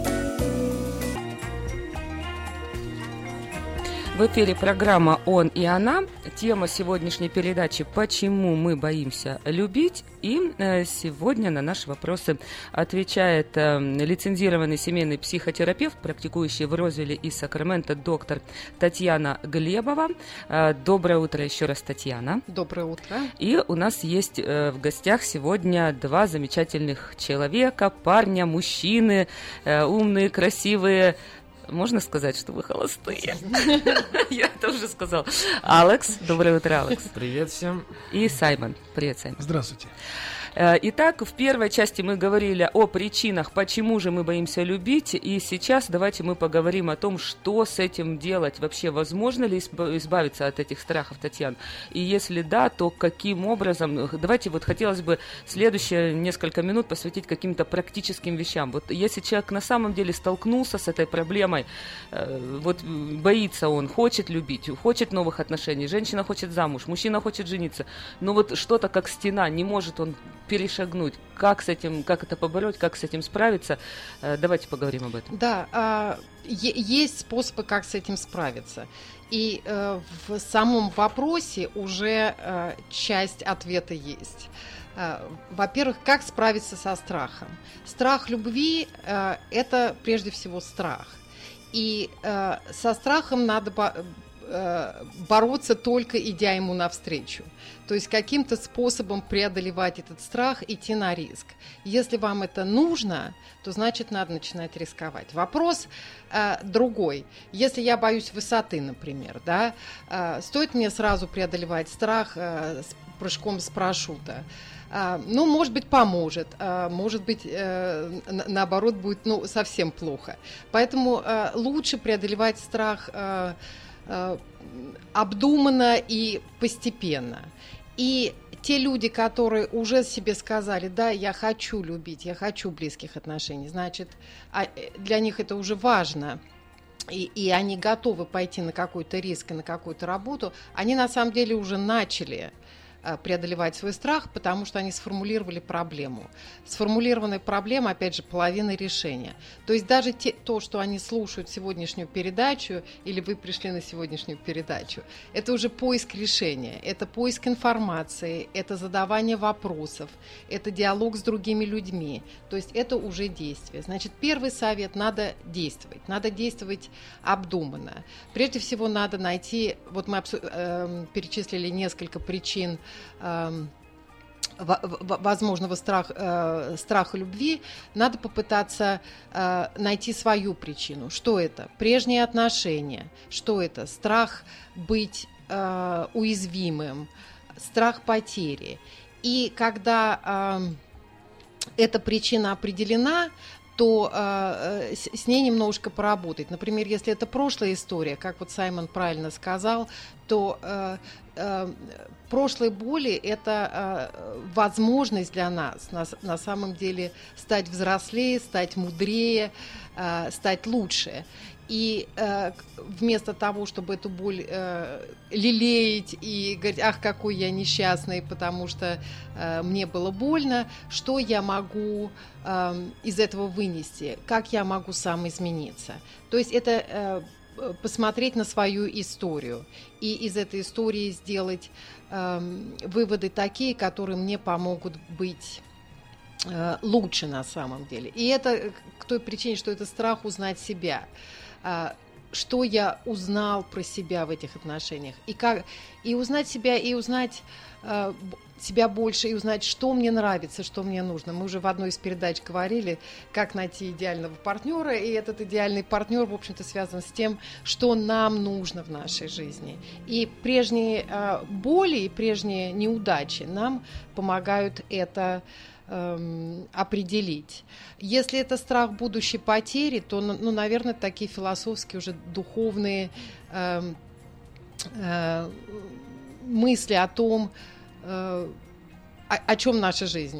В эфире программа «Он и она». Тема сегодняшней передачи «Почему мы боимся любить?». И э, сегодня на наши вопросы отвечает э, лицензированный семейный психотерапевт, практикующий в Розвилле и Сакраменто доктор Татьяна Глебова. Э, доброе утро еще раз, Татьяна. Доброе утро. И у нас есть э, в гостях сегодня два замечательных человека, парня, мужчины, э, умные, красивые. Можно сказать, что вы холостые? Я это уже сказал. Алекс, доброе утро, Алекс. Привет всем. И Саймон. Привет, Саймон. Здравствуйте. Итак, в первой части мы говорили о причинах, почему же мы боимся любить, и сейчас давайте мы поговорим о том, что с этим делать, вообще возможно ли избавиться от этих страхов, Татьяна, и если да, то каким образом. Давайте вот хотелось бы следующие несколько минут посвятить каким-то практическим вещам. Вот если человек на самом деле столкнулся с этой проблемой, вот боится он, хочет любить, хочет новых отношений, женщина хочет замуж, мужчина хочет жениться, но вот что-то как стена, не может он перешагнуть. Как с этим, как это побороть, как с этим справиться? Давайте поговорим об этом. Да, есть способы, как с этим справиться. И в самом вопросе уже часть ответа есть. Во-первых, как справиться со страхом? Страх любви – это прежде всего страх. И со страхом надо бороться только идя ему навстречу. То есть каким-то способом преодолевать этот страх, идти на риск. Если вам это нужно, то значит надо начинать рисковать. Вопрос э, другой. Если я боюсь высоты, например, да, э, стоит мне сразу преодолевать страх э, с прыжком с парашюта? Uh, ну, может быть, поможет, uh, может быть, uh, на- наоборот, будет ну, совсем плохо. Поэтому uh, лучше преодолевать страх uh, uh, обдуманно и постепенно. И те люди, которые уже себе сказали, да, я хочу любить, я хочу близких отношений, значит, для них это уже важно. И, и они готовы пойти на какой-то риск и на какую-то работу, они на самом деле уже начали э, преодолевать свой страх, потому что они сформулировали проблему. Сформулированная проблема, опять же, половина решения. То есть даже те, то, что они слушают сегодняшнюю передачу, или вы пришли на сегодняшнюю передачу, это уже поиск решения, это поиск информации, это задавание вопросов, это диалог с другими людьми. То есть это уже действие. Значит, первый совет – надо действовать. Надо действовать обдуманно. Прежде всего, надо найти, вот мы обсу- э, перечислили несколько причин э, возможного страх, э, страха любви, надо попытаться э, найти свою причину. Что это? Прежние отношения. Что это? Страх быть э, уязвимым, страх потери. И когда э, эта причина определена, то э, с, с ней немножко поработать. Например, если это прошлая история, как вот Саймон правильно сказал, то э, э, прошлые боли – это э, возможность для нас на, на самом деле стать взрослее, стать мудрее, э, стать лучше. И э, вместо того, чтобы эту боль э, лелеять и говорить, ах, какой я несчастный, потому что э, мне было больно, что я могу э, из этого вынести, как я могу сам измениться. То есть это э, посмотреть на свою историю и из этой истории сделать э, выводы такие, которые мне помогут быть э, лучше на самом деле. И это к той причине, что это страх узнать себя. Что я узнал про себя в этих отношениях, и как и узнать себя, и узнать э, себя больше, и узнать, что мне нравится, что мне нужно. Мы уже в одной из передач говорили, как найти идеального партнера, и этот идеальный партнер, в общем-то, связан с тем, что нам нужно в нашей жизни. И прежние э, боли, и прежние неудачи нам помогают это определить. Если это страх будущей потери, то, ну, наверное, такие философские, уже духовные э, э, мысли о том, э, о, о чем наша жизнь,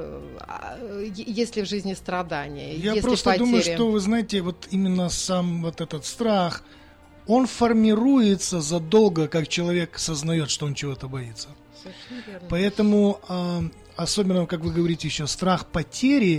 э, есть ли в жизни страдания, Я есть просто ли потери. думаю, что, вы знаете, вот именно сам вот этот страх, он формируется задолго, как человек сознает, что он чего-то боится. Совершенно верно. Поэтому э, особенно, как вы говорите еще, страх потери,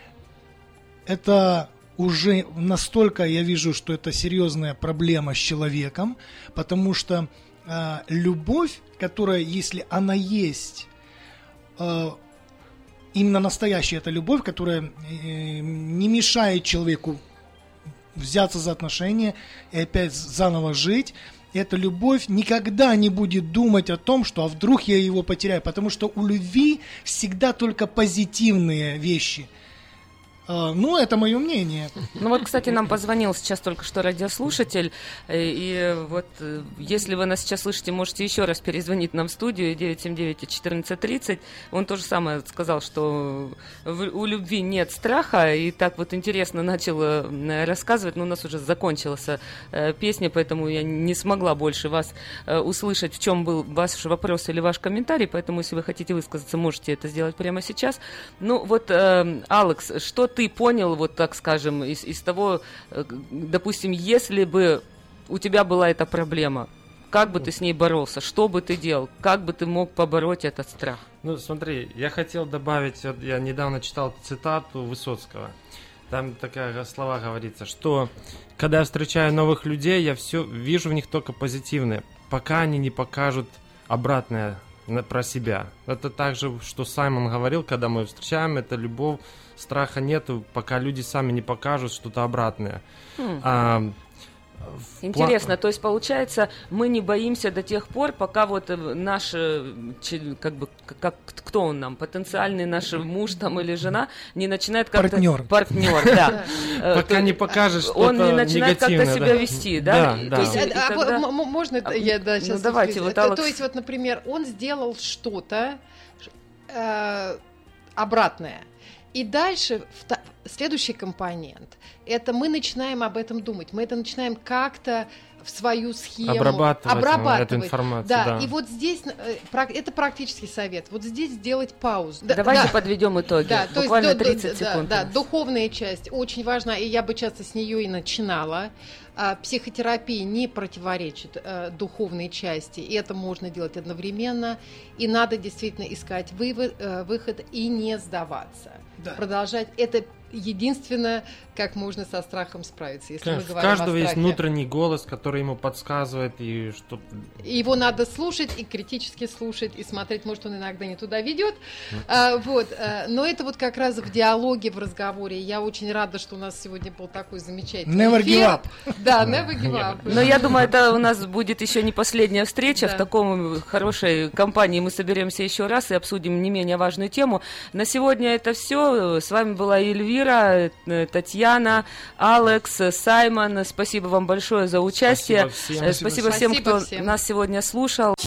это уже настолько, я вижу, что это серьезная проблема с человеком, потому что э, любовь, которая, если она есть, э, именно настоящая эта любовь, которая э, не мешает человеку взяться за отношения и опять заново жить, эта любовь никогда не будет думать о том, что а вдруг я его потеряю, потому что у любви всегда только позитивные вещи. Ну, это мое мнение. Ну вот, кстати, нам позвонил сейчас только что радиослушатель, и вот если вы нас сейчас слышите, можете еще раз перезвонить нам в студию девять семь девять четырнадцать тридцать. Он то же самое сказал, что у любви нет страха, и так вот интересно начал рассказывать, но у нас уже закончилась песня, поэтому я не смогла больше вас услышать, в чем был ваш вопрос или ваш комментарий, поэтому если вы хотите высказаться, можете это сделать прямо сейчас. Ну вот, Алекс, что ты понял, вот так скажем, из, из того, допустим, если бы у тебя была эта проблема, как бы ты с ней боролся, что бы ты делал, как бы ты мог побороть этот страх? Ну, смотри, я хотел добавить, вот я недавно читал цитату Высоцкого, там такая слова говорится, что когда я встречаю новых людей, я все вижу в них только позитивное, пока они не покажут обратное про себя. Это также, что Саймон говорил, когда мы встречаем, это любовь, страха нету, пока люди сами не покажут что-то обратное. Хм. А, Интересно, пла... то есть получается, мы не боимся до тех пор, пока вот наш, как бы, как, кто он нам, потенциальный наш муж там или жена, не начинает как-то... Партнер. Партнер, да. Пока не покажет что-то он не начинает как-то себя да. вести, да? Да, да. Можно я, да, сейчас... Ну, давайте, вот, Алекс. То есть, вот, например, он сделал что-то обратное. И дальше вта- следующий компонент – это мы начинаем об этом думать, мы это начинаем как-то в свою схему обрабатывать, обрабатывать. эту информацию. Да, Да. и вот здесь э, прак- это практический совет. Вот здесь сделать паузу. Давайте да. подведем итоги. Да, то Буквально есть, до- тридцать до- секунд. Да, да, духовная часть очень важна, и я бы часто с нее и начинала. А, психотерапия не противоречит а, духовной части, и это можно делать одновременно, и надо действительно искать вывод, а, выход и не сдаваться. Да. Продолжать. Это единственное, как можно со страхом справиться, если мы У говорим каждого о есть страхе. внутренний голос, который ему подсказывает, и что... Его надо слушать и критически слушать, и смотреть, может, он иногда не туда ведет. А, вот, а, но это вот как раз в диалоге, в разговоре. Я очень рада, что у нас сегодня был такой замечательный Never эфир. give up. Да, never give up. Но я думаю, это у нас будет еще не последняя встреча. Да. В таком хорошей компании мы соберемся еще раз и обсудим не менее важную тему. На сегодня это все. С вами была Эльвира, э, Татьяна, Алекс, Саймон. Спасибо вам большое за участие. Спасибо всем. Э, Спасибо всем, Спасибо кто всем. нас сегодня слушал.